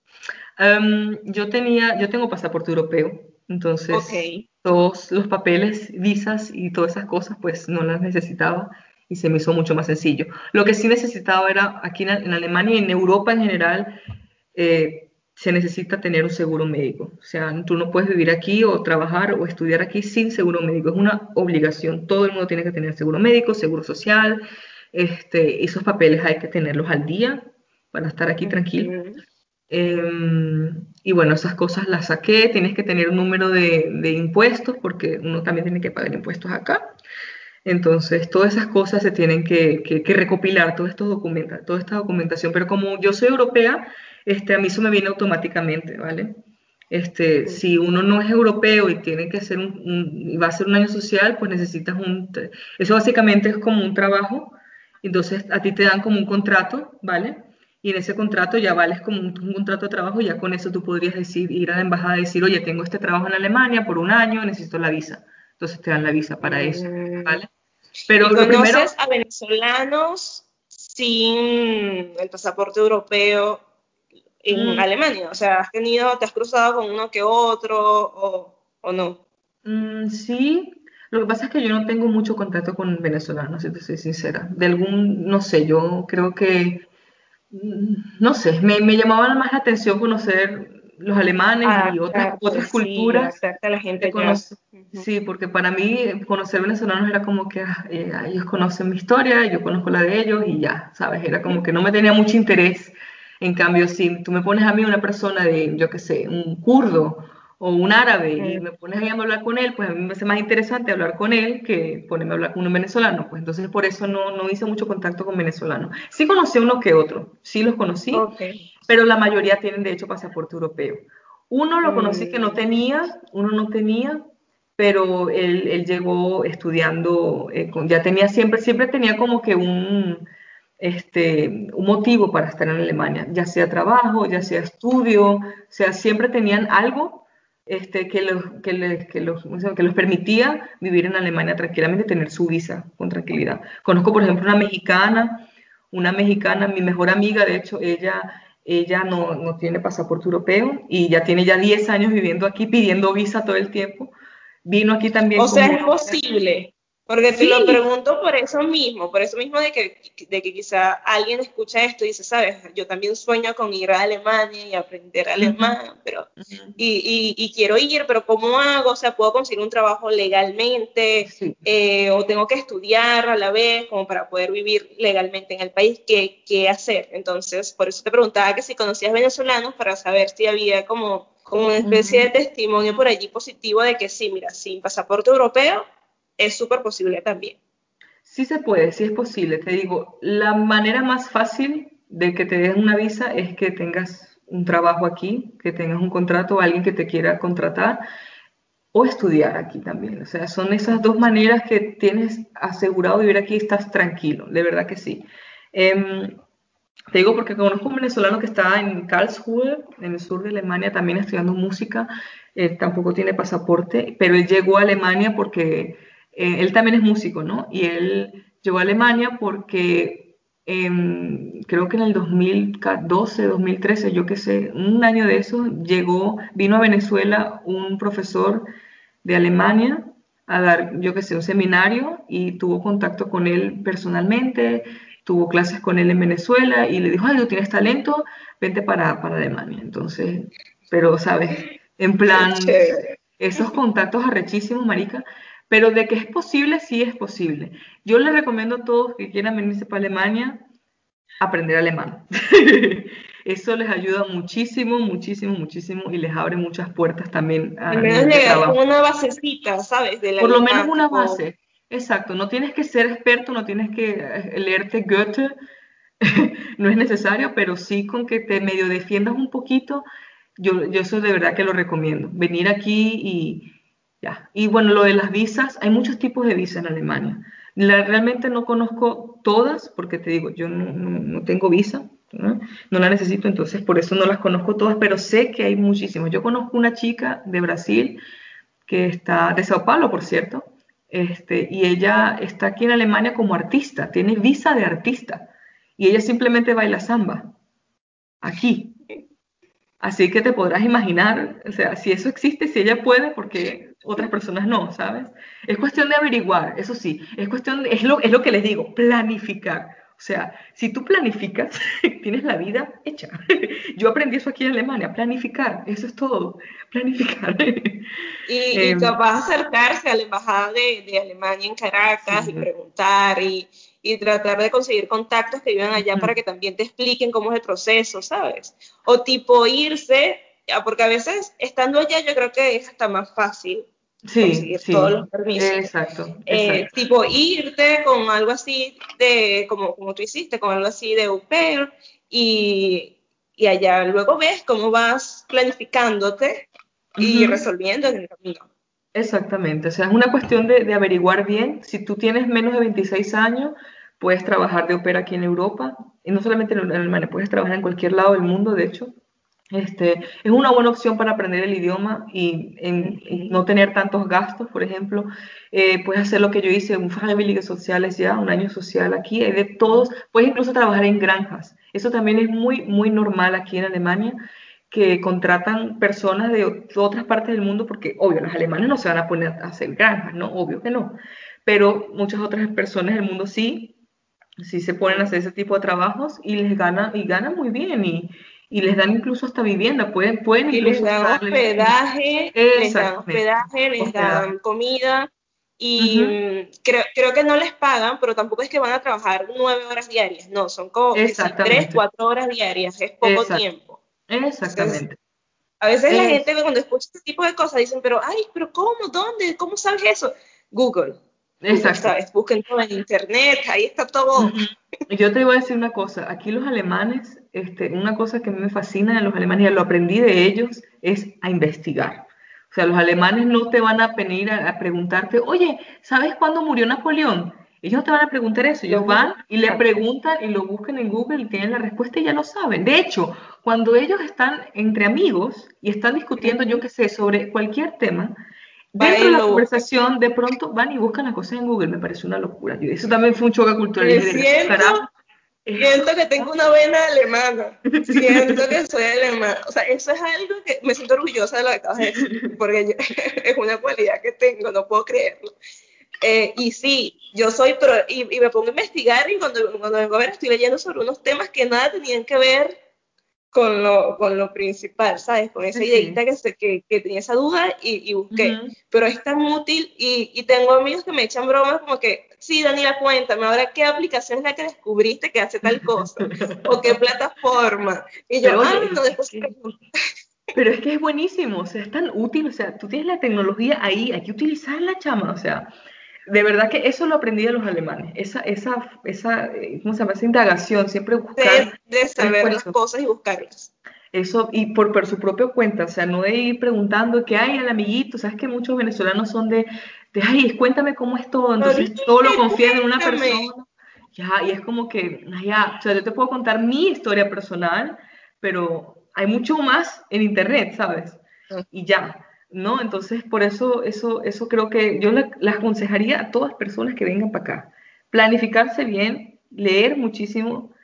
[SPEAKER 3] Um, yo tenía, yo tengo pasaporte europeo,
[SPEAKER 1] Ok.
[SPEAKER 3] entonces todos los papeles, visas y todas esas cosas pues no las necesitaba y se me hizo mucho más sencillo. Lo que sí necesitaba era aquí en, en Alemania y en Europa en general, eh, se necesita tener un seguro médico. O sea, tú no puedes vivir aquí o trabajar o estudiar aquí sin seguro médico. Es una obligación. Todo el mundo tiene que tener seguro médico, seguro social. Este, esos papeles hay que tenerlos al día para estar aquí tranquilo.
[SPEAKER 1] Ujú.
[SPEAKER 3] Eh, y bueno, esas cosas las saqué. Tienes que tener un número de, de impuestos porque uno también tiene que pagar impuestos acá. Entonces, todas esas cosas se tienen que, que, que recopilar, todos estos documenta, toda esta documentación. Pero como yo soy europea, este, a mí eso me viene automáticamente, ¿vale? Este, si uno no es europeo y tiene que hacer un, un- y va a ser un año social, pues necesitas un... Eso básicamente es como un trabajo. Entonces, a ti te dan como un contrato, ¿vale? Y en ese contrato ya vales como un, un contrato de trabajo, y ya con eso tú podrías decir, ir a la embajada y decir, oye, tengo este trabajo en Alemania por un año, necesito la visa. Entonces te dan la visa para eso,
[SPEAKER 1] Mm.
[SPEAKER 3] ¿vale? Pero
[SPEAKER 1] ¿Y
[SPEAKER 3] lo primero,
[SPEAKER 1] conoces a venezolanos sin el pasaporte europeo en
[SPEAKER 3] mm,
[SPEAKER 1] Alemania? O sea, ¿has tenido, te has cruzado con uno que otro o, o no?
[SPEAKER 3] mm, sí, lo que pasa es que yo no tengo mucho contacto con venezolanos, si te soy sincera. De algún, no sé, yo creo que, mm, no sé, me, me llamaba más la atención conocer los alemanes y otras,
[SPEAKER 1] Adaptarte,
[SPEAKER 3] otras
[SPEAKER 1] sí,
[SPEAKER 3] culturas
[SPEAKER 1] adaptarte a la gente
[SPEAKER 3] que
[SPEAKER 1] allá.
[SPEAKER 3] conocer.
[SPEAKER 1] Ujú.
[SPEAKER 3] Sí, porque para mí eh, conocer venezolanos era como que ah, eh, ellos conocen mi historia, yo conozco la de ellos y ya, ¿sabes? Era como que no me tenía mucho interés. En cambio, si tú me pones a mí una persona de, yo qué sé, un kurdo o un árabe y
[SPEAKER 1] Mm.
[SPEAKER 3] me pones ahí a hablar con él, pues a mí me hace más interesante hablar con él que ponerme a hablar con un venezolano. Pues entonces por eso no, no hice mucho contacto con venezolanos. Sí conocí a uno que otro, sí los conocí,
[SPEAKER 1] Ok.
[SPEAKER 3] pero la mayoría tienen de hecho pasaporte europeo. Uno lo conocí que no
[SPEAKER 1] Mm.
[SPEAKER 3] tenía, uno no tenía, pero él, él llegó estudiando, eh, con- ya tenía siempre, siempre tenía como que un, este, un motivo para estar en Alemania, ya sea trabajo, ya sea estudio, o sea, siempre tenían algo este, que, los, que, les, que, los, que los permitía vivir en Alemania tranquilamente, tener su visa con tranquilidad. Conozco, por ejemplo, una mexicana, una mexicana, mi mejor amiga, de hecho, ella, ella no, no tiene pasaporte europeo y ya tiene ya diez años viviendo aquí pidiendo visa todo el tiempo. Vino aquí también
[SPEAKER 1] O
[SPEAKER 3] con
[SPEAKER 1] sea,
[SPEAKER 3] mi
[SPEAKER 1] es
[SPEAKER 3] novia.
[SPEAKER 1] posible, porque te lo
[SPEAKER 3] Sí.
[SPEAKER 1] pregunto por eso mismo, por eso mismo de que, de que quizá alguien escucha esto y dice, sabes, yo también sueño con ir a Alemania y aprender
[SPEAKER 3] Ujú,
[SPEAKER 1] alemán, pero,
[SPEAKER 3] ujú.
[SPEAKER 1] y, y, y quiero ir, pero ¿cómo hago? O sea, ¿puedo conseguir un trabajo legalmente?
[SPEAKER 3] Sí.
[SPEAKER 1] Eh, ¿O tengo que estudiar a la vez como para poder vivir legalmente en el país? ¿Qué, qué hacer? Entonces, por eso te preguntaba que si conocías venezolanos para saber si había como como una especie de
[SPEAKER 3] Ujú.
[SPEAKER 1] testimonio por allí positivo de que sí, mira, sin pasaporte europeo es súper posible también.
[SPEAKER 3] Sí se puede, sí es posible. Te digo, la manera más fácil de que te den una visa es que tengas un trabajo aquí, que tengas un contrato o alguien que te quiera contratar o estudiar aquí también. O sea, son esas dos maneras que tienes asegurado vivir aquí y estás tranquilo, de verdad que sí. Em, Te digo porque conozco un venezolano que está en Karlsruhe, en el sur de Alemania, también estudiando música. Él tampoco tiene pasaporte, pero él llegó a Alemania porque eh, él también es músico, ¿no? Y él llegó a Alemania porque eh, creo que en el dos mil doce, dos mil trece, yo qué sé, un año de eso, llegó, vino a Venezuela un profesor de Alemania a dar, yo qué sé, un seminario y tuvo contacto con él personalmente, tuvo clases con él en Venezuela y le dijo, ay, tú tienes talento, vente para, para Alemania. Entonces, pero, ¿sabes? En
[SPEAKER 1] Qué
[SPEAKER 3] plan,
[SPEAKER 1] chévere.
[SPEAKER 3] esos contactos arrechísimos, marica, pero de que es posible, sí es posible. Yo les recomiendo a todos que quieran venirse para Alemania, aprender alemán. Eso les ayuda muchísimo, muchísimo, muchísimo y les abre muchas puertas también
[SPEAKER 1] Al
[SPEAKER 3] a
[SPEAKER 1] menos
[SPEAKER 3] nivel de
[SPEAKER 1] llegar con
[SPEAKER 3] trabajo.
[SPEAKER 1] una basecita, ¿sabes? Del
[SPEAKER 3] Por lo menos
[SPEAKER 1] alemán,
[SPEAKER 3] una
[SPEAKER 1] tipo,
[SPEAKER 3] base. Exacto, no tienes que ser experto, no tienes que eh, leerte Goethe, no es necesario, pero sí con que te medio defiendas un poquito, yo, yo eso de verdad que lo recomiendo. Venir aquí y ya. Y bueno, lo de las visas, hay muchos tipos de visas en Alemania. La- realmente no conozco todas, porque te digo, yo no, no- no tengo visa, ¿no? No la necesito, entonces por eso no las conozco todas, pero sé que hay muchísimas. Yo conozco una chica de Brasil que está, de Sao Paulo, por cierto, este, y ella está aquí en Alemania como artista, tiene visa de artista, y ella simplemente baila samba, aquí. Así que te podrás imaginar, o sea, si eso existe, si ella puede, porque otras personas no, ¿sabes? Es cuestión de averiguar, eso sí, es cuestión, de, es lo, es lo que les digo, planificar. O sea, si tú planificas, tienes la vida hecha. Yo aprendí eso aquí en Alemania, planificar, eso es todo, planificar.
[SPEAKER 1] y, y
[SPEAKER 3] eh,
[SPEAKER 1] capaz acercarse a la embajada de, de Alemania en Caracas y
[SPEAKER 3] sí.
[SPEAKER 1] preguntar y, y tratar de conseguir contactos que vivan allá
[SPEAKER 3] Ujú.
[SPEAKER 1] para que también te expliquen cómo es el proceso, ¿sabes? O tipo irse, ya, porque a veces estando allá yo creo que es hasta más fácil
[SPEAKER 3] Sí,
[SPEAKER 1] conseguir todos
[SPEAKER 3] sí,
[SPEAKER 1] los permisos.
[SPEAKER 3] exacto,
[SPEAKER 1] Eh,
[SPEAKER 3] exacto.
[SPEAKER 1] tipo irte con algo así de, como, como tú hiciste, con algo así de au pair y, y allá luego ves cómo vas planificándote y
[SPEAKER 3] Ujú.
[SPEAKER 1] resolviendo en el camino.
[SPEAKER 3] Exactamente, o sea, es una cuestión de, de averiguar bien. Si tú tienes menos de veintiséis años, puedes trabajar de ópera aquí en Europa, y no solamente en Alemania, puedes trabajar en cualquier lado del mundo, de hecho. Este, es una buena opción para aprender el idioma y en, en no tener tantos gastos, por ejemplo. Eh, puedes hacer lo que yo hice, un Freiwillige Sociales ya, un año social aquí, hay de todos. Puedes incluso trabajar en granjas. Eso también es muy, muy normal aquí en Alemania, que contratan personas de otras partes del mundo, porque obvio, los alemanes no se van a poner a hacer granjas, ¿no? Obvio que no. Pero muchas otras personas del mundo sí, sí se ponen a hacer ese tipo de trabajos y les ganan, y ganan muy bien, y, y les dan incluso hasta vivienda, pueden, pueden
[SPEAKER 1] Y les
[SPEAKER 3] incluso
[SPEAKER 1] dan
[SPEAKER 3] hasta darle vivienda.
[SPEAKER 1] hospedaje, les dan
[SPEAKER 3] Exactamente,
[SPEAKER 1] hospedaje, les dan
[SPEAKER 3] hospedaje.
[SPEAKER 1] comida y
[SPEAKER 3] Ujú.
[SPEAKER 1] mm, creo, creo que no les pagan, pero tampoco es que van a trabajar nueve horas diarias, no, son como que sí, tres,
[SPEAKER 3] Exactamente,
[SPEAKER 1] cuatro horas diarias, es poco
[SPEAKER 3] exacto,
[SPEAKER 1] tiempo. Entonces,
[SPEAKER 3] exactamente.
[SPEAKER 1] a veces la
[SPEAKER 3] Es,
[SPEAKER 1] gente cuando escucha este tipo de cosas dicen, pero, ay, pero ¿cómo? ¿Dónde? ¿Cómo sabes eso? Google, Google,
[SPEAKER 3] exacto.
[SPEAKER 1] ¿sabes? Busquen todo en internet, ahí está todo.
[SPEAKER 3] Ujú. Y yo te voy a decir una cosa, aquí los alemanes, este, una cosa que a mí me fascina de los alemanes, y lo aprendí de ellos, es a investigar. O sea, los alemanes no te van a venir a, a preguntarte, oye, ¿sabes cuándo murió Napoleón? Ellos no te van a preguntar eso,
[SPEAKER 1] Lo
[SPEAKER 3] ellos van y le
[SPEAKER 1] buscan.
[SPEAKER 3] preguntan y lo buscan en Google y tienen la respuesta y ya lo saben. De hecho, cuando ellos están entre amigos y están discutiendo, yo qué sé, sobre cualquier tema,
[SPEAKER 1] Va
[SPEAKER 3] dentro
[SPEAKER 1] y
[SPEAKER 3] de la
[SPEAKER 1] lo buscan.
[SPEAKER 3] conversación, de pronto van y buscan las cosas en Google. Me parece una locura. Yo- eso también fue un choque cultural.
[SPEAKER 1] Me
[SPEAKER 3] Dije, de verdad,
[SPEAKER 1] siento
[SPEAKER 3] carajo, esto
[SPEAKER 1] Siento que tengo una vena alemana. Siento que soy alemana. O sea, eso es algo que me siento orgullosa de lo que acabas de decir, porque yo- es una cualidad que tengo, no puedo creerlo. Eh, y sí, yo soy pro, y, y me pongo a investigar y cuando, cuando vengo a ver estoy leyendo sobre unos temas que nada tenían que ver con lo, con lo principal, ¿sabes? Con
[SPEAKER 3] sí,
[SPEAKER 1] esa
[SPEAKER 3] sí.
[SPEAKER 1] ideita que, se, que, que tenía esa duda y, y busqué.
[SPEAKER 3] Ujú.
[SPEAKER 1] Pero es tan útil y, y tengo amigos que me echan bromas como que, sí, Daniela, cuéntame, ahora qué aplicación es la que descubriste que hace tal cosa o qué plataforma. Y yo,
[SPEAKER 3] Pero
[SPEAKER 1] ah,
[SPEAKER 3] oye,
[SPEAKER 1] no,
[SPEAKER 3] es
[SPEAKER 1] después
[SPEAKER 3] que, pero es que es buenísimo, o sea, es tan útil, o sea, tú tienes la tecnología ahí, hay que utilizarla, chama, o sea, de verdad que eso lo aprendí de los alemanes, esa, esa, esa, eh, ¿cómo se llama? Esa indagación, siempre buscar
[SPEAKER 1] de, de saber las
[SPEAKER 3] respuestas.
[SPEAKER 1] cosas y buscarlas.
[SPEAKER 3] Eso, y por, por su propia cuenta, o sea, no de ir preguntando qué hay al amiguito, sabes que muchos venezolanos son de, de, ay, cuéntame cómo es todo,
[SPEAKER 1] No,
[SPEAKER 3] entonces
[SPEAKER 1] dime,
[SPEAKER 3] todo lo confían en una
[SPEAKER 1] cuéntame.
[SPEAKER 3] persona, ya, y es como que, ay, ya, o sea, yo te puedo contar mi historia personal, pero hay mucho más en internet, ¿sabes? Y ya, ¿no? Entonces, por eso, eso, eso creo que yo le, le aconsejaría a todas personas que vengan para acá, planificarse bien, leer muchísimo,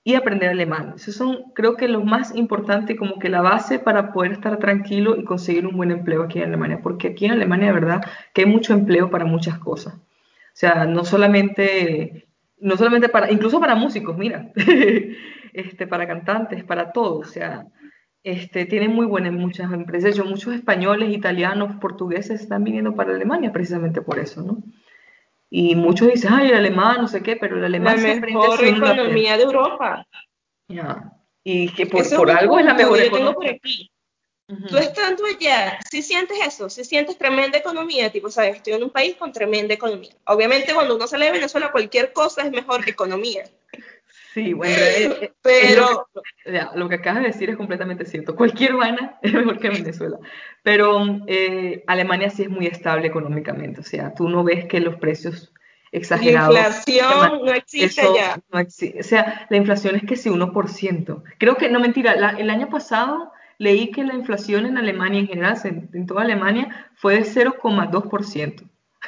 [SPEAKER 3] y aprender alemán. Esos son, creo que, lo más importante y como que la base para poder estar tranquilo y conseguir un buen empleo aquí en Alemania, porque aquí en Alemania, de verdad, que hay mucho empleo para muchas cosas. O sea, no solamente, no solamente para, incluso para músicos, mira, este, para cantantes, para todo. O sea, este, tienen muy buenas muchas empresas. Yo, muchos españoles, italianos, portugueses están viniendo para Alemania precisamente por eso, ¿no? Y muchos dicen, ay, el alemán, no sé qué, pero el
[SPEAKER 1] La
[SPEAKER 3] alemán se aprende
[SPEAKER 1] mejor
[SPEAKER 3] si uno lo aprende.
[SPEAKER 1] economía de Europa.
[SPEAKER 3] Ya. Y que por,
[SPEAKER 1] Ese es
[SPEAKER 3] por
[SPEAKER 1] un
[SPEAKER 3] algo es la
[SPEAKER 1] punto
[SPEAKER 3] mejor
[SPEAKER 1] que yo tengo por
[SPEAKER 3] economía.
[SPEAKER 1] aquí. Tú
[SPEAKER 3] Ujú.
[SPEAKER 1] estando allá, si sientes eso, si sientes tremenda economía, tipo, sabes, estoy en un país con tremenda economía. Obviamente cuando uno sale de Venezuela, cualquier cosa es mejor economía.
[SPEAKER 3] Sí, bueno, en realidad es, es lo que,
[SPEAKER 1] Pero,
[SPEAKER 3] ya, lo que acabas de decir es completamente cierto. Cualquier vaina es mejor que Venezuela. Pero eh, Alemania sí es muy estable económicamente. O sea, tú no ves que los precios
[SPEAKER 1] la
[SPEAKER 3] exagerados. se man-
[SPEAKER 1] inflación no existe
[SPEAKER 3] Eso
[SPEAKER 1] allá.
[SPEAKER 3] no existe. O sea, la inflación es que sí, uno por ciento. Creo que, no mentira, la- el año pasado leí que la inflación en Alemania en general, en, en toda Alemania, fue de cero coma dos por ciento.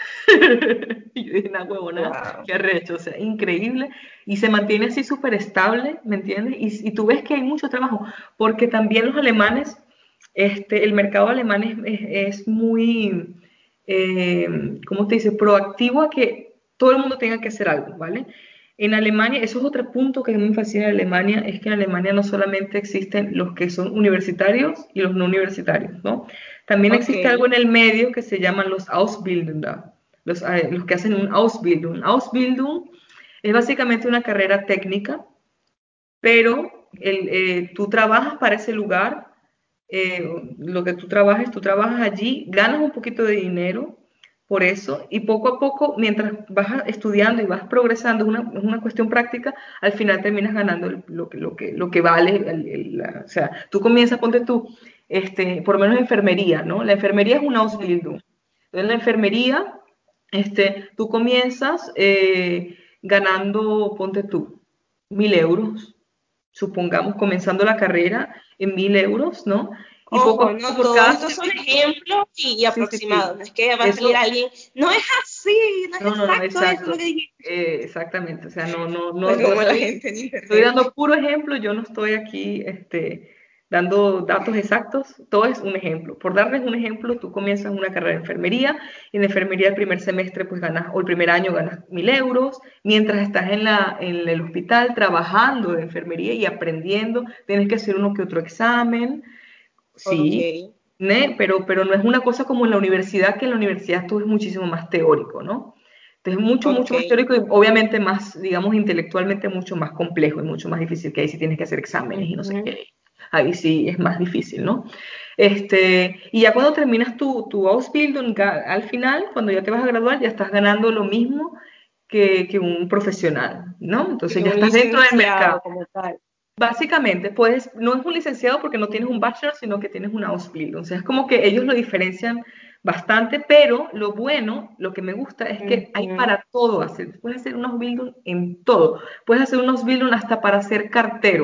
[SPEAKER 3] Y yo dije, una huevona,
[SPEAKER 1] Wow.
[SPEAKER 3] qué arrecho, o sea, increíble. Y se mantiene así súper estable, ¿me entiendes? Y, y tú ves que hay mucho trabajo, porque también los alemanes, este, el mercado alemán es, es, es muy, eh, ¿cómo te dice? Proactivo a que todo el mundo tenga que hacer algo, ¿vale? En Alemania, eso es otro punto que me fascina de Alemania, es que en Alemania no solamente existen los que son universitarios y los no universitarios, ¿no? También
[SPEAKER 1] Ok.
[SPEAKER 3] existe algo en el medio que se llaman los Ausbildender, los, eh, los que hacen un Ausbildung. Ausbildung es básicamente una carrera técnica, pero el, eh, tú trabajas para ese lugar, eh, lo que tú trabajes, tú trabajas allí, ganas un poquito de dinero por eso, y poco a poco, mientras vas estudiando y vas progresando, es una, es una cuestión práctica, al final terminas ganando el- lo, que- lo, que, lo que vale, el- el- la- o sea, tú comienzas, ponte tú, este, por lo menos enfermería, ¿no? La enfermería es una Ausbildung. Entonces, en la enfermería, este, tú comienzas eh, ganando, ponte tú, mil euros, supongamos, comenzando la carrera en mil euros, ¿no? Y poco a
[SPEAKER 1] Ojo,
[SPEAKER 3] poco
[SPEAKER 1] no,
[SPEAKER 3] por
[SPEAKER 1] todo
[SPEAKER 3] cada
[SPEAKER 1] esto son
[SPEAKER 3] semestre,
[SPEAKER 1] ejemplos y, y
[SPEAKER 3] sí, sí,
[SPEAKER 1] aproximados.
[SPEAKER 3] sí,
[SPEAKER 1] No es que va a salir
[SPEAKER 3] eso,
[SPEAKER 1] alguien, no es así, no es
[SPEAKER 3] no, no, no,
[SPEAKER 1] exacto eso lo
[SPEAKER 3] exacto,
[SPEAKER 1] que dijiste.
[SPEAKER 3] eh, exactamente, o sea, no, no, no,
[SPEAKER 1] Pero
[SPEAKER 3] no
[SPEAKER 1] como la
[SPEAKER 3] estoy,
[SPEAKER 1] gente en
[SPEAKER 3] estoy
[SPEAKER 1] internet.
[SPEAKER 3] dando puro ejemplo, yo no estoy aquí, este, dando datos exactos, todo es un ejemplo. Por darles un ejemplo, tú comienzas una carrera de enfermería, y en enfermería el primer semestre, pues ganas, o el primer año ganas mil euros, mientras estás en, la, en el hospital trabajando de enfermería y aprendiendo, tienes que hacer uno que otro examen,
[SPEAKER 1] Ok,
[SPEAKER 3] sí, ¿ne? Pero, pero no es una cosa como en la universidad, que en la universidad todo es muchísimo más teórico, ¿no? Entonces, mucho,
[SPEAKER 1] ok.
[SPEAKER 3] mucho más teórico y obviamente más, digamos, intelectualmente mucho más complejo y mucho más difícil, que ahí sí tienes que hacer exámenes y no sé
[SPEAKER 1] Ujú.
[SPEAKER 3] qué. Ahí sí es más difícil, ¿no? Este, y ya cuando terminas tu, tu Ausbildung, al final, cuando ya te vas a graduar, ya estás ganando lo mismo que, que un profesional, ¿no? Entonces
[SPEAKER 1] Y
[SPEAKER 3] ya
[SPEAKER 1] un
[SPEAKER 3] estás dentro del
[SPEAKER 1] licenciado
[SPEAKER 3] mercado.
[SPEAKER 1] como tal.
[SPEAKER 3] Básicamente, puedes, no es un licenciado porque no tienes un bachelor, sino que tienes una Ausbildung. O sea, es como que ellos lo diferencian bastante, pero lo bueno, lo que me gusta es que hay
[SPEAKER 1] Ujú.
[SPEAKER 3] para todo hacer. Puedes hacer una Ausbildung en todo. Puedes hacer una Ausbildung hasta para ser cartero.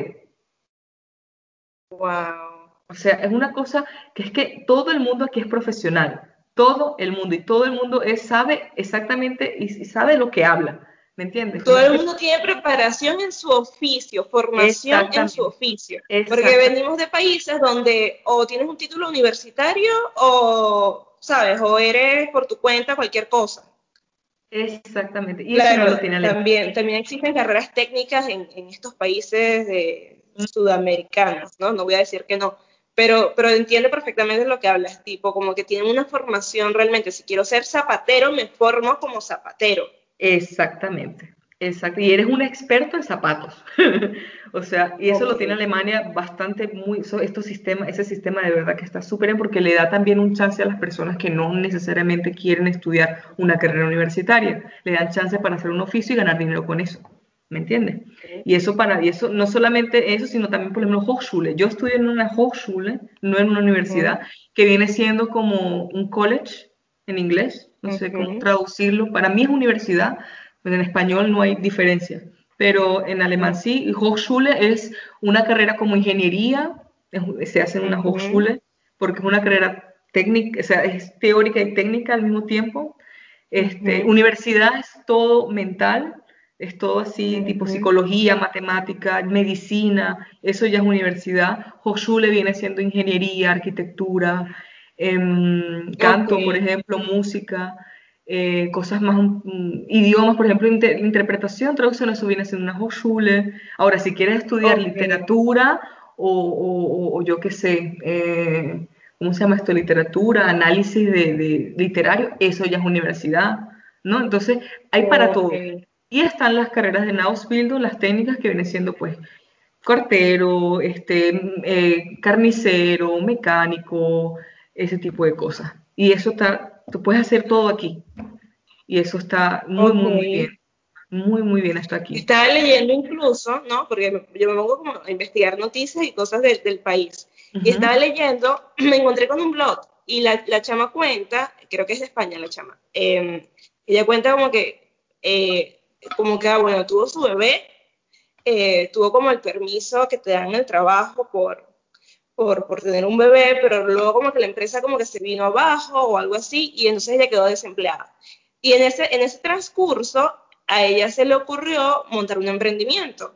[SPEAKER 1] Wow.
[SPEAKER 3] O sea, es una cosa que es que todo el mundo aquí es profesional. Todo el mundo. Y todo el mundo es, sabe exactamente y, y sabe lo que habla. ¿Me entiendes?
[SPEAKER 1] Todo
[SPEAKER 3] Una
[SPEAKER 1] el
[SPEAKER 3] cosa.
[SPEAKER 1] mundo tiene preparación en su oficio, formación en su
[SPEAKER 3] Exactamente.
[SPEAKER 1] oficio, porque
[SPEAKER 3] Exactamente.
[SPEAKER 1] venimos de países donde o tienes un título universitario o, sabes, o eres por tu cuenta cualquier cosa.
[SPEAKER 3] Exactamente. Y eso no lo
[SPEAKER 1] Claro,
[SPEAKER 3] tiene Alemania.
[SPEAKER 1] también, también existen carreras técnicas en, en estos países de sudamericanos, ¿no? No voy a decir que no, pero, pero entiendo perfectamente lo que hablas, tipo, como que tienen una formación realmente. Si quiero ser zapatero, me formo como zapatero.
[SPEAKER 3] Exactamente, exacto. Y eres un experto en zapatos. O sea, y eso
[SPEAKER 1] Ok.
[SPEAKER 3] lo tiene Alemania bastante muy, so- estos sistemas, ese sistema de verdad que está súper bien porque le da también un chance a las personas que no necesariamente quieren estudiar una carrera universitaria. Le dan chance para hacer un oficio y ganar dinero con eso. ¿Me entiendes? Y eso para, y eso no solamente eso, sino también, por ejemplo, Hochschule. Yo estudio en una Hochschule, no en una universidad,
[SPEAKER 1] Ujú,
[SPEAKER 3] que viene siendo como un college en inglés, no sé cómo
[SPEAKER 1] ujú,
[SPEAKER 3] traducirlo. Para mí es universidad, pero en español no hay diferencia. Pero en alemán
[SPEAKER 1] ujú,
[SPEAKER 3] sí, y Hochschule es una carrera como ingeniería, es- se hace en una
[SPEAKER 1] ujú,
[SPEAKER 3] Hochschule, porque es una carrera técnica, o sea, es teórica y técnica al mismo tiempo. Este,
[SPEAKER 1] ujú.
[SPEAKER 3] universidad es todo mental, Es todo así, tipo
[SPEAKER 1] Ujú.
[SPEAKER 3] psicología, matemática, medicina, eso ya es universidad. Hochschule viene siendo ingeniería, arquitectura, em,
[SPEAKER 1] Ok,
[SPEAKER 3] canto, por ejemplo, música, eh, cosas más, mm, idiomas, por ejemplo, inter- interpretación, traducción, eso viene siendo una Hochschule. Ahora, si quieres estudiar
[SPEAKER 1] ok,
[SPEAKER 3] literatura o, o- o- o yo qué sé, eh, ¿cómo se llama esto? Literatura, análisis de, de literario, eso ya es universidad, ¿no? Entonces, hay para
[SPEAKER 1] ok,
[SPEAKER 3] todo. Y están las carreras de Ausbildung, las técnicas que vienen siendo pues cartero, este, eh, carnicero, mecánico, ese tipo de cosas. Y eso está, tú puedes hacer todo aquí. Y eso está muy,
[SPEAKER 1] ok.
[SPEAKER 3] muy, muy bien. Muy, muy bien está aquí.
[SPEAKER 1] Estaba leyendo incluso, ¿no? Porque me- yo me pongo como a investigar noticias y cosas del del país. Y
[SPEAKER 3] Ujú.
[SPEAKER 1] estaba leyendo, me encontré con un blog y la, la chama cuenta, creo que es de España la chama, eh, ella cuenta como que, eh, como que, ah, bueno, tuvo su bebé, eh, tuvo como el permiso que te dan en el trabajo por, por, por tener un bebé, pero luego como que la empresa como que se vino abajo o algo así y entonces ella quedó desempleada. Y en ese, en ese transcurso a ella se le ocurrió montar un emprendimiento.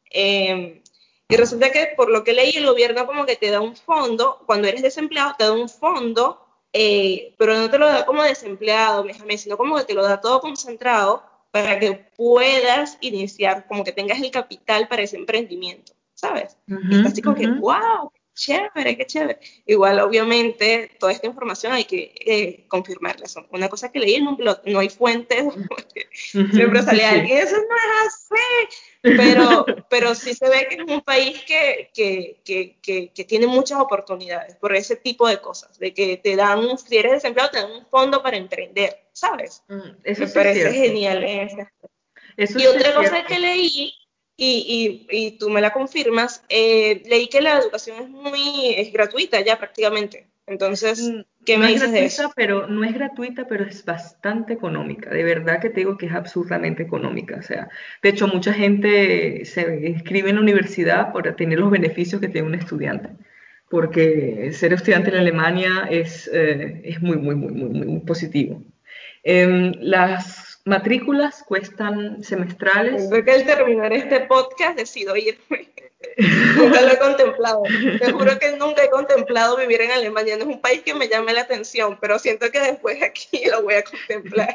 [SPEAKER 1] Eh, y resulta que por lo que leí el gobierno como que te da un fondo, cuando eres desempleado te da un fondo, eh, pero no te lo da como desempleado, déjame, sino como que te lo da todo concentrado para que puedas iniciar, como que tengas el capital para ese emprendimiento, ¿sabes? Y
[SPEAKER 3] Ujú,
[SPEAKER 1] está así como que,
[SPEAKER 3] ujú.
[SPEAKER 1] wow, qué chévere, qué chévere. Igual, obviamente, toda esta información hay que eh, confirmarla. Son una cosa que leí en un blog, no hay fuentes, porque siempre
[SPEAKER 3] Ujú, sí,
[SPEAKER 1] sale
[SPEAKER 3] sí.
[SPEAKER 1] alguien, eso no es así. Pero, pero sí se ve que es un país que, que, que, que, que tiene muchas oportunidades por ese tipo de cosas, de que te dan, si eres desempleado, te dan un fondo para emprender, ¿sabes?
[SPEAKER 3] Mm, Eso
[SPEAKER 1] Me
[SPEAKER 3] sí es
[SPEAKER 1] parece
[SPEAKER 3] cierto.
[SPEAKER 1] genial ese.
[SPEAKER 3] Eso
[SPEAKER 1] Y
[SPEAKER 3] sí es
[SPEAKER 1] otra cosa
[SPEAKER 3] cierto.
[SPEAKER 1] que leí, y, y, y tú me la confirmas, eh, leí que la educación es muy, es gratuita ya prácticamente. Entonces,
[SPEAKER 3] Mm,
[SPEAKER 1] ¿qué
[SPEAKER 3] No
[SPEAKER 1] me
[SPEAKER 3] es
[SPEAKER 1] dices de
[SPEAKER 3] gratuita,
[SPEAKER 1] eso?
[SPEAKER 3] pero no es gratuita, pero es bastante económica. De verdad que te digo que es absurdamente económica. O sea, de hecho, mucha gente se inscribe en la universidad para tener los beneficios que tiene un estudiante. Porque ser estudiante en Alemania es, eh, es muy, muy, muy, muy, muy positivo. Em, las matrículas cuestan semestrales.
[SPEAKER 1] Creo que al terminar este podcast decido irme. Nunca lo he contemplado. Te juro que nunca he contemplado vivir en Alemania. No es un país que me llame la atención, pero siento que después aquí lo voy a contemplar.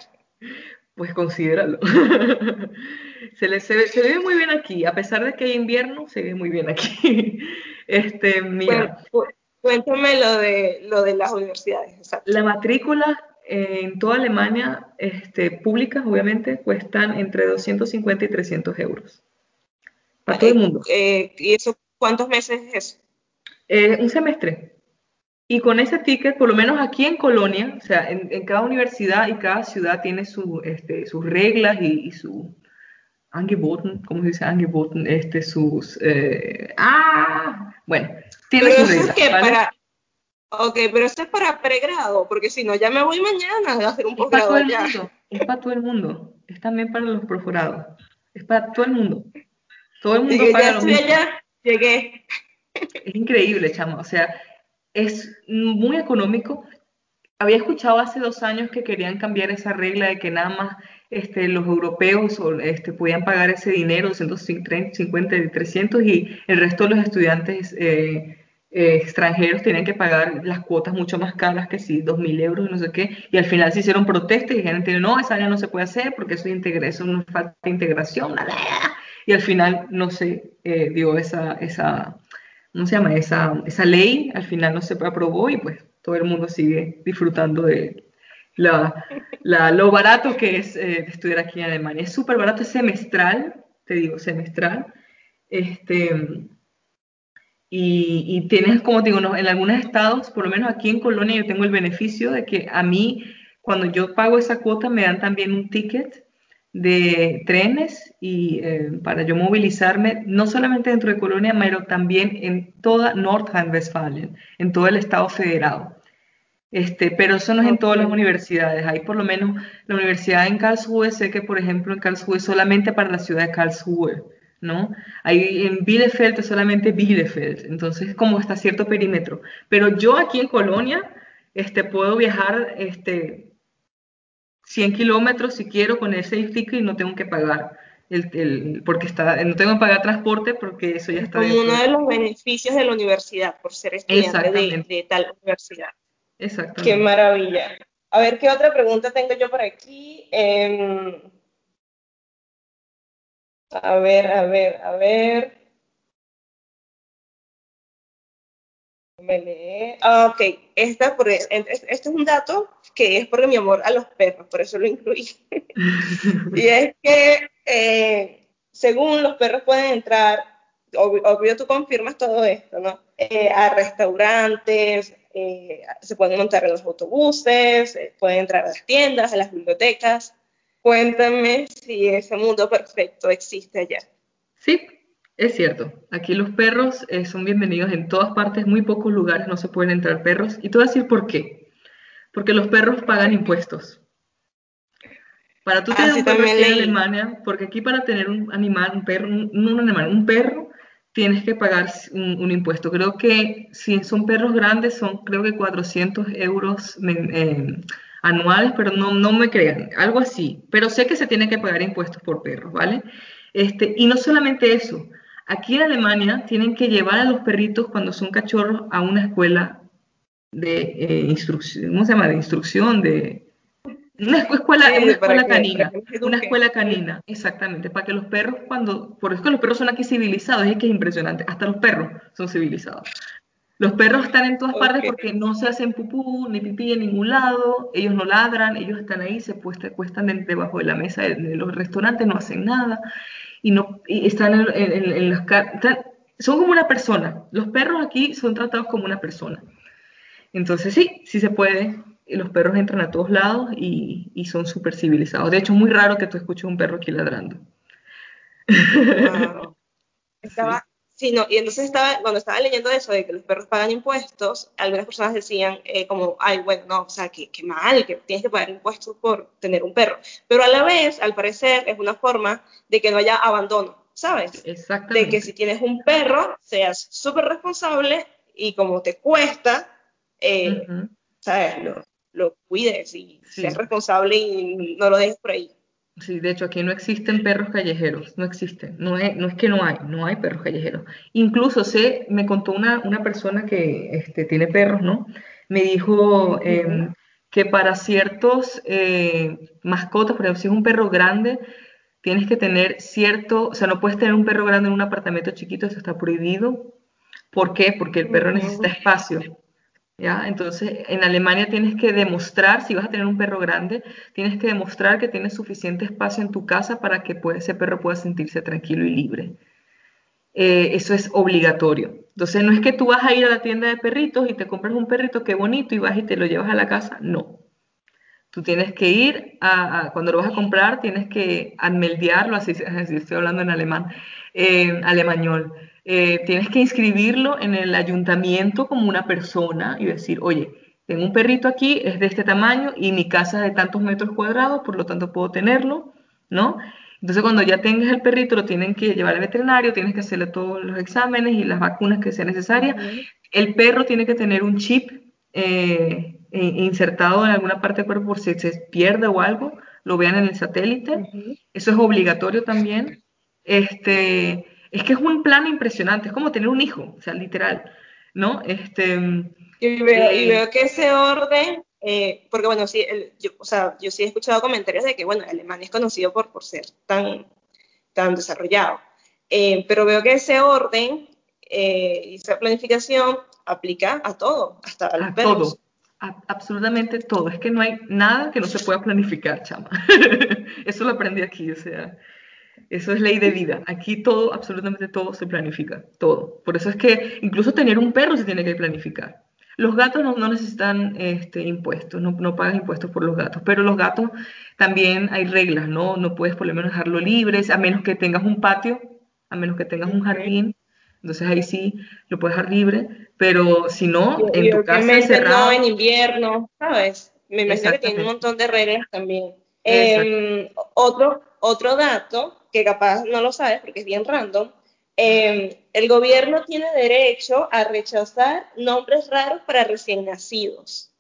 [SPEAKER 3] Pues considéralo. Se, le, se, se vive muy bien aquí, a pesar de que hay invierno, se vive muy bien aquí. Este,
[SPEAKER 1] Cuen-
[SPEAKER 3] mira,
[SPEAKER 1] cu- Cuéntame lo de, lo de las universidades, exacto.
[SPEAKER 3] la matrícula en toda Alemania, este, públicas obviamente, cuestan entre doscientos cincuenta y trescientos euros. Para todo el
[SPEAKER 1] Eh,
[SPEAKER 3] mundo.
[SPEAKER 1] eh, ¿Y eso cuántos meses es eso?
[SPEAKER 3] Eh, un semestre. Y con ese ticket, por lo menos aquí en Colonia, o sea, en, en cada universidad y cada ciudad tiene su, este, sus reglas y, y su, Angeboten, ¿cómo se dice Angeboten? Este, sus, eh, ah, bueno, tiene
[SPEAKER 1] Pero
[SPEAKER 3] sus
[SPEAKER 1] eso es
[SPEAKER 3] reglas,
[SPEAKER 1] que
[SPEAKER 3] ¿vale?
[SPEAKER 1] para, ok, pero eso es para pregrado, porque si no, ya me voy mañana a hacer un
[SPEAKER 3] Es para
[SPEAKER 1] posgrado
[SPEAKER 3] todo el
[SPEAKER 1] allá.
[SPEAKER 3] mundo, es para todo el mundo, es también para los profesionados, es para todo el mundo, todo el
[SPEAKER 1] Y
[SPEAKER 3] mundo
[SPEAKER 1] que ya
[SPEAKER 3] paga lo
[SPEAKER 1] estoy
[SPEAKER 3] mismo.
[SPEAKER 1] allá, llegué.
[SPEAKER 3] Es increíble, chama, o sea, es muy económico. Había escuchado hace dos años que querían cambiar esa regla de que nada más este, los europeos o, este, podían pagar ese dinero, doscientos cincuenta y trescientos, y el resto de los estudiantes eh, eh, extranjeros tenían que pagar las cuotas mucho más caras, que sí, dos mil euros, no sé qué, y al final se hicieron protestas y dijeron, no, esa ya no se puede hacer porque eso es, integra eso no es falta de integración, bla, bla, bla. Y al final no se eh, dio esa, esa, ¿cómo se llama? Esa, esa ley, al final no se aprobó y pues todo el mundo sigue disfrutando de la, la, lo barato que es eh, estudiar aquí en Alemania. Es súper barato, es semestral, te digo, semestral. Este, y, y tienes, como te digo, no, en algunos estados, por lo menos aquí en Colonia, yo tengo el beneficio de que a mí, cuando yo pago esa cuota, me dan también un ticket de trenes y eh, para yo movilizarme, no solamente dentro de Colonia, pero también en toda Nordrhein-Westfalen, en todo el estado federado. Este, pero eso no es en
[SPEAKER 1] Ok,
[SPEAKER 3] todas las universidades. Hay por lo menos la universidad en Karlsruhe, sé que por ejemplo en Karlsruhe es solamente para la ciudad de Karlsruhe, ¿no? Hay en Bielefeld es solamente Bielefeld, entonces como hasta cierto perímetro. Pero yo aquí en Colonia, este, puedo viajar, este, cien kilómetros si quiero con el safe ticket y no tengo que pagar. el, el, porque está, no tengo que pagar transporte porque eso ya
[SPEAKER 1] Es
[SPEAKER 3] está
[SPEAKER 1] como
[SPEAKER 3] dentro
[SPEAKER 1] uno
[SPEAKER 3] de...
[SPEAKER 1] de los beneficios de la universidad por ser estudiante de,
[SPEAKER 3] Exactamente,
[SPEAKER 1] de tal universidad. Qué
[SPEAKER 3] exactamente.
[SPEAKER 1] maravilla. A ver, ¿qué otra pregunta tengo yo por aquí? Eh, a ver, a ver, a ver. Me lee. Ah, ok. Esta, por, este es un dato que es por mi amor a los perros, por eso lo incluí. Y es que, eh, según los perros pueden entrar, obvio, obvio tú confirmas todo esto, ¿no? Eh, a restaurantes, eh, se pueden montar en los autobuses, eh, pueden entrar a las tiendas, a las bibliotecas. Cuéntame si ese mundo perfecto existe allá.
[SPEAKER 3] Sí, es cierto. Aquí los perros eh, son bienvenidos en todas partes, muy pocos lugares no se pueden entrar perros. Y te voy a decir por qué. Porque los perros pagan impuestos. Para tú tener
[SPEAKER 1] Así
[SPEAKER 3] un perro
[SPEAKER 1] también
[SPEAKER 3] aquí en
[SPEAKER 1] leí.
[SPEAKER 3] Alemania, porque aquí para tener un animal, un perro, un, no un animal, un perro, tienes que pagar un, un impuesto. Creo que si son perros grandes son creo que cuatrocientos euros eh, anuales, pero no, no me crean, algo así. Pero sé que se tiene que pagar impuestos por perros, ¿vale? Este, y no solamente eso, aquí en Alemania tienen que llevar a los perritos cuando son cachorros a una escuela de eh, instrucción, ¿cómo se llama? De instrucción, de una escuela, una
[SPEAKER 1] Sí, para
[SPEAKER 3] escuela
[SPEAKER 1] que, para
[SPEAKER 3] canina,
[SPEAKER 1] que los
[SPEAKER 3] una
[SPEAKER 1] eduquen.
[SPEAKER 3] escuela canina, exactamente, para que los perros cuando, por eso que los perros son aquí civilizados, es que es impresionante, hasta los perros son civilizados. Los perros están en todas partes
[SPEAKER 1] Ok.
[SPEAKER 3] porque no se hacen pupú ni pipí en ningún lado, ellos no ladran, ellos están ahí, se puesta, cuestan debajo de la mesa de, de los restaurantes, no hacen nada, y, no, y están en, en, en las están, son como una persona, los perros aquí son tratados como una persona. Entonces sí, sí se puede. Los perros entran a todos lados y, y son súper civilizados. De hecho, es muy raro que tú escuches un perro aquí ladrando.
[SPEAKER 1] Wow.
[SPEAKER 3] Sí.
[SPEAKER 1] Estaba, sí, no, y entonces estaba, cuando estaba leyendo eso de que los perros pagan impuestos, algunas personas decían eh, como, ay, bueno, no, o sea, qué, qué mal, que tienes que pagar impuestos por tener un perro. Pero a la vez, al parecer, es una forma de que no haya abandono, ¿sabes? De que si
[SPEAKER 3] Exactamente.
[SPEAKER 1] tienes un perro, seas súper responsable y como te cuesta, eh,
[SPEAKER 3] Ujú.
[SPEAKER 1] ¿sabes? Lo, lo cuides y seas
[SPEAKER 3] Sí,
[SPEAKER 1] responsable y no lo dejes por ahí.
[SPEAKER 3] sí, de hecho aquí no existen perros callejeros, no existen, no es, no es que no hay, no hay perros callejeros. Incluso sé, me contó una, una persona que este, tiene perros, ¿no? Me dijo
[SPEAKER 1] Ujú,
[SPEAKER 3] em, que para ciertos eh, mascotas, por ejemplo, si es un perro grande, tienes que tener cierto, o sea, no puedes tener un perro grande en un apartamento chiquito, eso está prohibido. ¿Por qué? Porque el perro necesita
[SPEAKER 1] ujú,
[SPEAKER 3] espacio. ¿Ya? Entonces, en Alemania tienes que demostrar, si vas a tener un perro grande, tienes que demostrar que tienes suficiente espacio en tu casa para que pues, ese perro pueda sentirse tranquilo y libre. Eh, eso es obligatorio. Entonces, no es que tú vas a ir a la tienda de perritos y te compras un perrito, qué bonito, y vas y te lo llevas a la casa. No. Tú tienes que ir a, a cuando lo vas a comprar, tienes que anmeldearlo, así, así estoy hablando en alemán, eh, alemañol. Eh, tienes que inscribirlo en el ayuntamiento como una persona y decir, oye, tengo un perrito aquí, es de este tamaño y mi casa es de tantos metros cuadrados, por lo tanto puedo tenerlo, ¿no? Entonces cuando ya tengas el perrito, lo tienen que llevar al veterinario, tienes que hacerle todos los exámenes y las vacunas que sean necesarias.
[SPEAKER 1] ujú,
[SPEAKER 3] El perro tiene que tener un chip eh, insertado en alguna parte del cuerpo por si se pierde o algo, lo vean en el satélite.
[SPEAKER 1] ujú.
[SPEAKER 3] Eso es obligatorio también. Este, es que es un plan impresionante, es como tener un hijo, o sea, literal, ¿no? Este,
[SPEAKER 1] Y veo, y
[SPEAKER 3] eh,
[SPEAKER 1] veo que ese orden, eh, porque bueno, sí, el, yo, o sea, yo sí he escuchado comentarios de que, bueno, Alemania es conocido por, por ser tan, tan desarrollado, eh, pero veo que ese orden eh, y esa planificación aplica a todo, hasta a los
[SPEAKER 3] a
[SPEAKER 1] perros.
[SPEAKER 3] todo, a absolutamente todo. Es que no hay nada que no se pueda planificar, chama. Eso lo aprendí aquí, o sea, eso es ley de vida. Aquí todo, absolutamente todo se planifica, todo. Por eso es que incluso tener un perro se tiene que planificar. Los gatos no, no necesitan este, impuestos, no, no pagas impuestos por los gatos, pero los gatos también hay reglas, ¿no? No puedes por lo menos dejarlo libres, a menos que tengas un patio, a menos que tengas un
[SPEAKER 1] Okay.
[SPEAKER 3] jardín, entonces ahí sí lo puedes dejar libre, pero si
[SPEAKER 1] Y,
[SPEAKER 3] no, en
[SPEAKER 1] y
[SPEAKER 3] tu casa
[SPEAKER 1] obviamente no en
[SPEAKER 3] encerrado,
[SPEAKER 1] invierno, ¿sabes? Me imagino que tiene un
[SPEAKER 3] exactamente,
[SPEAKER 1] montón de reglas también.
[SPEAKER 3] exacto.
[SPEAKER 1] Eh, otro, otro dato, que capaz no lo sabes porque es bien random, eh, el gobierno tiene derecho a rechazar nombres raros para recién nacidos.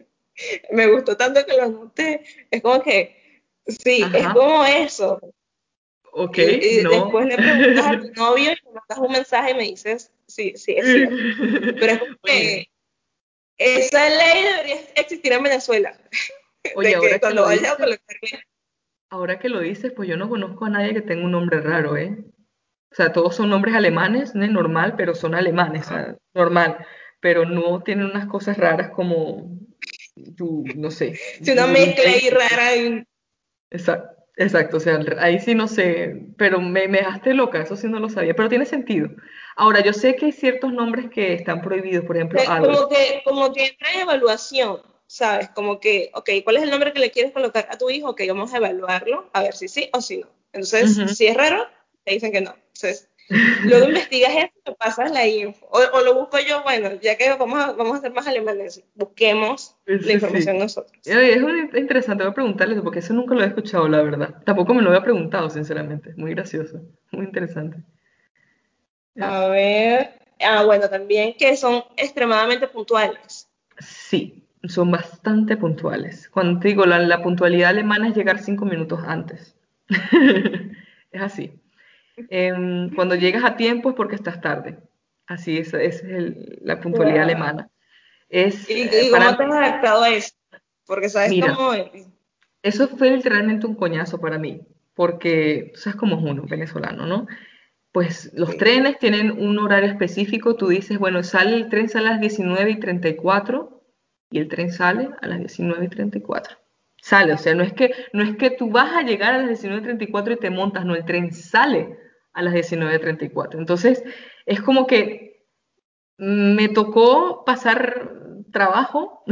[SPEAKER 1] Me gustó tanto que lo noté. Es como que, sí, es
[SPEAKER 3] Ajá.
[SPEAKER 1] como eso.
[SPEAKER 3] Ok,
[SPEAKER 1] Y, y
[SPEAKER 3] no.
[SPEAKER 1] después le preguntas a tu novio y le mandas un mensaje y me dices, sí, sí, es cierto. Pero es como
[SPEAKER 3] Oye,
[SPEAKER 1] que esa ley debería existir en Venezuela,
[SPEAKER 3] oye,
[SPEAKER 1] de que
[SPEAKER 3] ahora que
[SPEAKER 1] cuando
[SPEAKER 3] lo
[SPEAKER 1] vayas a
[SPEAKER 3] dices,
[SPEAKER 1] colocar
[SPEAKER 3] ahora que lo dices, pues yo no conozco a nadie que tenga un nombre raro, ¿eh? O sea, todos son nombres alemanes, ¿no? Normal, pero son alemanes, o sea, normal. Pero no tienen unas cosas raras como, tu, no sé,
[SPEAKER 1] si una mezcla
[SPEAKER 3] Rubén.
[SPEAKER 1] ahí rara, y,
[SPEAKER 3] Exacto, exacto, o sea, ahí sí no sé, pero me, me dejaste loca, eso sí no lo sabía, pero tiene sentido. Ahora, yo sé que hay ciertos nombres que están prohibidos, por ejemplo,
[SPEAKER 1] que-
[SPEAKER 3] Adolf.
[SPEAKER 1] como que, como que entra en evaluación, ¿sabes? Como que, ok, ¿cuál es el nombre que le quieres colocar a tu hijo? Ok, vamos a evaluarlo, a ver si sí o si no. Entonces,
[SPEAKER 3] Ujú.
[SPEAKER 1] si es raro, te dicen que no. Entonces, luego investigas eso, me pasas la info. O, o lo busco yo, bueno, ya que vamos a, vamos a hacer más alemanes, busquemos la
[SPEAKER 3] Sí, sí.
[SPEAKER 1] información nosotros.
[SPEAKER 3] Oye, es muy interesante, voy a preguntarle eso, porque eso nunca lo he escuchado, la verdad. Tampoco me lo había preguntado, sinceramente. Muy gracioso, muy interesante. Ya.
[SPEAKER 1] A ver, ah, bueno, también que son extremadamente puntuales.
[SPEAKER 3] Sí, son bastante puntuales. Cuando te digo, la, la puntualidad alemana es llegar cinco minutos antes. Es así. Em, cuando llegas a tiempo es porque estás tarde. Así es, esa es el- la puntualidad
[SPEAKER 1] Wow.
[SPEAKER 3] alemana. Es,
[SPEAKER 1] ¿Y,
[SPEAKER 3] eh,
[SPEAKER 1] y
[SPEAKER 3] para
[SPEAKER 1] cómo te
[SPEAKER 3] mí,
[SPEAKER 1] has adaptado a eso? Porque sabes
[SPEAKER 3] mira,
[SPEAKER 1] cómo...
[SPEAKER 3] eso fue literalmente un coñazo para mí, porque tú sabes cómo es uno, venezolano, ¿no? Pues los
[SPEAKER 1] Sí.
[SPEAKER 3] trenes tienen un horario específico, tú dices, bueno, sale el tren sale a las diecinueve y treinta y cuatro y el tren sale a las diecinueve y treinta y cuatro. Sale, o sea, no es que, no es que tú vas a llegar a las diecinueve y treinta y cuatro y te montas, no, el tren sale a las diecinueve y treinta y cuatro. Entonces, es como que me tocó pasar trabajo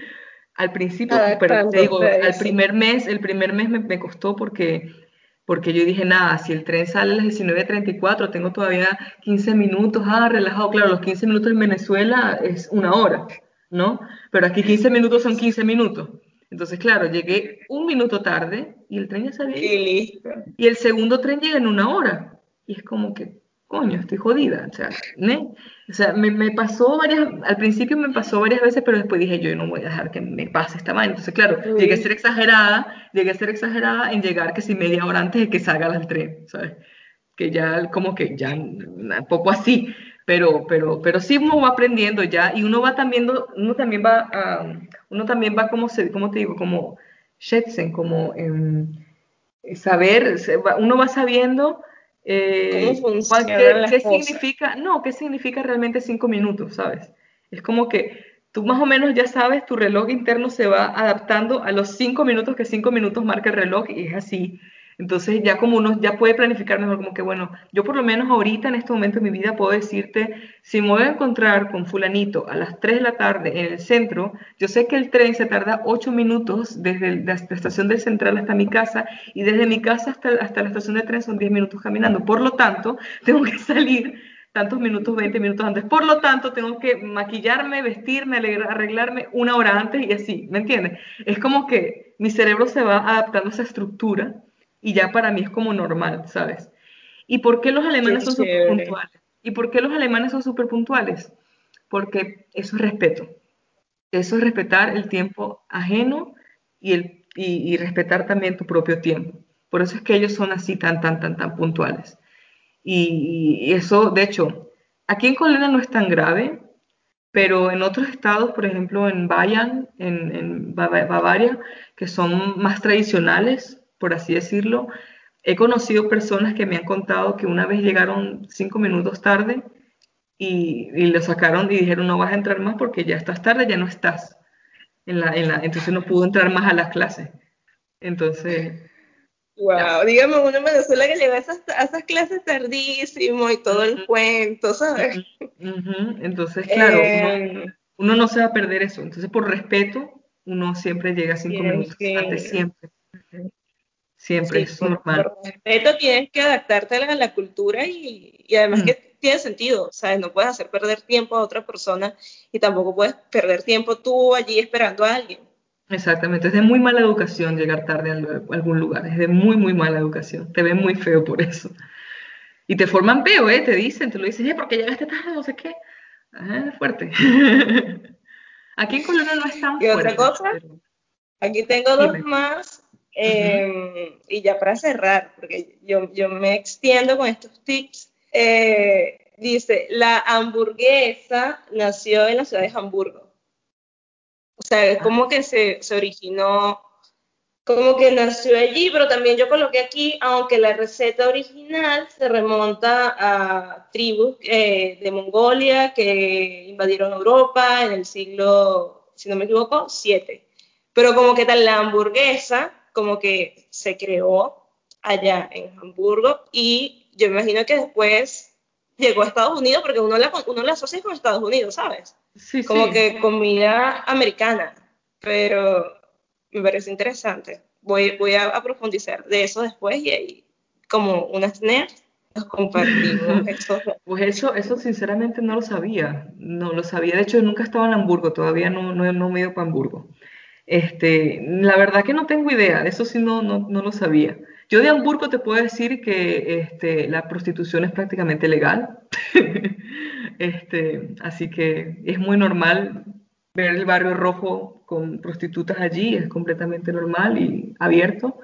[SPEAKER 3] al principio, pero te
[SPEAKER 1] Adaptándote
[SPEAKER 3] digo,
[SPEAKER 1] a
[SPEAKER 3] al
[SPEAKER 1] eso.
[SPEAKER 3] primer mes, el primer mes me, me costó porque, porque yo dije, nada, si el tren sale a las diecinueve y treinta y cuatro, tengo todavía quince minutos, ah, relajado, claro, los quince minutos en Venezuela es una hora, ¿no? Pero aquí quince minutos son quince minutos. Entonces, claro, llegué un minuto tarde y el tren ya se había
[SPEAKER 1] Y
[SPEAKER 3] ido.
[SPEAKER 1] listo.
[SPEAKER 3] Y el segundo tren llega en una hora. Y es como que, coño, estoy jodida. O sea, ¿ne? O sea, me, me pasó varias, al principio me pasó varias veces, pero después dije, yo no voy a dejar que me pase esta vaina. Entonces, claro, llegué a ser
[SPEAKER 1] Uy,
[SPEAKER 3] exagerada, llegué a ser exagerada en llegar que si media hora antes de que salga el tren, ¿sabes? Que ya, como que ya, un poco así. Pero, pero, pero sí uno va aprendiendo ya y uno va también, uno también va, a, uno también va como, se, ¿cómo te digo? Como schätzen, como... em, saber, uno va sabiendo
[SPEAKER 1] cómo
[SPEAKER 3] eh, cuál-
[SPEAKER 1] funcionan
[SPEAKER 3] qué,
[SPEAKER 1] las
[SPEAKER 3] qué
[SPEAKER 1] cosas.
[SPEAKER 3] significa, no, qué significa realmente cinco minutos, ¿sabes? Es como que tú más o menos ya sabes, tu reloj interno se va adaptando a los cinco minutos que cinco minutos marca el reloj y es así. Entonces ya como uno ya puede planificar mejor, como que bueno, yo por lo menos ahorita en este momento de mi vida puedo decirte, si me voy a encontrar con fulanito a las tres de la tarde en el centro, yo sé que el tren se tarda ocho minutos desde el- la estación del central hasta mi casa y desde mi casa hasta, hasta la estación de tren son diez minutos caminando. Por lo tanto, tengo que salir tantos minutos, veinte minutos antes. Por lo tanto, tengo que maquillarme, vestirme, arreglarme una hora antes y así, ¿me entiendes? Es como que mi cerebro se va adaptando a esa estructura y ya para mí es como normal, ¿sabes? ¿Y por qué los
[SPEAKER 1] Qué
[SPEAKER 3] alemanes son súper
[SPEAKER 1] chévere.
[SPEAKER 3] puntuales? ¿Y por qué los alemanes son súper puntuales? Porque eso es respeto. Eso es respetar el tiempo ajeno y, el, y, y respetar también tu propio tiempo. Por eso es que ellos son así tan, tan, tan, tan puntuales. Y, y eso, de hecho, aquí en Colina no es tan grave, pero en otros estados, por ejemplo en Bayern, en, en Bavaria, que son más tradicionales, por así decirlo, he conocido personas que me han contado que una vez llegaron cinco minutos tarde y, y lo sacaron y dijeron no vas a entrar más porque ya estás tarde, ya no estás en la, en la, entonces no pudo entrar más a las clases. Entonces, ya.
[SPEAKER 1] Wow, dígame uno en Venezuela que llegó a esas, a esas clases tardísimo y todo el
[SPEAKER 3] Ujú,
[SPEAKER 1] cuento, ¿sabes?
[SPEAKER 3] ujú, ujú. Entonces, claro, uno,
[SPEAKER 1] Eh,
[SPEAKER 3] uno no se va a perder eso. Entonces, por respeto, uno siempre llega cinco
[SPEAKER 1] tienes
[SPEAKER 3] minutos antes,
[SPEAKER 1] que,
[SPEAKER 3] siempre, siempre,
[SPEAKER 1] sí,
[SPEAKER 3] es
[SPEAKER 1] por,
[SPEAKER 3] normal.
[SPEAKER 1] por respeto tienes que adaptarte a la, a la cultura y, y además
[SPEAKER 3] Mm,
[SPEAKER 1] que tiene sentido, ¿sabes? No puedes hacer perder tiempo a otra persona y tampoco puedes perder tiempo tú allí esperando a alguien.
[SPEAKER 3] exactamente, es de muy mala educación llegar tarde a algún lugar, es de muy, muy mala educación. Te ven muy feo por eso. Y te forman peo, ¿eh? Te dicen, te lo dicen, ¿eh? Porque llegaste tarde, no sé qué. Ah, es fuerte. Aquí en Colombia no es tan
[SPEAKER 1] Y otra
[SPEAKER 3] fuerte,
[SPEAKER 1] cosa,
[SPEAKER 3] pero
[SPEAKER 1] aquí tengo dos
[SPEAKER 3] dime.
[SPEAKER 1] más.
[SPEAKER 3] Ujú.
[SPEAKER 1] Eh, y ya para cerrar, porque yo, yo me extiendo con estos tips, eh, dice, la hamburguesa nació en la ciudad de Hamburgo. O sea, es
[SPEAKER 3] Ah,
[SPEAKER 1] como que se, se originó, como que nació allí, pero también yo coloqué aquí, aunque la receta original se remonta a tribus eh, de Mongolia que invadieron Europa en el siglo, si no me equivoco, siete. Pero como que tal la hamburguesa, como que se creó allá en Hamburgo y yo me imagino que después llegó a Estados Unidos porque uno la, uno la asocia con Estados Unidos, ¿sabes?
[SPEAKER 3] sí,
[SPEAKER 1] Como
[SPEAKER 3] sí.
[SPEAKER 1] que comida americana, pero me parece interesante. Voy, voy a, a profundizar de eso después y ahí, como unas nerds, nos compartimos esos.
[SPEAKER 3] Pues eso, eso sinceramente no lo sabía, no lo sabía. De hecho, nunca estaba en Hamburgo, todavía no, no, no me he ido para Hamburgo. Este, la verdad que no tengo idea, eso sí no, no, no lo sabía. Yo de Hamburgo te puedo decir que este, la prostitución es prácticamente legal. Este, así que es muy normal ver el barrio rojo con prostitutas allí, es completamente normal y abierto,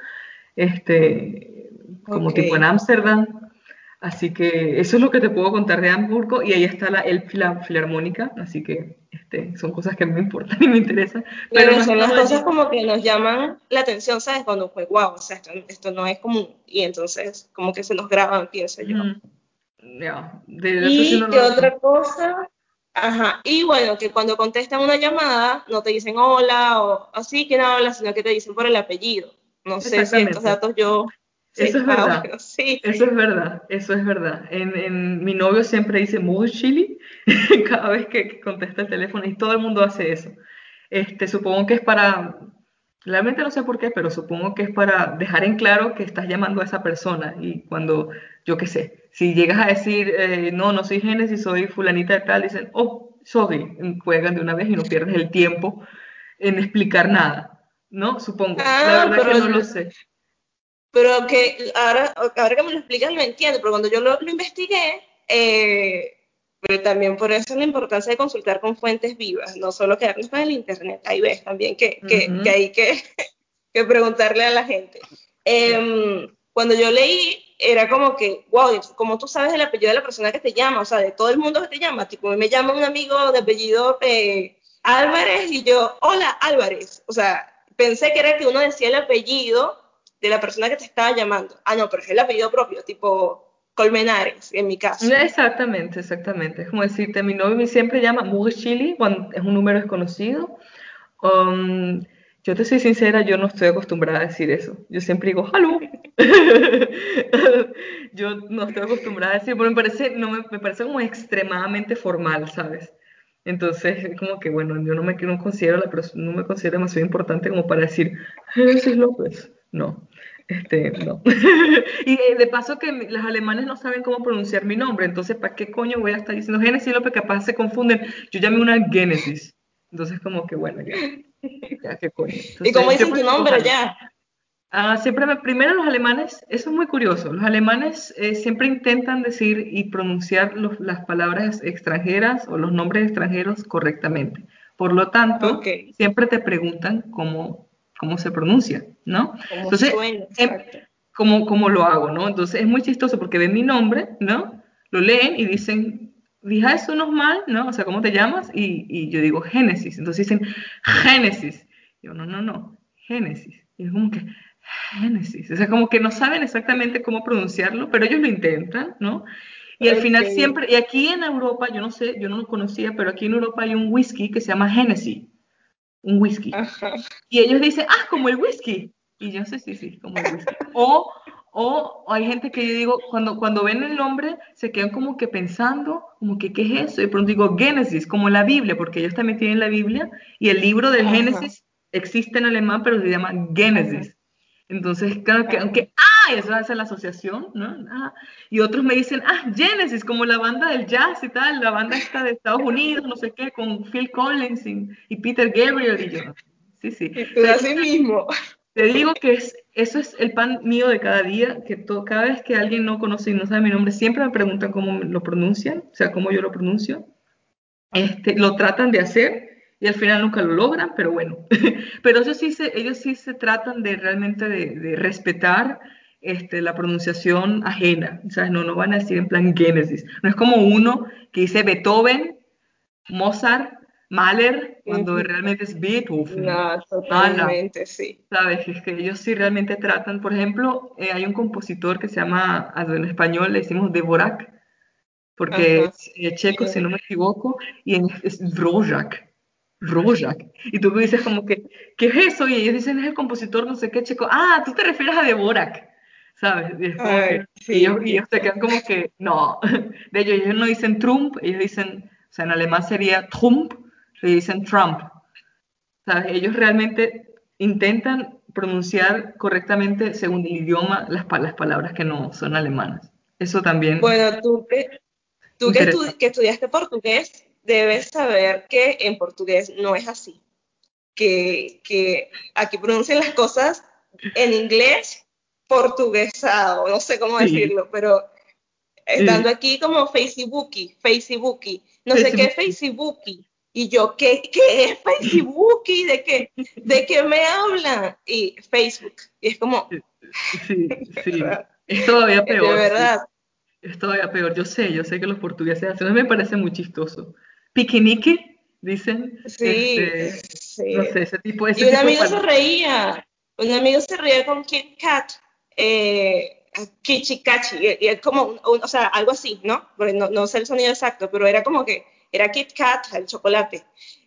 [SPEAKER 3] este, como
[SPEAKER 1] Ok.
[SPEAKER 3] tipo en Ámsterdam. Así que eso es lo que te puedo contar de Hamburgo y ahí está la, el, la filarmónica, así que este, son cosas que me importan y me interesan, pero
[SPEAKER 1] Claro,
[SPEAKER 3] no he
[SPEAKER 1] son las
[SPEAKER 3] estado
[SPEAKER 1] cosas
[SPEAKER 3] allí.
[SPEAKER 1] como que nos llaman la atención, ¿sabes? Cuando pues, wow, o sea, esto, esto no es común. Y entonces, como que se nos graban, pienso yo.
[SPEAKER 3] Mm, ya, de eso sí no
[SPEAKER 1] ¿Y qué
[SPEAKER 3] lo...
[SPEAKER 1] otra cosa? Ajá. Y bueno, que cuando contestan una llamada, no te dicen hola o así que no hablas, sino que te dicen por el apellido. No sé si estos
[SPEAKER 3] Exactamente,
[SPEAKER 1] datos yo.
[SPEAKER 3] eso
[SPEAKER 1] Sí,
[SPEAKER 3] es
[SPEAKER 1] ah,
[SPEAKER 3] verdad,
[SPEAKER 1] bueno, sí.
[SPEAKER 3] eso es verdad, eso es verdad. En, en- mi novio siempre dice muy chili cada vez que, que contesta el teléfono y todo el mundo hace eso. Este, supongo que es para, realmente no sé por qué, pero supongo que es para dejar en claro que estás llamando a esa persona y cuando, yo qué sé, si llegas a decir, eh, no, no soy Génesis, soy fulanita de tal, dicen, oh, sorry, y juegan de una vez y no pierdes el tiempo en explicar nada, ¿no? Supongo, la
[SPEAKER 1] Ah,
[SPEAKER 3] verdad que
[SPEAKER 1] pero,
[SPEAKER 3] no lo sé.
[SPEAKER 1] pero que ahora, ahora que me lo explicas lo entiendo, pero cuando yo lo, lo investigué, eh, pero también por eso la importancia de consultar con fuentes vivas, no solo quedarnos con el internet. Ahí ves también que, que, que
[SPEAKER 3] Ujú,
[SPEAKER 1] hay que, que preguntarle a la gente.
[SPEAKER 3] ya.
[SPEAKER 1] Eh, cuando yo leí, era como que, wow, como tú sabes el apellido de la persona que te llama, o sea, de todo el mundo que te llama, tipo, me llama un amigo de apellido eh, Álvarez y yo, hola Álvarez, o sea, pensé que era que uno decía el apellido de la persona que te estaba llamando. Ah, no, pero es el apellido propio, tipo Colmenares, en mi caso.
[SPEAKER 3] Exactamente, exactamente. Es como decirte, mi novio me siempre llama Chili cuando es un número desconocido. Um, yo te soy sincera, yo no estoy acostumbrada a decir eso. Yo siempre digo, ¡Halo! Yo no estoy acostumbrada a decir, pero me parece, no me, me parece como extremadamente formal, ¿sabes? Entonces, como que bueno, yo no me no considero la persona, no me considero demasiado importante como para decir, Génesis López. No, este, no. Y eh, de paso que mi- los alemanes no saben cómo pronunciar mi nombre, entonces, ¿para qué coño voy a estar diciendo Génesis López? Capaz se confunden. Yo llamé una Génesis. Entonces, como que bueno, ya. Ya, qué coño.
[SPEAKER 1] ¿Y cómo
[SPEAKER 3] Entonces, yo
[SPEAKER 1] dicen tu
[SPEAKER 3] prefiero
[SPEAKER 1] nombre
[SPEAKER 3] Halo.
[SPEAKER 1] ya?
[SPEAKER 3] Ah, siempre me- primero los alemanes, eso es muy curioso, los alemanes eh, siempre intentan decir y pronunciar los- las palabras extranjeras o los nombres extranjeros correctamente. Por lo
[SPEAKER 1] Ok,
[SPEAKER 3] tanto, siempre te preguntan cómo, cómo se pronuncia, ¿no?
[SPEAKER 1] ¿cómo
[SPEAKER 3] Entonces,
[SPEAKER 1] suena?
[SPEAKER 3] em,
[SPEAKER 1] Exacto.
[SPEAKER 3] ¿cómo, cómo lo hago, no? Entonces, es muy chistoso porque ven mi nombre, ¿no? Lo leen y dicen, Vija, eso no es mal, ¿no? O sea, ¿cómo te llamas? Y, y yo digo Génesis. Entonces dicen, Génesis. Yo, no, no, no, Génesis. Y es como que, Génesis. O sea, como que no saben exactamente cómo pronunciarlo, pero ellos lo intentan, ¿no? Y al
[SPEAKER 1] Ok.
[SPEAKER 3] final siempre, y aquí en Europa, yo no sé, yo no lo conocía, pero aquí en Europa hay un whisky que se llama Hennessy, un whisky.
[SPEAKER 1] Ajá.
[SPEAKER 3] Y ellos dicen, ah, como el whisky. Y yo sé, sí, sí, como el whisky. O, o, o hay gente que yo digo, cuando, cuando ven el nombre, se quedan como que pensando, como que, ¿qué es eso? Y de pronto digo, Génesis, como la Biblia, porque ellos también tienen la Biblia, y el libro del
[SPEAKER 1] Ajá.
[SPEAKER 3] Génesis existe en alemán, pero se llama
[SPEAKER 1] Ajá.
[SPEAKER 3] Génesis. Entonces, claro que,
[SPEAKER 1] Ajá.
[SPEAKER 3] aunque, ah, eso hace la asociación, ¿no? Ah, y otros me dicen, ah, Genesis, como la banda del jazz y tal, la banda esta de Estados Unidos, no sé qué, con Phil Collins y, y Peter Gabriel, y yo, sí, sí.
[SPEAKER 1] Y
[SPEAKER 3] O
[SPEAKER 1] tú
[SPEAKER 3] sea,
[SPEAKER 1] así mismo.
[SPEAKER 3] te digo que es, eso es el pan mío de cada día, que to, cada vez que alguien no conoce y no sabe mi nombre, siempre me preguntan cómo lo pronuncian, o sea, cómo yo lo pronuncio. Este, lo tratan de hacer y al final nunca lo logran, pero bueno. Pero ellos sí se, ellos sí se tratan de realmente de, de respetar este, la pronunciación ajena, ¿sabes? No, no van a decir en plan Génesis. No es como uno que dice Beethoven, Mozart, Mahler, cuando
[SPEAKER 1] Ujú.
[SPEAKER 3] realmente es Beethoven.
[SPEAKER 1] No,
[SPEAKER 3] Ala,
[SPEAKER 1] totalmente, sí.
[SPEAKER 3] ¿sabes? Es que ellos sí realmente tratan, por ejemplo, eh, hay un compositor que se llama, ah, en español le decimos Dvorak, porque
[SPEAKER 1] Ajá.
[SPEAKER 3] es eh, checo, si
[SPEAKER 1] Sí.
[SPEAKER 3] no me equivoco, y en, es Dvorak. Dvorak. Y tú dices como que, ¿qué es eso? Y ellos dicen, es el compositor no sé qué checo. Ah, tú te refieres a Dvorak, ¿sabes? Y es como
[SPEAKER 1] Ay,
[SPEAKER 3] que, y
[SPEAKER 1] sí,
[SPEAKER 3] ellos, y ellos se quedan como que, no. De hecho, ellos no dicen Trump, ellos dicen, o sea, en alemán sería Trump, le dicen Trump. ¿Sabes? Ellos realmente intentan pronunciar correctamente según el idioma las, pa- las palabras que no son alemanas. Eso también
[SPEAKER 1] bueno, tú que, tú que, estu-
[SPEAKER 3] interesante.
[SPEAKER 1] que estudiaste portugués, debes saber que en portugués no es así, que, que aquí pronuncian las cosas en inglés portuguesado, no sé cómo
[SPEAKER 3] Sí,
[SPEAKER 1] decirlo, pero estando
[SPEAKER 3] sí.
[SPEAKER 1] aquí como Facebooky, Facebooky, no sé qué
[SPEAKER 3] Facebook,
[SPEAKER 1] Facebooky, y yo, ¿qué, qué es Facebooky? ¿De qué, de qué me hablan? Y Facebook, y es como,
[SPEAKER 3] sí,
[SPEAKER 1] de
[SPEAKER 3] sí.
[SPEAKER 1] verdad,
[SPEAKER 3] Es todavía
[SPEAKER 1] de
[SPEAKER 3] peor, sí.
[SPEAKER 1] verdad,
[SPEAKER 3] Es todavía peor. Yo sé, yo sé que los portugueses hacen, a mí me parece muy chistoso. Piquinique, dicen,
[SPEAKER 1] sí,
[SPEAKER 3] este, no
[SPEAKER 1] sí.
[SPEAKER 3] sé, ese tipo, ese
[SPEAKER 1] Y un
[SPEAKER 3] tipo de
[SPEAKER 1] amigo se
[SPEAKER 3] palabras.
[SPEAKER 1] reía, un amigo se reía con Kit Kat, eh, Kichikachi, y, y es como, un, un, o sea, algo así, ¿no? Porque no, no sé el sonido exacto, pero era como que era Kit Kat, el chocolate.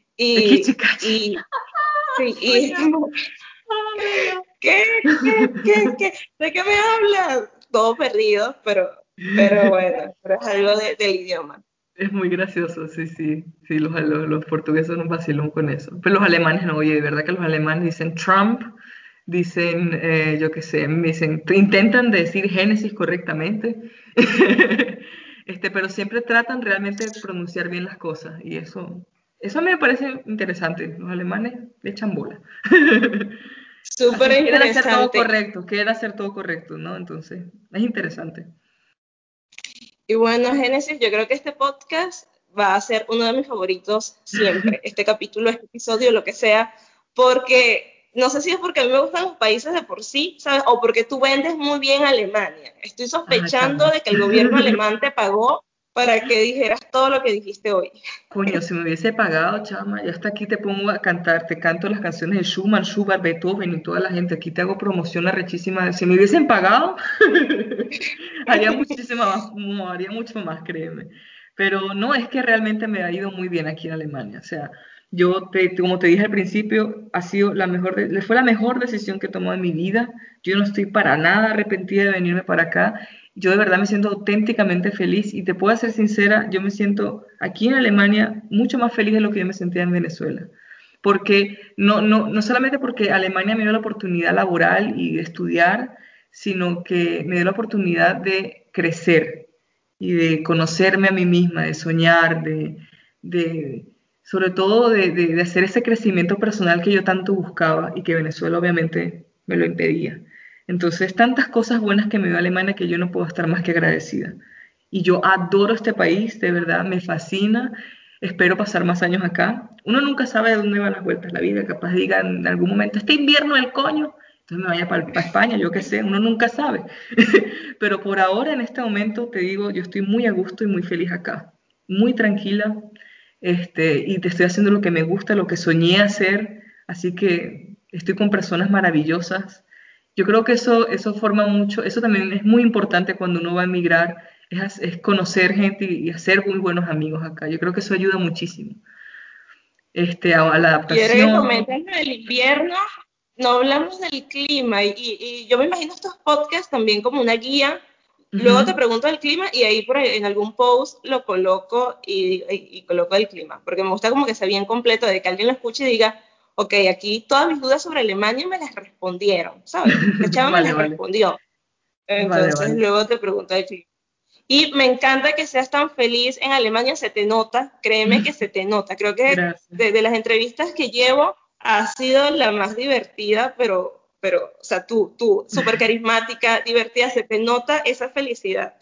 [SPEAKER 1] Y,
[SPEAKER 3] Kichikachi.
[SPEAKER 1] y sí,
[SPEAKER 3] Oh my
[SPEAKER 1] y es
[SPEAKER 3] God.
[SPEAKER 1] como,
[SPEAKER 3] Oh my God.
[SPEAKER 1] ¿qué, qué, qué, qué? ¿De qué me hablas? Todo perdido, pero, pero bueno, pero es algo de, del idioma.
[SPEAKER 3] Es muy gracioso, sí, sí, sí, los, los, los portugueses son un vacilón con eso. Pero los alemanes no, oye, de verdad que los alemanes dicen Trump, dicen, eh, yo qué sé, dicen, intentan decir Génesis correctamente, este, pero siempre tratan realmente de pronunciar bien las cosas y eso, eso a mí me parece interesante. Los alemanes le echan bola.
[SPEAKER 1] Súper
[SPEAKER 3] Así quieren hacer todo
[SPEAKER 1] interesante.
[SPEAKER 3] correcto, quieren hacer todo correcto, ¿no? Entonces, es interesante.
[SPEAKER 1] Y bueno, Génesis, yo creo que este podcast va a ser uno de mis favoritos siempre, este capítulo, este episodio, lo que sea, porque no sé si es porque a mí me gustan los países de por sí, ¿sabes? O porque tú vendes muy bien Alemania. Estoy
[SPEAKER 3] Ah,
[SPEAKER 1] sospechando
[SPEAKER 3] chama.
[SPEAKER 1] de que el gobierno alemán te pagó para que dijeras todo lo que dijiste hoy.
[SPEAKER 3] Coño, si me hubiese pagado, chama, ya hasta aquí te pongo a cantar, te canto las canciones de Schumann, Schubert, Beethoven y toda la gente. Aquí te hago promoción arrechísima. Si me hubiesen pagado, haría muchísima más, no, haría mucho más, créeme. Pero no, es que realmente me ha ido muy bien aquí en Alemania. O sea, yo, te, como te dije al principio, ha sido la mejor, de- fue la mejor decisión que he tomado en mi vida. Yo no estoy para nada arrepentida de venirme para acá. Yo de verdad me siento auténticamente feliz y te puedo ser sincera, yo me siento aquí en Alemania mucho más feliz de lo que yo me sentía en Venezuela. Porque no, no, no solamente porque Alemania me dio la oportunidad laboral y de estudiar, sino que me dio la oportunidad de crecer y de conocerme a mí misma, de soñar, de, de sobre todo de, de, de hacer ese crecimiento personal que yo tanto buscaba y que Venezuela obviamente me lo impedía. Entonces, tantas cosas buenas que me dio Alemania que yo no puedo estar más que agradecida. Y yo adoro este país, de verdad, me fascina. Espero pasar más años acá. Uno nunca sabe de dónde van las vueltas la vida. Capaz digan en algún momento, este invierno del coño, entonces me vaya para pa España, yo qué sé, uno nunca sabe. Pero por ahora, en este momento, te digo, yo estoy muy a gusto y muy feliz acá. Muy tranquila, este, y te estoy haciendo lo que me gusta, lo que soñé hacer. Así que estoy con personas maravillosas. Yo creo que eso, eso forma mucho, eso también es muy importante cuando uno va a emigrar, es, es conocer gente y, y hacer muy buenos amigos acá. Yo creo que eso ayuda muchísimo este, a, a la
[SPEAKER 1] Y ahora que
[SPEAKER 3] adaptación.
[SPEAKER 1] comentas lo del invierno, no hablamos del clima y, y yo me imagino estos podcasts también como una guía. Luego te
[SPEAKER 3] Ujú.
[SPEAKER 1] pregunto el clima y ahí por ahí en algún post lo coloco y, y, y coloco el clima, porque me gusta como que sea bien completo, de que alguien lo escuche y diga, ok, aquí todas mis dudas sobre Alemania me las respondieron, ¿sabes? Esta chava me
[SPEAKER 3] Vale,
[SPEAKER 1] las
[SPEAKER 3] vale,
[SPEAKER 1] respondió.
[SPEAKER 3] vale,
[SPEAKER 1] Entonces
[SPEAKER 3] vale.
[SPEAKER 1] luego te pregunto el clima. Y me encanta que seas tan feliz en Alemania, se te nota, créeme que se te nota. Creo que
[SPEAKER 3] Gracias.
[SPEAKER 1] de, de las entrevistas que llevo ha sido la más divertida, pero, pero o sea, tú, tú, súper carismática, divertida, se te nota esa felicidad.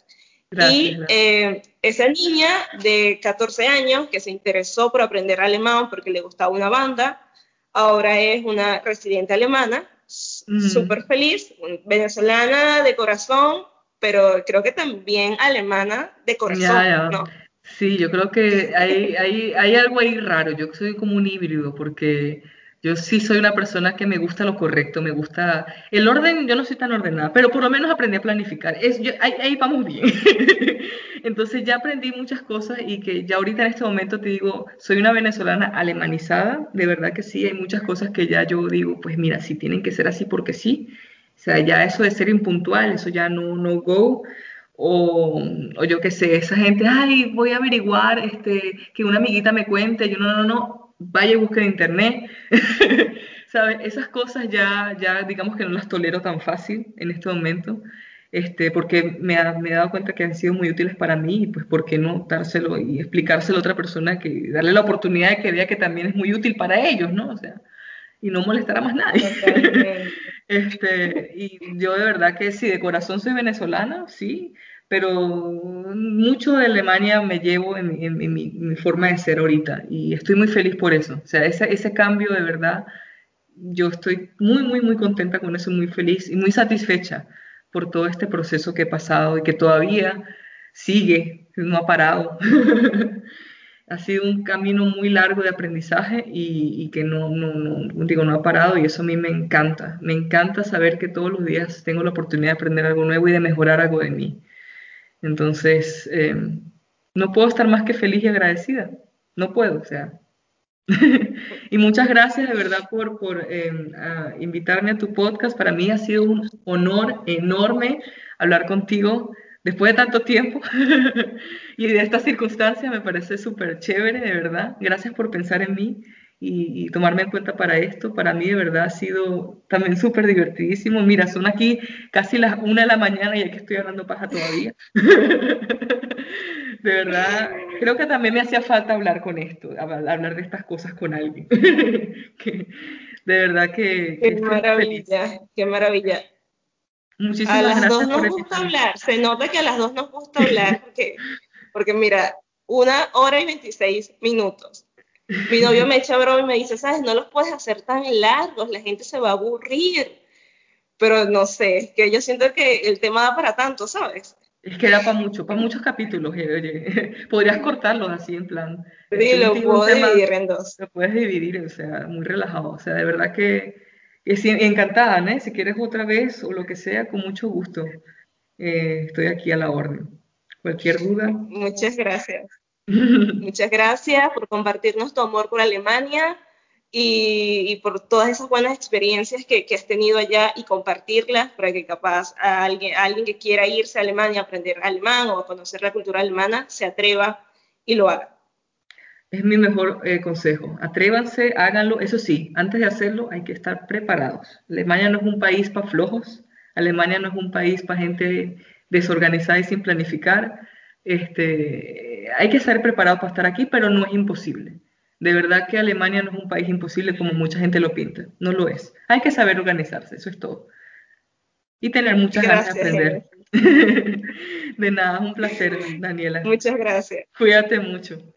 [SPEAKER 3] Gracias,
[SPEAKER 1] Y
[SPEAKER 3] gracias.
[SPEAKER 1] eh, esa niña de catorce años que se interesó por aprender alemán porque le gustaba una banda, ahora es una residente alemana, súper
[SPEAKER 3] Mm,
[SPEAKER 1] feliz, venezolana de corazón, pero creo que también alemana de
[SPEAKER 3] ya,
[SPEAKER 1] corazón,
[SPEAKER 3] ya.
[SPEAKER 1] ¿no?
[SPEAKER 3] Sí, yo creo que hay, hay, hay algo ahí raro. Yo soy como un híbrido porque yo sí soy una persona que me gusta lo correcto, me gusta el orden. Yo no soy tan ordenada, pero por lo menos aprendí a planificar. Es, yo- ahí, ahí vamos bien. Entonces ya aprendí muchas cosas y que ya ahorita en este momento te digo, soy una venezolana alemanizada. De verdad que sí, hay muchas cosas que ya yo digo, pues mira, sí tienen que ser así porque sí. O sea, ya eso de ser impuntual, eso ya no, no go. O, o yo qué sé, esa gente, ay, voy a averiguar, este, que una amiguita me cuente, yo no, no, no, vaya y busque en internet. ¿Sabes? Esas cosas ya, ya digamos que no las tolero tan fácil en este momento, este, porque me, ha- me he dado cuenta que han sido muy útiles para mí y pues por qué no dárselo y explicárselo a otra persona, que darle la oportunidad de que vea que también es muy útil para ellos, ¿no? O sea, y no molestar a más nadie.
[SPEAKER 1] Totalmente.
[SPEAKER 3] Este, y yo de verdad que sí, de corazón soy venezolana, sí, pero mucho de Alemania me llevo en, mi, en mi- mi forma de ser ahorita y estoy muy feliz por eso. O sea, ese, ese cambio de verdad, yo estoy muy, muy, muy contenta con eso, muy feliz y muy satisfecha por todo este proceso que he pasado y que todavía sigue, no ha parado. Ha sido un camino muy largo de aprendizaje y, y que no, no, no, digo, no ha parado y eso a mí me encanta. Me encanta saber que todos los días tengo la oportunidad de aprender algo nuevo y de mejorar algo de mí. Entonces, eh, no puedo estar más que feliz y agradecida. No puedo, o sea. Y muchas gracias de verdad por, por eh, a invitarme a tu podcast. Para mí ha sido un honor enorme hablar contigo después de tanto tiempo y de esta circunstancia. Me parece súper chévere, de verdad. Gracias por pensar en mí y, y tomarme en cuenta para esto. Para mí de verdad ha sido también súper divertidísimo. Mira, son aquí casi las una de la mañana y aquí estoy hablando paja todavía. De verdad, creo que también me hacía falta hablar con esto, hab- hablar de estas cosas con alguien. Que, de verdad que,
[SPEAKER 1] Qué
[SPEAKER 3] que estoy muy feliz.
[SPEAKER 1] maravilla, qué maravilla. A
[SPEAKER 3] Muchísimas
[SPEAKER 1] las dos
[SPEAKER 3] gracias por
[SPEAKER 1] nos gusta
[SPEAKER 3] invitarme.
[SPEAKER 1] hablar, se nota que a las dos nos gusta hablar porque, porque mira, una hora y veintiséis minutos. Mi novio me echa broma y me dice, sabes, no los puedes hacer tan largos, la gente se va a aburrir. Pero no sé, es que yo siento que el tema da para tanto, ¿sabes?
[SPEAKER 3] Es que da para mucho, para muchos capítulos. eh, Oye, podrías cortarlos así en plan.
[SPEAKER 1] Sí,
[SPEAKER 3] Este, un,
[SPEAKER 1] lo
[SPEAKER 3] ti- un
[SPEAKER 1] puedo
[SPEAKER 3] tema
[SPEAKER 1] dividir en dos.
[SPEAKER 3] lo puedes dividir, o sea, muy relajado. O sea, de verdad que, que sí, encantada, ¿no? Si quieres otra vez o lo que sea, con mucho gusto. Eh, estoy aquí a la orden. Cualquier duda.
[SPEAKER 1] Muchas gracias. Muchas gracias por compartirnos tu amor por Alemania y, y por todas esas buenas experiencias que, que, has tenido allá y compartirlas para que capaz a alguien, a alguien que quiera irse a Alemania a aprender alemán o a conocer la cultura alemana se atreva y lo haga.
[SPEAKER 3] Es mi mejor eh, consejo. Atrévanse, háganlo. Eso sí, antes de hacerlo hay que estar preparados. Alemania no es un país para flojos. Alemania no es un país para gente desorganizada y sin planificar. Este, hay que estar preparado para estar aquí, pero no es imposible. De verdad que Alemania no es un país imposible como mucha gente lo pinta. No lo es. Hay que saber organizarse, eso es todo. Y tener muchas ganas de
[SPEAKER 1] Gracias,
[SPEAKER 3] aprender.
[SPEAKER 1] Génesis.
[SPEAKER 3] De nada, es un placer, Daniela.
[SPEAKER 1] Muchas gracias.
[SPEAKER 3] Cuídate mucho.